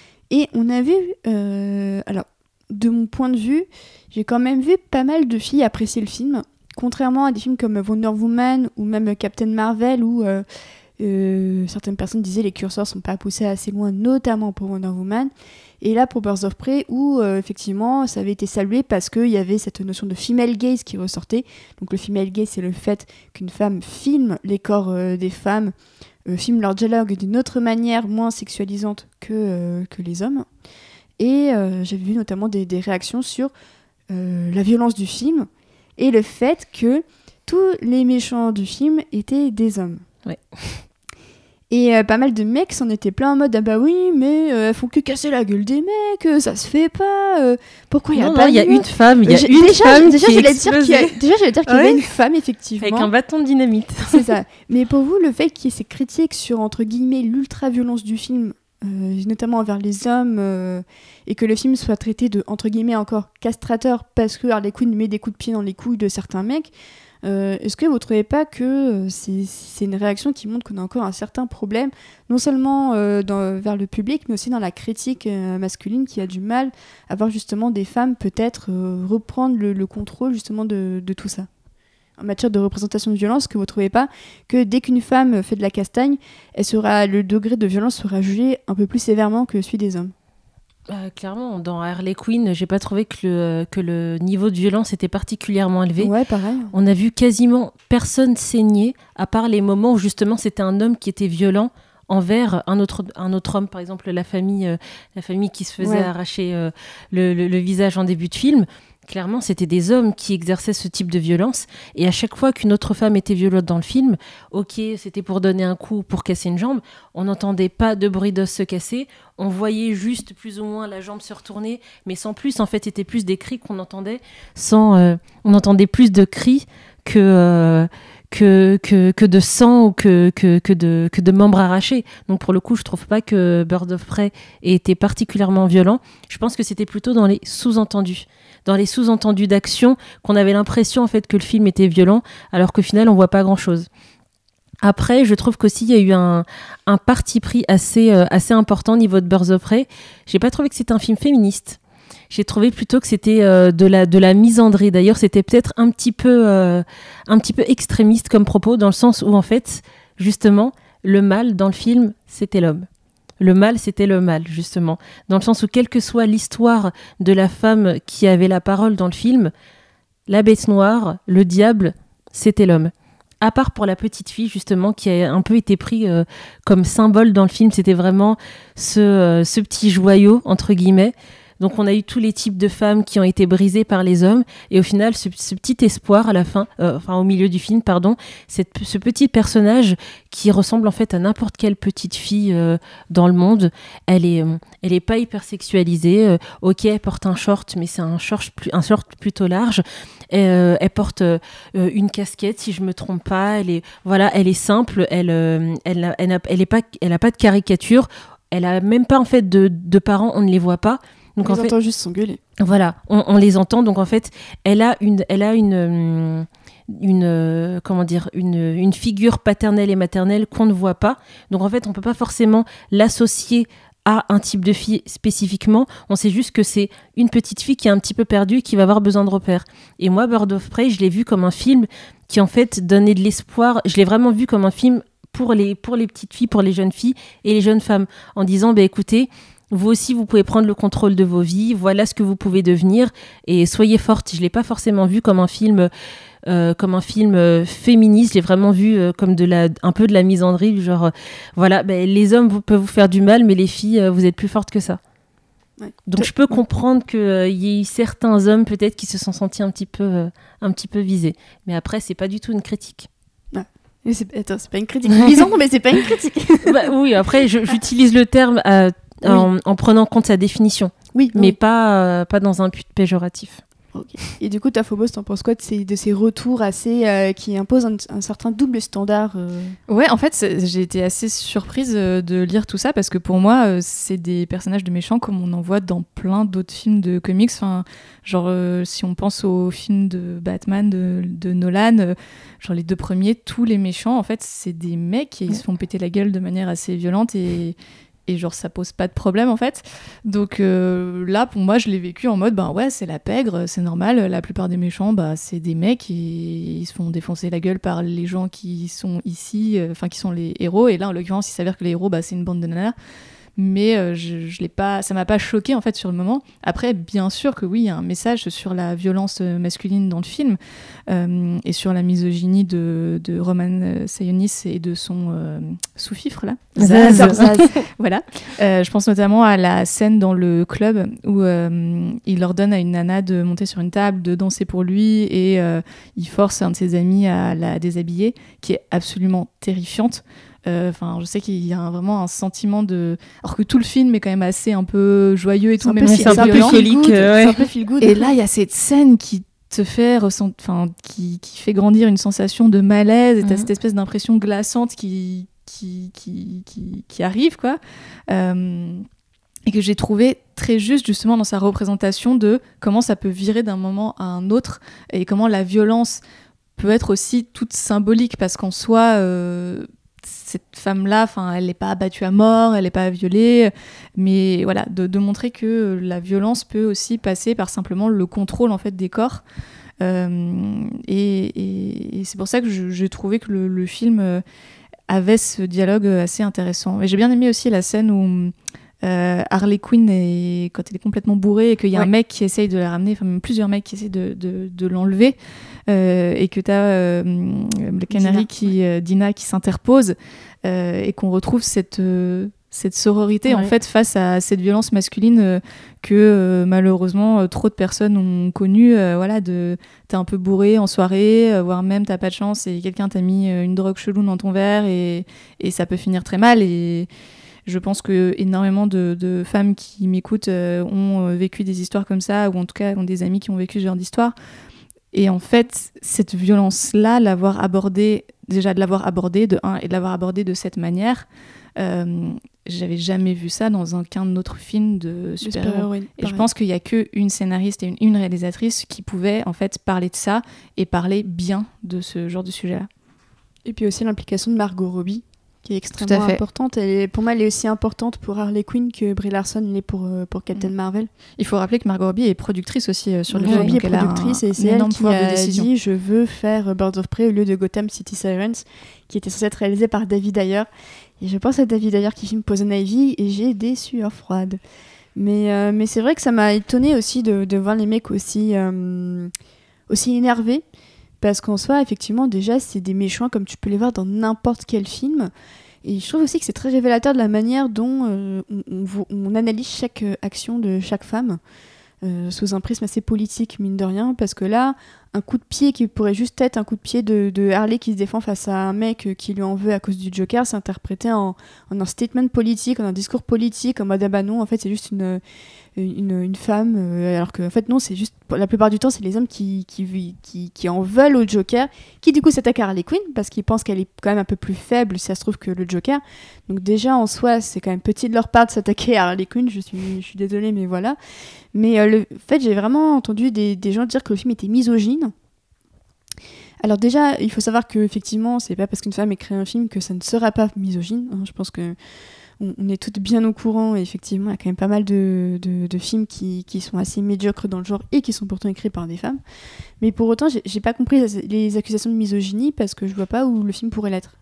Et on a vu, euh, alors de mon point de vue, j'ai quand même vu pas mal de filles apprécier le film, contrairement à des films comme Wonder Woman ou même Captain Marvel, où euh, euh, certaines personnes disaient les curseurs sont pas poussés assez loin, notamment pour Wonder Woman. Et là pour Birds of Prey, où euh, effectivement ça avait été salué parce qu'il y avait cette notion de female gaze qui ressortait. Donc le female gaze, c'est le fait qu'une femme filme les corps euh, des femmes, euh, filme leur dialogue d'une autre manière, moins sexualisante que, euh, que les hommes. Et euh, j'ai vu notamment des, des réactions sur euh, la violence du film et le fait que tous les méchants du film étaient des hommes. Ouais. Et euh, pas mal de mecs s'en étaient plein en mode ah bah oui, mais euh, elles font que casser la gueule des mecs, euh, ça se fait pas. Euh, pourquoi il y a non, pas il y a de... une femme, il y a J'ai- une déjà, femme déjà, qui j'allais est dire qu'il y a, explosée déjà j'allais dire qu'il y Ouais. avait une femme effectivement. avec un bâton de dynamite. C'est ça. Mais pour vous, le fait qu'il y ait ces critiques sur, entre guillemets, l'ultra-violence du film, euh, notamment envers les hommes, euh, et que le film soit traité de, entre guillemets, encore castrateur parce que Harley Quinn met des coups de pied dans les couilles de certains mecs, euh, est-ce que vous trouvez pas que euh, c'est, c'est une réaction qui montre qu'on a encore un certain problème, non seulement euh, dans, vers le public, mais aussi dans la critique euh, masculine qui a du mal à voir justement des femmes peut-être euh, reprendre le, le contrôle justement de, de tout ça? En matière de représentation de violence, que vous ne trouvez pas que dès qu'une femme fait de la castagne, elle sera, le degré de violence sera jugé un peu plus sévèrement que celui des hommes? Euh, clairement, dans Harley Quinn, j'ai pas trouvé que le, que le niveau de violence était particulièrement élevé. Ouais, pareil. On a vu quasiment personne saigner, à part les moments où justement c'était un homme qui était violent envers un autre, un autre homme, par exemple la famille, euh, la famille qui se faisait Ouais. arracher euh, le, le, le visage en début de film. Clairement, c'était des hommes qui exerçaient ce type de violence. Et à chaque fois qu'une autre femme était violente dans le film, ok, c'était pour donner un coup, pour casser une jambe, on n'entendait pas de bruit d'os se casser, on voyait juste plus ou moins la jambe se retourner, mais sans plus. En fait, c'était plus des cris qu'on entendait, sans, euh, on entendait plus de cris que... Euh, Que, que, que de sang ou que, que, que, de, que de membres arrachés. Donc pour le coup, je trouve pas que Birds of Prey ait été particulièrement violent. Je pense que c'était plutôt dans les sous-entendus. Dans les sous-entendus d'action qu'on avait l'impression en fait que le film était violent, alors qu'au final, on voit pas grand-chose. Après, je trouve qu'aussi il y a eu un, un parti pris assez, euh, assez important au niveau de Birds of Prey. J'ai pas trouvé que c'était un film féministe. J'ai trouvé plutôt que c'était euh, de, la, de la misandrie. D'ailleurs, c'était peut-être un petit peu, euh, un petit peu extrémiste comme propos, dans le sens où, en fait, justement, le mal dans le film, c'était l'homme. Le mal, c'était le mal, justement. Dans le sens où, quelle que soit l'histoire de la femme qui avait la parole dans le film, la bête noire, le diable, c'était l'homme. À part pour la petite fille, justement, qui a un peu été pris euh, comme symbole dans le film. C'était vraiment ce, euh, ce petit joyau, entre guillemets. Donc on a eu tous les types de femmes qui ont été brisées par les hommes, et au final ce, ce petit espoir à la fin, euh, enfin au milieu du film, pardon, cette, ce petit personnage qui ressemble en fait à n'importe quelle petite fille euh, dans le monde, elle est, euh, elle est pas hyper sexualisée, euh, ok elle porte un short, mais c'est un short, plus, un short plutôt large, et, euh, elle porte euh, une casquette si je me trompe pas, elle est, voilà, elle est simple, elle, euh, elle, elle, elle, n'a, elle, est pas, elle a pas de caricature, elle a même pas en fait de, de parents, on ne les voit pas. Donc on en les fait, entend juste s'engueuler. Voilà, on, on les entend. Donc en fait, elle a une, elle a une, une, comment dire, une, une figure paternelle et maternelle qu'on ne voit pas. Donc en fait, on peut pas forcément l'associer à un type de fille spécifiquement. On sait juste que c'est une petite fille qui est un petit peu perdue et qui va avoir besoin de repères. Et moi, Birds of Prey, je l'ai vu comme un film qui en fait donnait de l'espoir. Je l'ai vraiment vu comme un film pour les, pour les petites filles, pour les jeunes filles et les jeunes femmes, en disant, bah écoutez, vous aussi, vous pouvez prendre le contrôle de vos vies. Voilà ce que vous pouvez devenir. Et soyez fortes. Je ne l'ai pas forcément vu comme un film, euh, comme un film euh, féministe. Je l'ai vraiment vu euh, comme de la, un peu de la misandrie. Genre, euh, voilà, ben, les hommes vous, peuvent vous faire du mal, mais les filles, euh, vous êtes plus fortes que ça. Ouais. Donc, je peux comprendre qu'il euh, y ait certains hommes, peut-être, qui se sont sentis un petit peu, euh, un petit peu visés. Mais après, ce n'est pas du tout une critique. Mais c'est, attends, c'est pas une critique. Visant, mais c'est pas une critique. Bah, oui, après, je, j'utilise le terme... Euh, Oui. En, en prenant en compte sa définition, Oui, mais oui. pas, euh, pas dans un but péjoratif. Okay. Et du coup, ta Phobos, t'en penses quoi de ces, de ces retours assez euh, qui imposent un, un certain double standard euh... Ouais, en fait, j'ai été assez surprise euh, de lire tout ça parce que pour moi, euh, c'est des personnages de méchants comme on en voit dans plein d'autres films de comics. Enfin, genre, euh, si on pense aux films de Batman de, de Nolan, euh, genre les deux premiers, tous les méchants, en fait, c'est des mecs et ils se font péter la gueule de manière assez violente et et genre ça pose pas de problème en fait. Donc euh, là pour moi je l'ai vécu en mode ben ouais c'est la pègre, c'est normal, la plupart des méchants bah c'est des mecs et ils se font défoncer la gueule par les gens qui sont ici, enfin euh, qui sont les héros, et là en l'occurrence il s'avère que les héros bah c'est une bande de nanas. Mais euh, je, je l'ai pas, ça m'a pas choqué en fait sur le moment. Après, bien sûr que oui, il y a un message sur la violence masculine dans le film euh, et sur la misogynie de, de Roman Sionis et de son euh, sous-fifre là. Zaz. Zaz. Voilà. Euh, je pense notamment à la scène dans le club où euh, il ordonne à une nana de monter sur une table, de danser pour lui, et euh, il force un de ses amis à la déshabiller, qui est absolument terrifiante. Enfin, euh, je sais qu'il y a un, vraiment un sentiment de... Alors que tout le film est quand même assez un peu joyeux et tout, même si c'est un peu folique. C'est un peu feel good. Et là, il y a cette scène qui te fait ressent... enfin, qui, qui fait grandir une sensation de malaise, et t'as mm-hmm. cette espèce d'impression glaçante qui, qui, qui, qui, qui arrive, quoi. Euh... Et que j'ai trouvé très juste justement dans sa représentation de comment ça peut virer d'un moment à un autre, et comment la violence peut être aussi toute symbolique, parce qu'en soi... Euh... cette femme-là, enfin, elle n'est pas abattue à mort, elle n'est pas violée, mais voilà, de, de montrer que la violence peut aussi passer par simplement le contrôle en fait des corps. Euh, et, et, et c'est pour ça que je, j'ai trouvé que le, le film avait ce dialogue assez intéressant. Et j'ai bien aimé aussi la scène où euh, Harley Quinn, est, quand elle est complètement bourrée et qu'il y a ouais. un mec qui essaye de la ramener, enfin même plusieurs mecs qui essayent de, de, de l'enlever. Euh, et que tu as euh, le Canary Dina, qui, euh, Dina qui s'interpose euh, et qu'on retrouve cette, euh, cette sororité ouais. en fait face à cette violence masculine euh, que euh, malheureusement euh, trop de personnes ont connue. Euh, voilà, de, t'es un peu bourré en soirée, euh, voire même t'as pas de chance et quelqu'un t'a mis euh, une drogue chelou dans ton verre, et, et ça peut finir très mal. Et je pense que énormément de, de femmes qui m'écoutent euh, ont vécu des histoires comme ça, ou en tout cas ont des amis qui ont vécu ce genre d'histoire. Et en fait, cette violence-là, l'avoir abordée, déjà de l'avoir abordée de un, et de l'avoir abordée de cette manière, euh, j'avais jamais vu ça dans aucun autre film de super-héros. Oui, et je pense qu'il y a qu'une scénariste et une, une réalisatrice qui pouvaient en fait parler de ça et parler bien de ce genre de sujet-là. Et puis aussi l'implication de Margot Robbie, qui est extrêmement importante. Elle est, pour moi, elle est aussi importante pour Harley Quinn que Brie Larson l'est pour, pour Captain Marvel. Il faut rappeler que Margot Robbie est productrice aussi euh, sur le film. Margot Robbie est productrice, un, et c'est elle qui a de dit « Je veux faire Birds of Prey au lieu de Gotham City Sirens », qui était censé être réalisé par David Ayer. Et je pense à David Ayer qui filme Poison Ivy, et j'ai des sueurs froides. Mais, euh, mais c'est vrai que ça m'a étonnée aussi de, de voir les mecs aussi, euh, aussi énervés. Parce qu'en soi, effectivement, déjà, c'est des méchants comme tu peux les voir dans n'importe quel film. Et je trouve aussi que c'est très révélateur de la manière dont euh, on, on, on analyse chaque euh, action de chaque femme, euh, sous un prisme assez politique, mine de rien. Parce que là, un coup de pied qui pourrait juste être un coup de pied de, de Harley qui se défend face à un mec qui lui en veut à cause du Joker, c'est interprété en, en un statement politique, en un discours politique, en mode ah bah non, en fait, c'est juste une... Une, une femme, euh, alors que en fait non, c'est juste, la plupart du temps c'est les hommes qui, qui, qui, qui en veulent au Joker, qui du coup s'attaquent à Harley Quinn parce qu'ils pensent qu'elle est quand même un peu plus faible si ça se trouve que le Joker. Donc déjà en soi c'est quand même petit de leur part de s'attaquer à Harley Quinn, je suis, je suis désolée mais voilà. Mais euh, le en fait j'ai vraiment entendu des, des gens dire que le film était misogyne. Alors déjà il faut savoir que effectivement c'est pas parce qu'une femme écrit un film que ça ne sera pas misogyne, hein. Je pense que on est toutes bien au courant, et effectivement il y a quand même pas mal de, de, de films qui, qui sont assez médiocres dans le genre et qui sont pourtant écrits par des femmes. Mais pour autant j'ai, j'ai pas compris les accusations de misogynie, parce que je vois pas où le film pourrait l'être.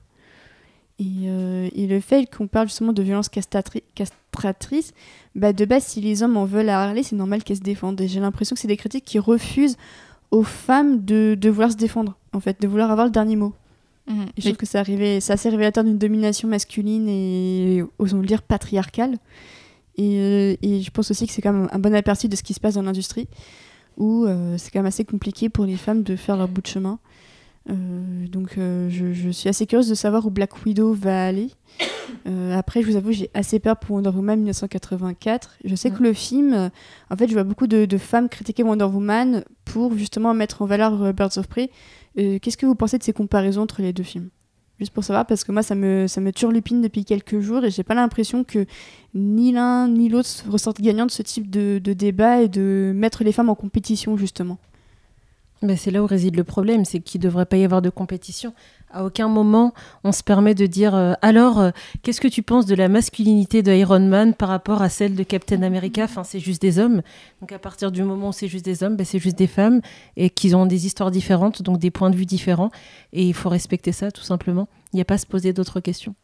Et, euh, et le fait qu'on parle justement de violence castratri- castratrice, bah de base si les hommes en veulent à Harley, c'est normal qu'elles se défendent. Et j'ai l'impression que c'est des critiques qui refusent aux femmes de, de vouloir se défendre, en fait, de vouloir avoir le dernier mot. Mmh. Et je trouve que c'est, arrivé, c'est assez révélateur d'une domination masculine et, osons le dire, patriarcale. Et, euh, et je pense aussi que c'est quand même un bon aperçu de ce qui se passe dans l'industrie, où euh, c'est quand même assez compliqué pour les femmes de faire leur bout de chemin. Euh, donc euh, je, je suis assez curieuse de savoir où Black Widow va aller. Euh, après, je vous avoue, j'ai assez peur pour Wonder Woman dix-neuf cent quatre-vingt-quatre. Je sais Ouais. que le film, euh, en fait, je vois beaucoup de, de femmes critiquer Wonder Woman pour justement mettre en valeur euh, Birds of Prey. Euh, qu'est-ce que vous pensez de ces comparaisons entre les deux films ? Juste pour savoir, parce que moi, ça me, ça me turlupine depuis quelques jours et j'ai pas l'impression que ni l'un ni l'autre ressortent gagnants de ce type de, de débat et de mettre les femmes en compétition, justement. Ben, c'est là où réside le problème, c'est qu'il ne devrait pas y avoir de compétition. À aucun moment, on se permet de dire euh, « Alors, euh, qu'est-ce que tu penses de la masculinité de Iron Man par rapport à celle de Captain America ?» Enfin, c'est juste des hommes. Donc, à partir du moment où c'est juste des hommes, ben, c'est juste des femmes et qu'ils ont des histoires différentes, donc des points de vue différents. Et il faut respecter ça, tout simplement. Il n'y a pas à se poser d'autres questions.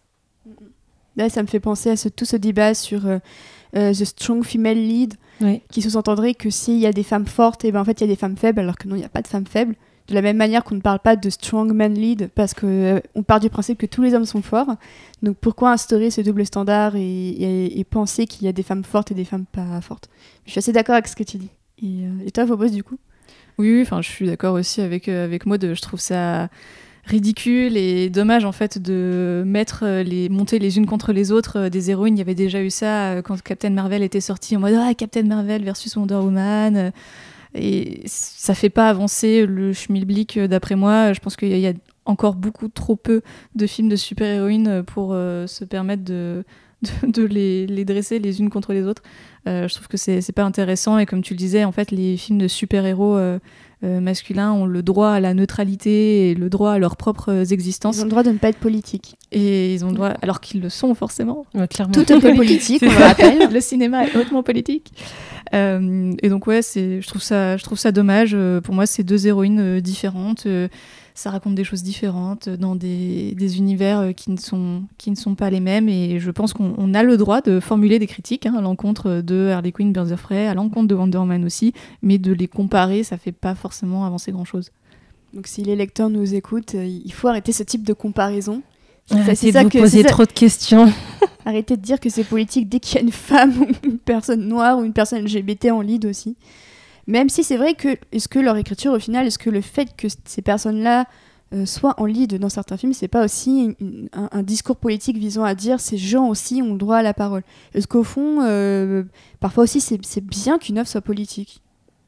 Là, ça me fait penser à ce, tout ce débat sur euh, euh, The Strong Female Lead, Oui. qui sous-entendrait que s'il y a des femmes fortes, et ben en fait il y a des femmes faibles, alors que non, il n'y a pas de femmes faibles. De la même manière qu'on ne parle pas de strong man lead, parce qu'on euh, part du principe que tous les hommes sont forts. Donc pourquoi instaurer ce double standard et, et, et penser qu'il y a des femmes fortes et des femmes pas fortes ? Je suis assez d'accord avec ce que tu dis. Et, euh, et toi, Phobos, du coup ? Oui, oui, enfin, je suis d'accord aussi avec, euh, avec Maud. Je trouve ça ridicule et dommage en fait de mettre euh, les monter les unes contre les autres euh, des héroïnes. Il y avait déjà eu ça euh, quand Captain Marvel était sorti en mode ah Captain Marvel versus Wonder Woman euh, et ça fait pas avancer le schmilblick euh, d'après moi. Je pense qu'il y a, il y a encore beaucoup trop peu de films de super-héroïnes pour euh, se permettre de de, de les, les dresser les unes contre les autres. Euh, je trouve que c'est, c'est pas intéressant et comme tu le disais, en fait, les films de super-héros euh, euh, masculins ont le droit à la neutralité et le droit à leurs propres existences. Ils ont le droit de ne pas être politiques. Et ils ont le droit, alors qu'ils le sont forcément. Ouais, clairement. Tout est politique, on le rappelle. Le cinéma est hautement politique. Euh, et donc ouais, c'est, je trouve ça, je trouve ça dommage. Euh, pour moi, c'est deux héroïnes euh, différentes. Euh, ça raconte des choses différentes dans des, des univers euh, qui ne sont, qui ne sont pas les mêmes. Et je pense qu'on on a le droit de formuler des critiques hein, à l'encontre de Harley Quinn, Birds of Prey, à l'encontre de Wonder Woman aussi, mais de les comparer, ça fait pas forcément avancer grand-chose. Donc si les lecteurs nous écoutent, euh, il faut arrêter ce type de comparaison. Arrêtez C'est de ça vous que- poser c'est ça- trop de questions. Arrêtez de dire que c'est politique dès qu'il y a une femme ou une personne noire ou une personne L G B T en lead aussi. Même si c'est vrai que, est-ce que leur écriture au final, est-ce que le fait que ces personnes-là euh, soient en lead dans certains films, c'est pas aussi une- un, un discours politique visant à dire ces gens aussi ont le droit à la parole ? Est-ce qu'au fond, euh, parfois aussi c'est, c'est bien qu'une œuvre soit politique ?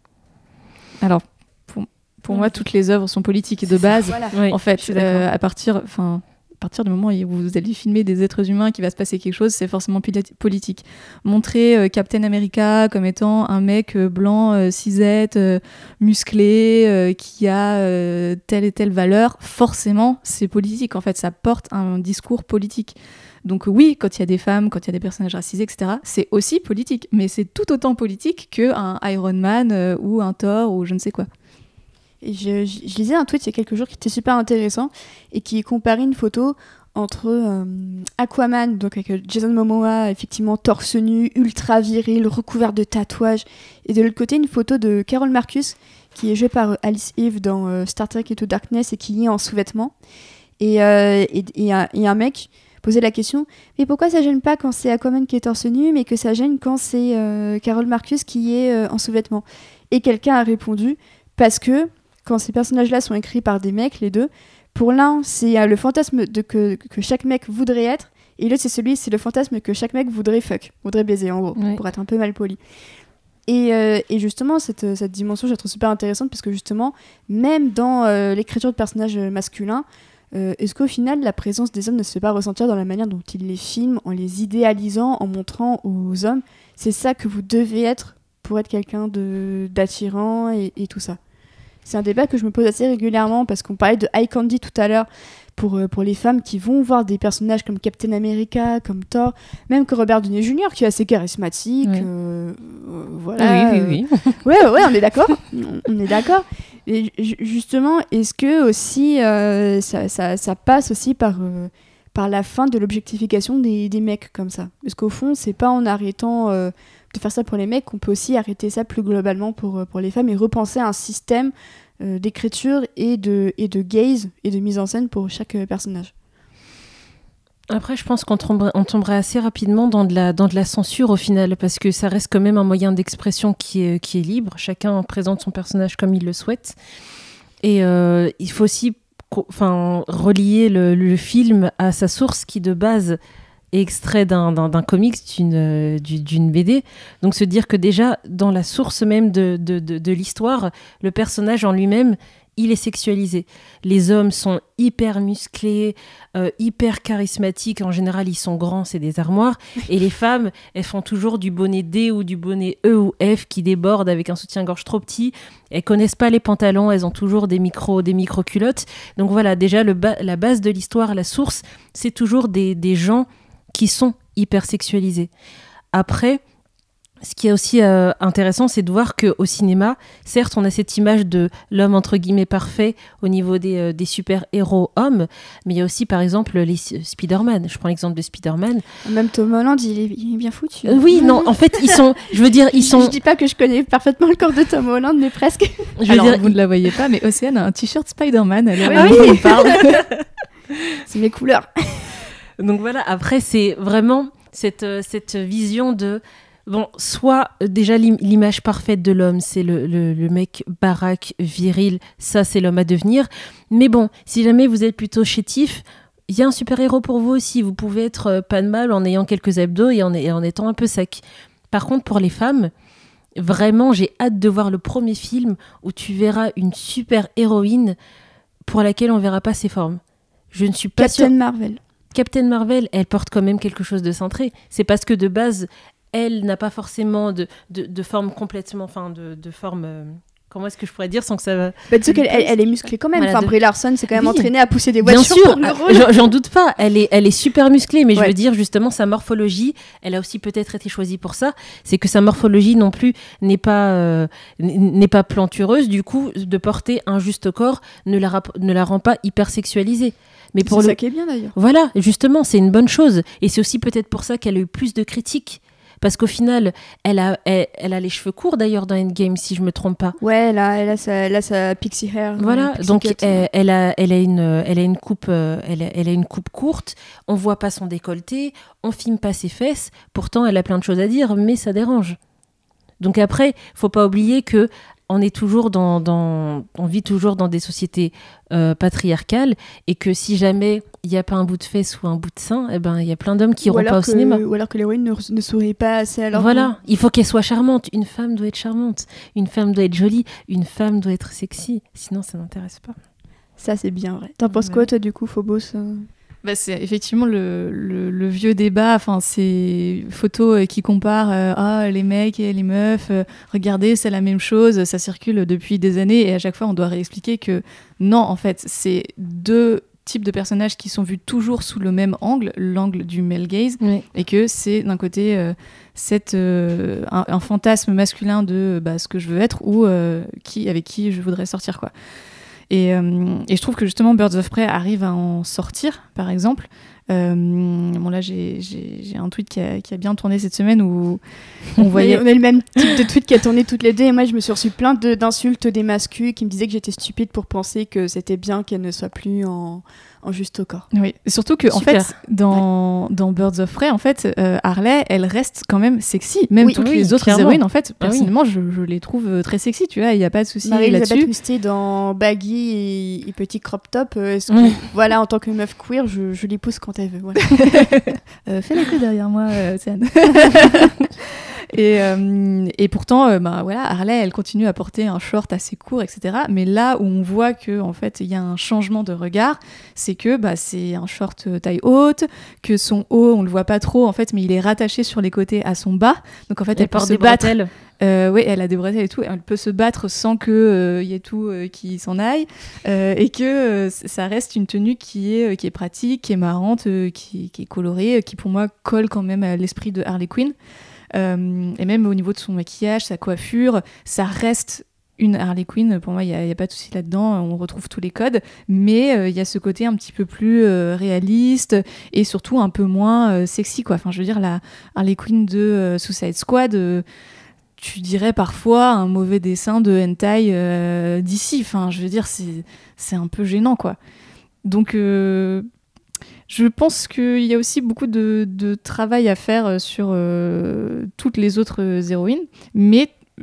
Alors, pour, pour Ouais. moi, toutes les œuvres sont politiques de C'est ça, base. voilà. Oui, En fait, je suis d'accord. euh, à partir, enfin, à partir du moment où vous allez filmer des êtres humains, qu'il va se passer quelque chose, c'est forcément poli- politique. Montrer euh, Captain America comme étant un mec euh, blanc, euh, cisette, euh, musclé, euh, qui a euh, telle et telle valeur, forcément, c'est politique. En fait, ça porte un discours politique. Donc oui, quand il y a des femmes, quand il y a des personnages racisés, et cetera, c'est aussi politique. Mais c'est tout autant politique qu'un Iron Man euh, ou un Thor ou je ne sais quoi. Et je, je- je lisais un tweet il y a quelques jours qui était super intéressant et qui comparait une photo entre euh, Aquaman, donc avec Jason Momoa, effectivement torse nu, ultra viril, recouvert de tatouages, et de l'autre côté une photo de Carol Marcus qui est jouée par euh, Alice Eve dans euh, Star Trek Into Darkness et qui est en sous-vêtements. Et, euh, et, et, un, et un mec posait la question, mais pourquoi ça gêne pas quand c'est Aquaman qui est torse nu, mais que ça gêne quand c'est euh, Carol Marcus qui est euh, en sous-vêtements ? Et quelqu'un a répondu, parce que quand ces personnages-là sont écrits par des mecs, les deux, pour l'un, c'est euh, le fantasme de que, que chaque mec voudrait être, et l'autre, c'est celui, c'est le fantasme que chaque mec voudrait fuck, voudrait baiser, en gros, Ouais. pour être un peu mal poli. Et, euh, et justement, cette, cette dimension, je la trouve super intéressante, parce que justement, même dans euh, l'écriture de personnages masculins, euh, est-ce qu'au final, la présence des hommes ne se fait pas ressentir dans la manière dont ils les filment, en les idéalisant, en montrant aux hommes, c'est ça que vous devez être pour être quelqu'un de, d'attirant et, et tout ça. C'est un débat que je me pose assez régulièrement parce qu'on parlait de Eye Candy tout à l'heure pour, euh, pour les femmes qui vont voir des personnages comme Captain America, comme Thor, même que Robert Downey junior qui est assez charismatique. Oui. euh, euh, voilà. Ah oui, oui, oui. Ouais, ouais, on est d'accord. on, on est d'accord. Et ju- justement, est-ce que aussi euh, ça, ça, ça passe aussi par, euh, par la fin de l'objectification des, des mecs comme ça ? Parce qu'au fond, c'est pas en arrêtant euh, de faire ça pour les mecs qu'on peut aussi arrêter ça plus globalement pour, euh, pour les femmes et repenser un système euh, d'écriture et de, et de gaze et de mise en scène pour chaque euh, personnage. Après, je pense qu'on tomberait, on tomberait assez rapidement dans de, la, dans de la censure au final, parce que ça reste quand même un moyen d'expression qui est, qui est libre. Chacun présente son personnage comme il le souhaite. Et euh, il faut aussi enfin, relier le, le film à sa source qui, de base, est extrait d'un, d'un, d'un comics, d'une, euh, d'une B D. Donc, se dire que déjà, dans la source même de, de, de, de l'histoire, le personnage en lui-même, il est sexualisé. Les hommes sont hyper musclés, euh, hyper charismatiques. En général, ils sont grands, c'est des armoires. Et les femmes, elles font toujours du bonnet D ou du bonnet E ou F qui déborde avec un soutien-gorge trop petit. Elles connaissent pas les pantalons, elles ont toujours des micro, des micro-culottes. Donc voilà, déjà, le ba- la base de l'histoire, la source, c'est toujours des, des gens qui sont hyper sexualisés. Après, ce qui est aussi euh, intéressant, c'est de voir qu'au cinéma, certes, on a cette image de l'homme entre guillemets parfait au niveau des, euh, des super-héros hommes, mais il y a aussi, par exemple, les Spider-Man. Je prends l'exemple de Spider-Man. Même Tom Holland, il est, il est bien foutu. Euh, oui, non, en fait, ils sont... Je veux dire, ils sont... Je, je dis pas que je connais parfaitement le corps de Tom Holland, mais presque. Je veux Alors, dire, vous ne la voyez pas, mais Océane a un t-shirt Spider-Man. Elle Ah oui, oui, on parle. C'est mes couleurs. Donc voilà, après, c'est vraiment cette, euh, cette vision de... Bon, soit euh, déjà l'im- l'image parfaite de l'homme, c'est le, le, le mec baraque, viril, ça c'est l'homme à devenir. Mais bon, si jamais vous êtes plutôt chétif, il y a un super-héros pour vous aussi. Vous pouvez être euh, pas de mal en ayant quelques abdos et en, et en étant un peu sec. Par contre, pour les femmes, vraiment, j'ai hâte de voir le premier film où tu verras une super-héroïne pour laquelle on verra pas ses formes. Je ne suis pas Captain sûre... Marvel. Captain Marvel, elle porte quand même quelque chose de cintré. C'est parce que de base... Elle n'a pas forcément de, de, de forme complètement, enfin de, de forme, euh, comment est-ce que je pourrais dire sans que ça va... Bah, tu sais qu'elle elle, elle est musclée quand même. Voilà, enfin, de... Brie Larson s'est quand même oui. entraînée à pousser des Bien voitures sûr, pour le rôle. j'en, j'en doute pas. Elle est, elle est super musclée, mais Ouais. je veux dire justement sa morphologie, elle a aussi peut-être été choisie pour ça. C'est que sa morphologie non plus n'est pas, euh, n'est pas plantureuse. Du coup, de porter un juste corps ne la, rap- ne la rend pas hyper sexualisée. Mais pour c'est le... ça qui est bien d'ailleurs. Voilà, justement, c'est une bonne chose. Et c'est aussi peut-être pour ça qu'elle a eu plus de critiques. Parce qu'au final, elle a, elle, elle a les cheveux courts d'ailleurs dans Endgame, si je me trompe pas. Ouais, là, elle a sa, elle a sa pixie hair. Voilà, euh, pixie donc cut. elle, elle a, elle a une, elle a une coupe, euh, elle a, elle a une coupe courte. On voit pas son décolleté, on filme pas ses fesses. Pourtant, elle a plein de choses à dire, mais ça dérange. Donc après, faut pas oublier que on est toujours dans, dans, on vit toujours dans des sociétés euh, patriarcales et que si jamais il n'y a pas un bout de fesse ou un bout de sein, eh ben il y a plein d'hommes qui Ou iront alors pas au que- cinéma. Ou alors que l'héroïne ne, ne sourit pas assez à leur Voilà, il faut qu'elle soit charmante. Une femme doit être charmante. Une femme doit être jolie. Une femme doit être sexy. Sinon, ça n'intéresse pas. Ça, c'est bien vrai. T'en penses Ouais. quoi, toi, du coup, Phobos euh Bah, c'est effectivement le, le, le vieux débat, enfin ces photos euh, qui comparent euh, ah, les mecs et les meufs, euh, regardez c'est la même chose, ça circule depuis des années et à chaque fois on doit réexpliquer que non en fait c'est deux types de personnages qui sont vus toujours sous le même angle, l'angle du male gaze, Oui. et que c'est d'un côté euh, cette, euh, un, un fantasme masculin de bah, ce que je veux être ou euh, qui, avec qui je voudrais sortir quoi. Et, euh, et je trouve que justement Birds of Prey arrive à en sortir, par exemple. Euh, bon là j'ai, j'ai, j'ai un tweet qui a, qui a bien tourné cette semaine où on voyait... On a le même type de tweet qui a tourné toutes les deux. Et moi, je me suis reçu plein de, d'insultes des mascus qui me disaient que j'étais stupide pour penser que c'était bien qu'elle ne soit plus en, en juste au corps. Oui, et surtout que en Super. fait dans, dans Birds of Prey en fait euh, Harley elle reste quand même sexy, même Oui, toutes oui, les autres clairement. héroïnes en fait Ah oui. personnellement je, je les trouve euh, très sexy, tu vois, il y a pas de souci Marie-Elisabeth là-dessus. Twisted dans Baggy et, et petit crop top. euh, est-ce que- Oui. Voilà, en tant que meuf queer, je, je les pousse quand elle veut. Voilà. Euh, fais les coups derrière moi, euh, Océane. et, euh, et pourtant, euh, bah, voilà, Harley, elle continue à porter un short assez court, et cetera. Mais là où on voit que en fait, il y a un changement de regard, c'est que bah, c'est un short euh, taille haute, que son haut, on le voit pas trop en fait, mais il est rattaché sur les côtés à son bas. Donc en fait, elle, Elle peut porte se des battre. bretelles. Euh, oui, elle a des bretelles et tout. Elle peut se battre sans que euh, y ait tout euh, qui s'en aille, euh, et que euh, c- ça reste une tenue qui est euh, qui est pratique, qui est marrante, euh, qui, qui est colorée, euh, qui pour moi colle quand même à l'esprit de Harley Quinn. Euh, et même au niveau de son maquillage, sa coiffure, ça reste une Harley Quinn. Pour moi, il y a, y a pas de souci là-dedans. On retrouve tous les codes, mais euh, il y a ce côté un petit peu plus euh, réaliste et surtout un peu moins euh, sexy, quoi. Enfin, je veux dire, la Harley Quinn de euh, Suicide Squad. Euh, tu dirais parfois un mauvais dessin de hentai euh, d'ici. Enfin, je veux dire, c'est, c'est un peu gênant, quoi. Donc, euh, je pense qu'il y a aussi beaucoup de, de travail à faire sur euh, toutes les autres héroïnes, mais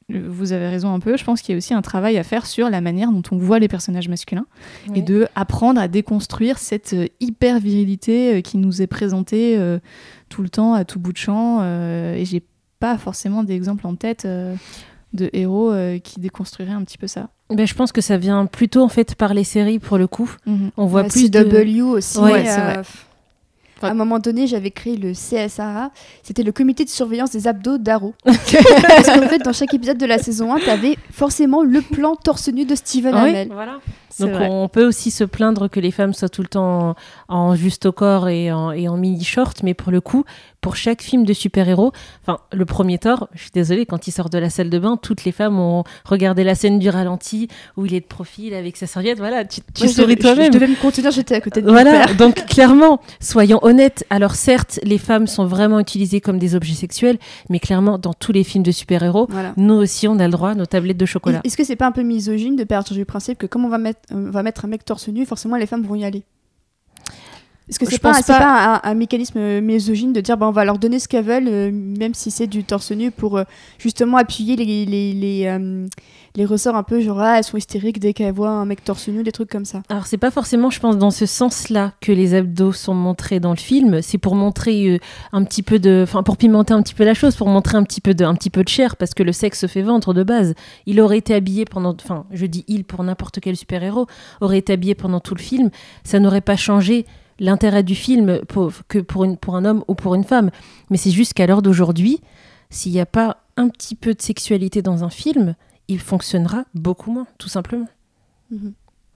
vous avez raison un peu. Je pense qu'il y a aussi un travail à faire sur la manière dont on voit les personnages masculins Oui. et de apprendre à déconstruire cette euh, hyper virilité euh, qui nous est présentée euh, tout le temps à tout bout de champ. Euh, et j'ai pas forcément d'exemple en tête euh, de héros euh, qui déconstruiraient un petit peu ça. Ben, je pense que ça vient plutôt en fait par les séries pour le coup. Mm-hmm. On voit Ouais, plus C W aussi. Ouais, euh, c'est vrai. À un moment donné, j'avais créé le C S A A. C'était le comité de surveillance des abdos d'Arrow. Parce qu'en fait, dans chaque épisode de la saison un, t'avais forcément le plan torse nu de Steven Ah oui, Amell. voilà. C'est Donc vrai. on peut aussi se plaindre que les femmes soient tout le temps en, en juste au corps et en, et en mini-short, mais pour le coup, pour chaque film de super-héros, enfin le premier Thor, je suis désolée, quand il sort de la salle de bain, toutes les femmes ont regardé la scène du ralenti où il est de profil avec sa serviette, voilà, tu, tu Moi, je souris devais- toi-même. Je devais me contenir, j'étais à côté de mon Voilà, père. donc clairement, soyons honnêtes. Alors certes, les femmes sont vraiment utilisées comme des objets sexuels, mais clairement, dans tous les films de super-héros, Voilà. nous aussi, on a le droit à nos tablettes de chocolat. Est-ce que c'est pas un peu misogyne de partir du principe que comme on va mettre, on va mettre un mec torse nu, forcément les femmes vont y aller? Est-ce que c'est Je pas, pense c'est pas. pas un, un mécanisme misogyne de dire bah, on va leur donner ce qu'elles veulent, euh, même si c'est du torse nu, pour euh, justement appuyer les, les, les, euh, les ressorts un peu genre ah, elles sont hystériques dès qu'elles voient un mec torse nu, des trucs comme ça. Alors c'est pas forcément, je pense, dans ce sens-là que les abdos sont montrés dans le film. C'est pour montrer euh, un petit peu de, enfin pour pimenter un petit peu la chose, pour montrer un petit peu de, un petit peu de chair, parce que le sexe se fait vendre de base. Il aurait été habillé pendant, enfin je dis il pour n'importe quel super-héros aurait été habillé pendant tout le film, ça n'aurait pas changé l'intérêt du film pour, que pour, une, pour un homme ou pour une femme. Mais c'est juste qu'à l'heure d'aujourd'hui, s'il n'y a pas un petit peu de sexualité dans un film, il fonctionnera beaucoup moins, tout simplement. Mhm.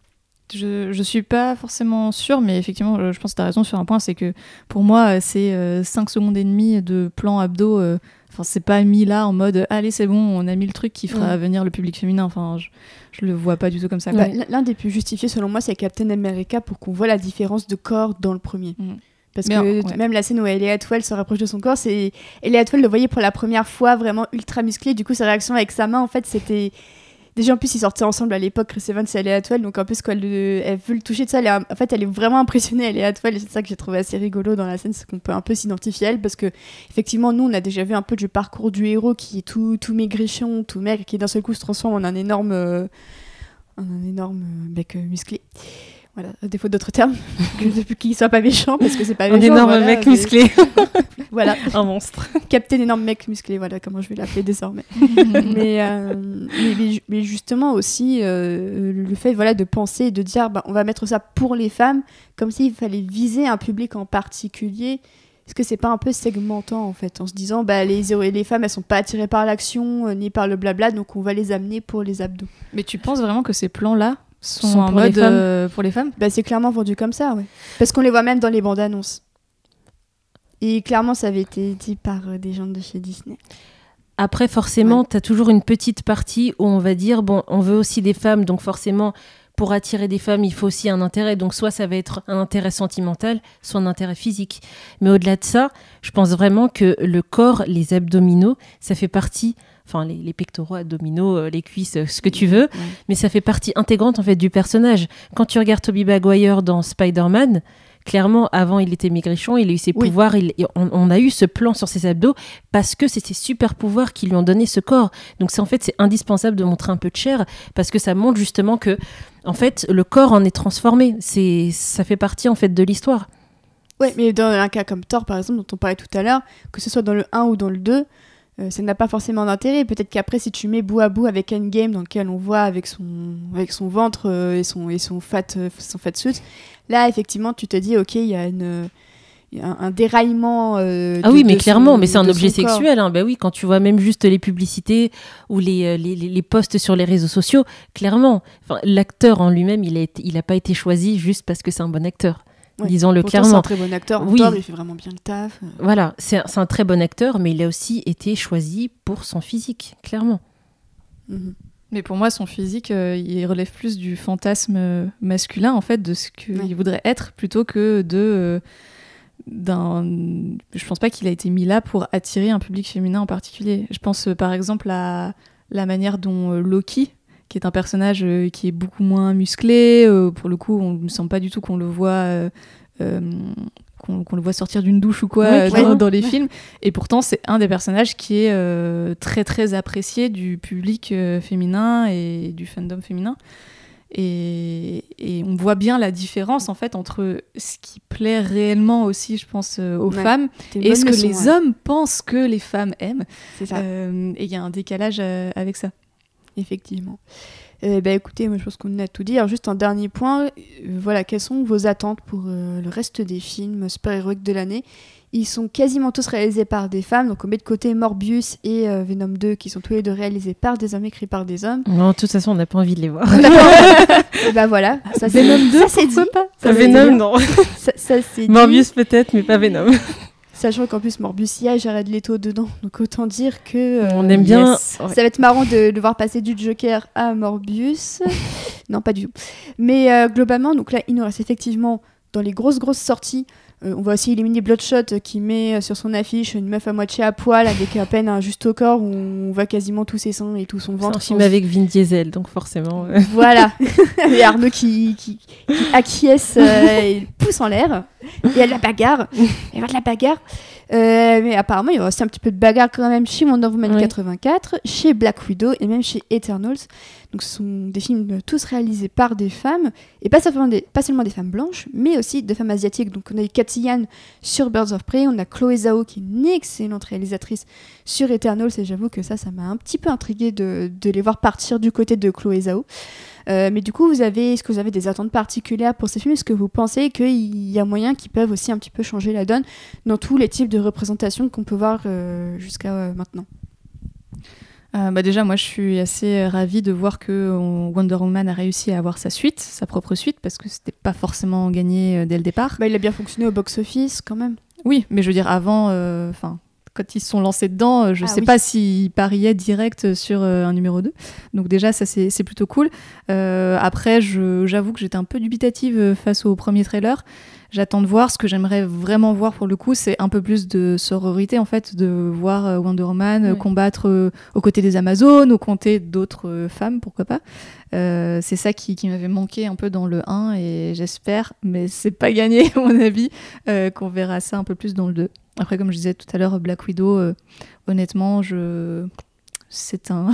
Je, je suis pas forcément sûre, mais effectivement, je, je pense que tu as raison sur un point, c'est que pour moi, c'est euh, cinq secondes et demie de plan abdos. euh, Enfin, c'est pas mis là en mode allez, c'est bon, on a mis le truc qui fera Mm. venir le public féminin. Enfin, je, je le vois pas du tout comme ça. Bah, quoi. l- L'un des plus justifiés selon moi c'est Captain America pour qu'on voit la différence de corps dans le premier. Mm. Parce Mais, que euh, t- ouais. même la scène où Elliot Atwell se rapproche de son corps, c'est Elliot Atwell le voyait pour la première fois vraiment ultra musclé. Du coup, sa réaction avec sa main, en fait, c'était déjà en plus ils sortaient ensemble à l'époque, Chris Evans et Elliot Atwell. Donc en plus quand elle, le- elle veut le toucher de ça, elle est, en fait, elle est vraiment impressionnée Elliot Atwell. Et c'est ça que j'ai trouvé assez rigolo dans la scène, c'est qu'on peut un peu s'identifier à elle parce que effectivement nous on a déjà vu un peu du parcours du héros qui est tout tout maigrichon, tout maigre, qui d'un seul coup se transforme en un énorme euh, en un énorme euh, mec euh, musclé. Voilà, à défaut d'autres termes, depuis qu'il soit pas méchant, parce que c'est pas Un méchant. énorme voilà, mec mais- musclé, Voilà, un monstre. Captain énorme mec musclé, voilà comment je vais l'appeler désormais. mais, euh, mais, mais, mais justement aussi, euh, le fait voilà, de penser et de dire bah, on va mettre ça pour les femmes, comme s'il fallait viser un public en particulier. Est-ce que c'est pas un peu segmentant en fait, en se disant bah, les, héros- les femmes elles sont pas attirées par l'action euh, ni par le blabla, donc on va les amener pour les abdos. Mais tu penses vraiment que ces plans-là sont, Sont en pour les mode femmes euh, pour les femmes? Bah, c'est clairement vendu comme ça, ouais. Parce qu'on les voit même dans les bandes annonces. Et clairement, ça avait été dit par euh, des gens de chez Disney. Après, forcément, Ouais. tu as toujours une petite partie où on va dire, bon, on veut aussi des femmes, donc forcément, pour attirer des femmes, il faut aussi un intérêt. Donc, soit ça va être un intérêt sentimental, soit un intérêt physique. Mais au-delà de ça, je pense vraiment que le corps, les abdominaux, ça fait partie, enfin, les, les pectoraux, abdominaux, euh, les cuisses, euh, ce que tu veux, Ouais. mais ça fait partie intégrante, en fait, du personnage. Quand tu regardes Tobey Maguire dans Spider-Man, clairement, avant, il était maigrichon, il a eu ses Oui. pouvoirs, il- on, on a eu ce plan sur ses abdos parce que c'est ses super pouvoirs qui lui ont donné ce corps. Donc, c'est en fait, c'est indispensable de montrer un peu de chair parce que ça montre justement que, en fait, le corps en est transformé. C'est, ça fait partie, en fait, de l'histoire. Ouais, mais dans un cas comme Thor, par exemple, dont on parlait tout à l'heure, que ce soit dans le un ou dans le deux, euh, ça n'a pas forcément d'intérêt. Peut-être qu'après, si tu mets bout à bout avec Endgame, dans lequel on voit avec son, avec son ventre euh, et, son, et son fat, euh, son fat suit, là, effectivement, tu te dis, ok, il y a une... il y a Un, un déraillement. euh, Ah de- oui, mais de clairement, son- mais c'est un de objet son corps. sexuel. Hein. Ben oui, quand tu vois même juste les publicités ou les, euh, les, les, les posts sur les réseaux sociaux, clairement, enfin, l'acteur en lui-même, il n'a il a pas été choisi juste parce que c'est un bon acteur. Ouais. Disons-le Pourtant, clairement. c'est un très bon acteur. Oui. Thor, il fait vraiment bien le taf. Voilà, c'est un, c'est un très bon acteur, mais il a aussi été choisi pour son physique, clairement. Mhm. Mais pour moi, son physique, euh, il relève plus du fantasme euh, masculin, en fait, de ce qu'il Ouais. voudrait être, plutôt que de... euh, d'un... Je pense pas qu'il a été mis là pour attirer un public féminin en particulier. Je pense, euh, par exemple, à la manière dont euh, Loki, qui est un personnage euh, qui est beaucoup moins musclé, euh, pour le coup, on ne sent pas du tout qu'on le voit... euh, euh, qu'on, qu'on le voit sortir d'une douche ou quoi Oui, euh, dans, clairement. dans les films. Et pourtant, c'est un des personnages qui est euh, très très apprécié du public euh, féminin et du fandom féminin. Et, et on voit bien la différence en fait entre ce qui plaît réellement aussi, je pense, euh, aux Ouais. femmes C'était une et bonne ce que leçon, les ouais. hommes pensent que les femmes aiment. C'est ça, Euh, et il y a un décalage euh, avec ça. effectivement. Euh, bah, écoutez, moi je pense qu'on a tout dit. Alors juste un dernier point, euh, voilà, quelles sont vos attentes pour euh, le reste des films super-héroïques de l'année ? Ils sont quasiment tous réalisés par des femmes, donc on met de côté Morbius et euh, Venom deux qui sont tous les deux réalisés par des hommes, écrits par des hommes. Non, de toute façon, on n'a pas envie de les voir. Et bah voilà, ça c'est Venom deux, ça c'est dit. pourquoi pas Ça, c'est Venom, dit. non. Ça, ça, c'est dit. Morbius peut-être, mais pas Venom. Sachant qu'en plus Morbius, il y a Jared Leto dedans, donc autant dire que euh, On aime bien. yes. Ouais. ça va être marrant de, de voir passer du Joker à Morbius. Non, pas du tout. Mais euh, globalement, donc là, il nous reste effectivement dans les grosses grosses sorties. Euh, on va aussi éliminer Bloodshot euh, qui met euh, sur son affiche une meuf à moitié à poil avec à peine un juste au corps où on voit quasiment tous ses seins et tout son C'est un ventre. film sans- avec Vin Diesel, donc forcément. euh, Voilà. Et Arnaud qui, qui, qui acquiesce euh, et pousse en l'air. Et il y a de la bagarre. Il va y avoir de la bagarre. Euh, mais apparemment, il y aura aussi un petit peu de bagarre quand même chez Wonder Woman Oui. quatre-vingt-quatre, chez Black Widow et même chez Eternals. Donc ce sont des films tous réalisés par des femmes, et pas seulement des, pas seulement des femmes blanches, mais aussi des femmes asiatiques. Donc on a eu Cathy Yan sur Birds of Prey, on a Chloé Zhao qui est une excellente réalisatrice sur Eternals, et j'avoue que ça, ça m'a un petit peu intriguée de, de les voir partir du côté de Chloé Zhao. Euh, mais du coup, vous avez, est-ce que vous avez des attentes particulières pour ces films ? Est-ce que vous pensez qu'il y a moyen qu'ils peuvent aussi un petit peu changer la donne dans tous les types de représentations qu'on peut voir euh, jusqu'à euh, maintenant ? Euh, bah déjà, moi, je suis assez ravie de voir que on- Wonder Woman a réussi à avoir sa suite, sa propre suite, parce que c'était pas forcément gagné euh, dès le départ. Bah, il a bien fonctionné au box-office quand même. Oui, mais je veux dire, avant, enfin, quand ils se sont lancés dedans, euh, je Ah sais oui. pas s'ils pariaient direct sur euh, un numéro deux. Donc déjà, ça, c'est c'est plutôt cool. Euh, après, je- j'avoue que j'étais un peu dubitative euh, face au premier trailer. J'attends de voir. Ce que j'aimerais vraiment voir, pour le coup, c'est un peu plus de sororité, en fait, de voir euh, Wonder Woman euh, Ouais. combattre euh, aux côtés des Amazones, aux côtés d'autres euh, femmes, pourquoi pas. Euh, c'est ça qui, qui m'avait manqué un peu dans le un, et j'espère, mais c'est pas gagné à mon avis, euh, qu'on verra ça un peu plus dans le deux. Après, comme je disais tout à l'heure, Black Widow, euh, honnêtement, je... c'est un...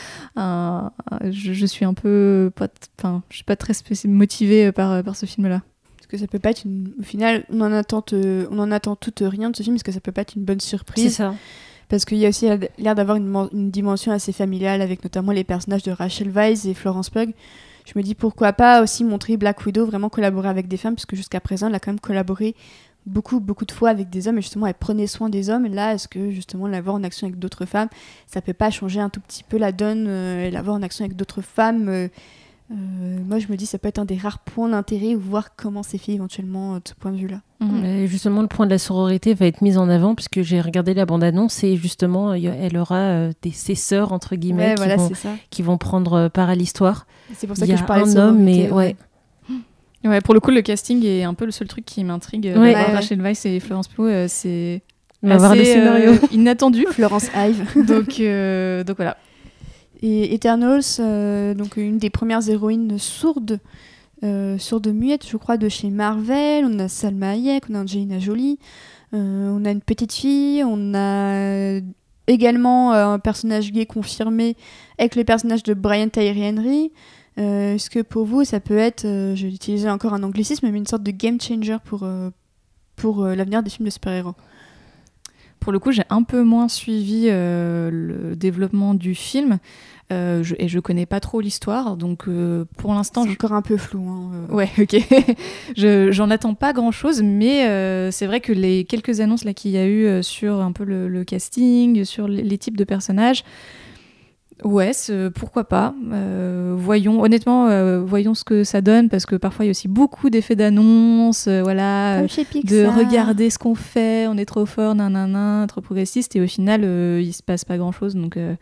un- un- je, je suis un peu... pas t- Enfin, je suis pas très spéci- motivée par, par ce film-là. Parce que ça peut pas être une... Au final, on en attend, euh, on en attend toutes rien de ce film, parce que ça peut pas être une bonne C'est surprise. ça. Parce qu'il y a aussi l'air d'avoir une, man- une dimension assez familiale avec notamment les personnages de Rachel Weisz et Florence Pugh. Je me dis pourquoi pas aussi montrer Black Widow vraiment collaborer avec des femmes, puisque jusqu'à présent elle a quand même collaboré beaucoup beaucoup de fois avec des hommes, et justement elle prenait soin des hommes. Et là, est-ce que justement la voir en action avec d'autres femmes, ça peut pas changer un tout petit peu la donne, euh, et la voir en action avec d'autres femmes euh, euh, moi je me dis ça peut être un des rares points d'intérêt, ou voir comment c'est fait éventuellement euh, de ce point de vue là. Mais justement, le point de la sororité va être mis en avant, puisque j'ai regardé la bande-annonce et justement, il y a- elle aura euh, des, ses sœurs, entre guillemets, Ouais, qui, voilà, vont, c'est ça. qui vont prendre euh, part à l'histoire. C'est pour ça Il y que a je parlais de un homme, sororité, mais ouais. Ouais, pour le coup, le casting est un peu le seul truc qui m'intrigue. Euh, Ouais. d'avoir Ouais, Rachel Weisz et Florence Pugh, euh, c'est On va voir assez, le scénario. euh, inattendu. Florence Hive. donc, euh, donc voilà. Et Eternals, euh, donc une des premières héroïnes sourdes, euh, sourdes muettes, je crois, de chez Marvel. On a Salma Hayek, on a Angelina Jolie, euh, on a une petite fille, on a également euh, un personnage gay confirmé avec le personnage de Brian Tyree Henry. Euh, Est-ce que pour vous, ça peut être, euh, je vais utiliser encore un anglicisme, mais une sorte de game changer pour, euh, pour euh, l'avenir des films de super-héros? Pour le coup, j'ai un peu moins suivi euh, le développement du film euh, je, et je connais pas trop l'histoire. Donc euh, pour l'instant, C'est je... encore un peu flou. Hein, euh. Ouais, ok. je, j'en attends pas grand chose, mais euh, c'est vrai que les quelques annonces là qu'il y a eu euh, sur un peu le, le casting, sur les, les types de personnages, ouais, c'est- pourquoi pas. Euh, voyons, honnêtement, euh, voyons ce que ça donne, parce que parfois il y a aussi beaucoup d'effets d'annonce, euh, voilà, Comme chez de Pixar. regarder ce qu'on fait, on est trop fort, nanana, trop progressiste, et au final, euh, il se passe pas grand chose. Donc, euh,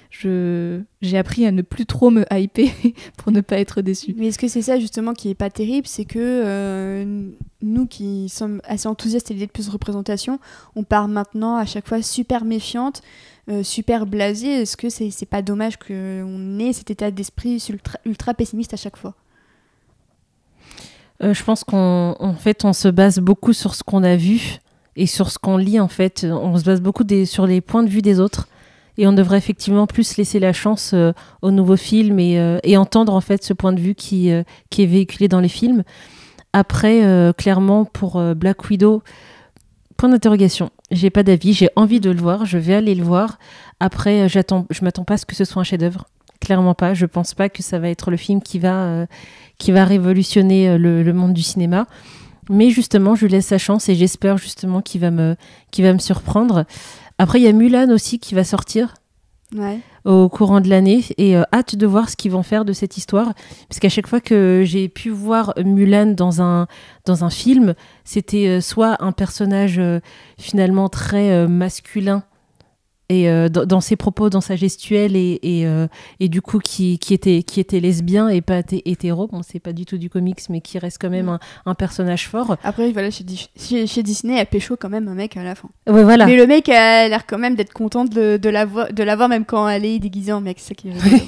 je, j'ai appris à ne plus trop me hyper pour ne pas être déçue. Mais est-ce que c'est ça justement qui est pas terrible, c'est que euh, nous qui sommes assez enthousiastes à l'idée de plus de représentation, on part maintenant à chaque fois super méfiante, euh, super blasée. Est-ce que c'est, c'est pas dommage qu'on ait cet état d'esprit ultra, ultra pessimiste à chaque fois? Euh, je pense qu'en en fait, on se base beaucoup sur ce qu'on a vu et sur ce qu'on lit. En fait, on se base beaucoup des, sur les points de vue des autres. Et on devrait effectivement plus laisser la chance euh, aux nouveaux films et, euh, et entendre en fait ce point de vue qui, euh, qui est véhiculé dans les films. Après, euh, clairement, pour euh, Black Widow, point d'interrogation. J'ai pas d'avis, j'ai envie de le voir, je vais aller le voir. Après, euh, j'attends, je m'attends pas à ce que ce soit un chef-d'œuvre. Clairement pas. Je pense pas que ça va être le film qui va, euh, qui va révolutionner euh, le, le monde du cinéma. Mais justement, je lui laisse sa chance et j'espère justement qu'il va me, qu'il va me surprendre. Après, il y a Mulan aussi qui va sortir Ouais. au courant de l'année et euh, hâte de voir ce qu'ils vont faire de cette histoire. Parce qu'à chaque fois que j'ai pu voir Mulan dans un, dans un film, c'était euh, soit un personnage euh, finalement très euh, masculin et euh, dans, dans ses propos, dans sa gestuelle et, et, euh, et du coup qui, qui, était, qui était lesbien et pas hété- hétéro. Bon, c'est pas du tout du comics, mais qui reste quand même un, un personnage fort. Après, voilà, chez, Dis- chez, chez Disney, elle pécho quand même un mec à la fin. Ouais, voilà. Mais le mec a l'air quand même d'être content de, de, la vo- de la voir, même quand elle est déguisée en mec. C'est ça qui est rigolo.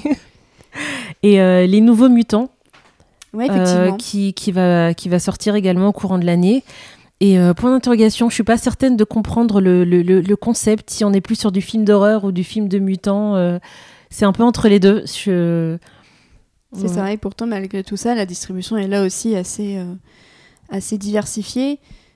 Et euh, les nouveaux mutants, Ouais, effectivement. euh, qui, qui, va, qui va sortir également au courant de l'année. Et euh, point d'interrogation, je suis pas certaine de comprendre le, le, le, le concept, si on est plus sur du film d'horreur ou du film de mutants. Euh, c'est un peu entre les deux. Je... C'est Ouais. ça, et pourtant, malgré tout ça, la distribution est là aussi assez, euh, assez diversifiée.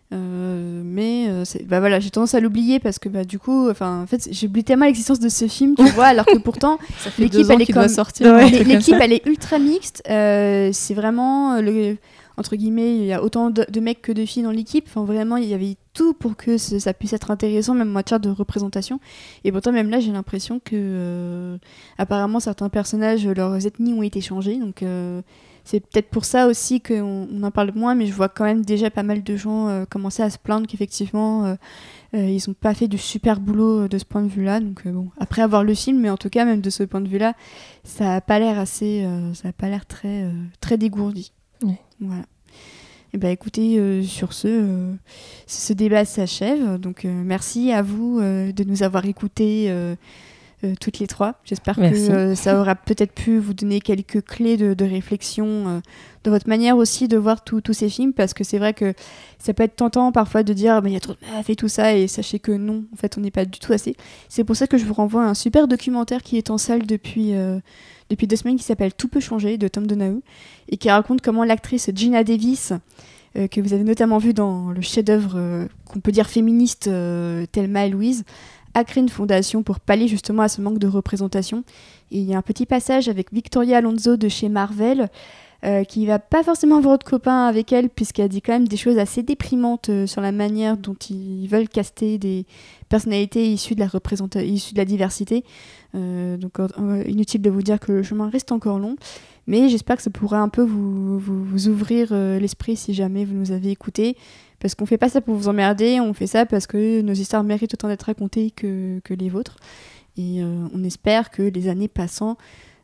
Euh, mais euh, c'est- bah voilà, j'ai tendance à l'oublier parce que bah, du coup, en fait, j'oublie tellement l'existence de ce film, tu vois, alors que pourtant, Ça fait l'équipe, deux ans elle est qu'il comme... doit sortir. Ouais. un l'é- truc comme l'équipe, ça. elle est ultra mixte. Euh, c'est vraiment, euh, le, entre guillemets, il y a autant de, de mecs que de filles dans l'équipe. Enfin, vraiment, il y avait tout pour que ce- ça puisse être intéressant, même en matière de représentation. Et pourtant, même là, j'ai l'impression que, euh, apparemment, certains personnages, leurs ethnies ont été changées. Donc, euh, c'est peut-être pour ça aussi qu'on on en parle moins, mais je vois quand même déjà pas mal de gens euh, commencer à se plaindre qu'effectivement, euh, euh, ils n'ont pas fait du super boulot euh, de ce point de vue-là. Donc, euh, bon, après avoir le film, mais en tout cas, même de ce point de vue-là, ça n'a pas l'air assez, euh, ça a pas l'air très, euh, très dégourdi. Ouais. Voilà. Et ben écoutez, euh, sur ce, euh, ce débat s'achève. Donc euh, merci à vous euh, de nous avoir écoutés euh, euh, toutes les trois. J'espère Merci. que euh, ça aura peut-être pu vous donner quelques clés de, de réflexion euh, de votre manière aussi de voir tous tous ces films, parce que c'est vrai que ça peut être tentant parfois de dire il y a trop de meufs et tout ça, et sachez que non, en fait on n'est pas du tout assez. C'est pour ça que je vous renvoie à un super documentaire qui est en salle depuis, euh, depuis deux semaines, qui s'appelle Tout peut changer, de Tom Donahue, et qui raconte comment l'actrice Gina Davis, euh, que vous avez notamment vu dans le chef-d'œuvre euh, qu'on peut dire féministe euh, Thelma et Louise, a créé une fondation pour pallier justement à ce manque de représentation. Et il y a un petit passage avec Victoria Alonso de chez Marvel, euh, qui va pas forcément avoir de copain avec elle, puisqu'elle dit quand même des choses assez déprimantes euh, sur la manière dont ils veulent caster des personnalités issues de la, représenta- issues de la diversité. Euh, donc euh, inutile de vous dire que le chemin reste encore long, mais j'espère que ça pourra un peu vous, vous, vous ouvrir euh, l'esprit si jamais vous nous avez écoutés, parce qu'on fait pas ça pour vous emmerder, on fait ça parce que nos histoires méritent autant d'être racontées que, que les vôtres, et euh, on espère que les années passant,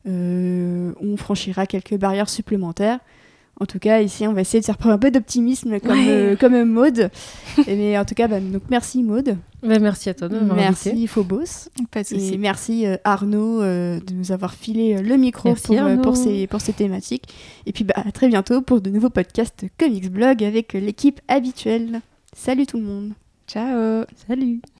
euh, on franchira quelques barrières supplémentaires. En tout cas, ici, on va essayer de faire preuve un peu d'optimisme comme, Ouais. euh, comme Maud. Et mais en tout cas, bah, donc merci Maud. Bah, merci à toi de m'avoir invité. Merci Phobos. Pas de Et souci. merci euh, Arnaud euh, de nous avoir filé euh, le micro Merci, pour, euh, Arnaud. pour, ces, pour ces thématiques. Et puis bah, à très bientôt pour de nouveaux podcasts Comics Blog avec l'équipe habituelle. Salut tout le monde. Ciao. Salut.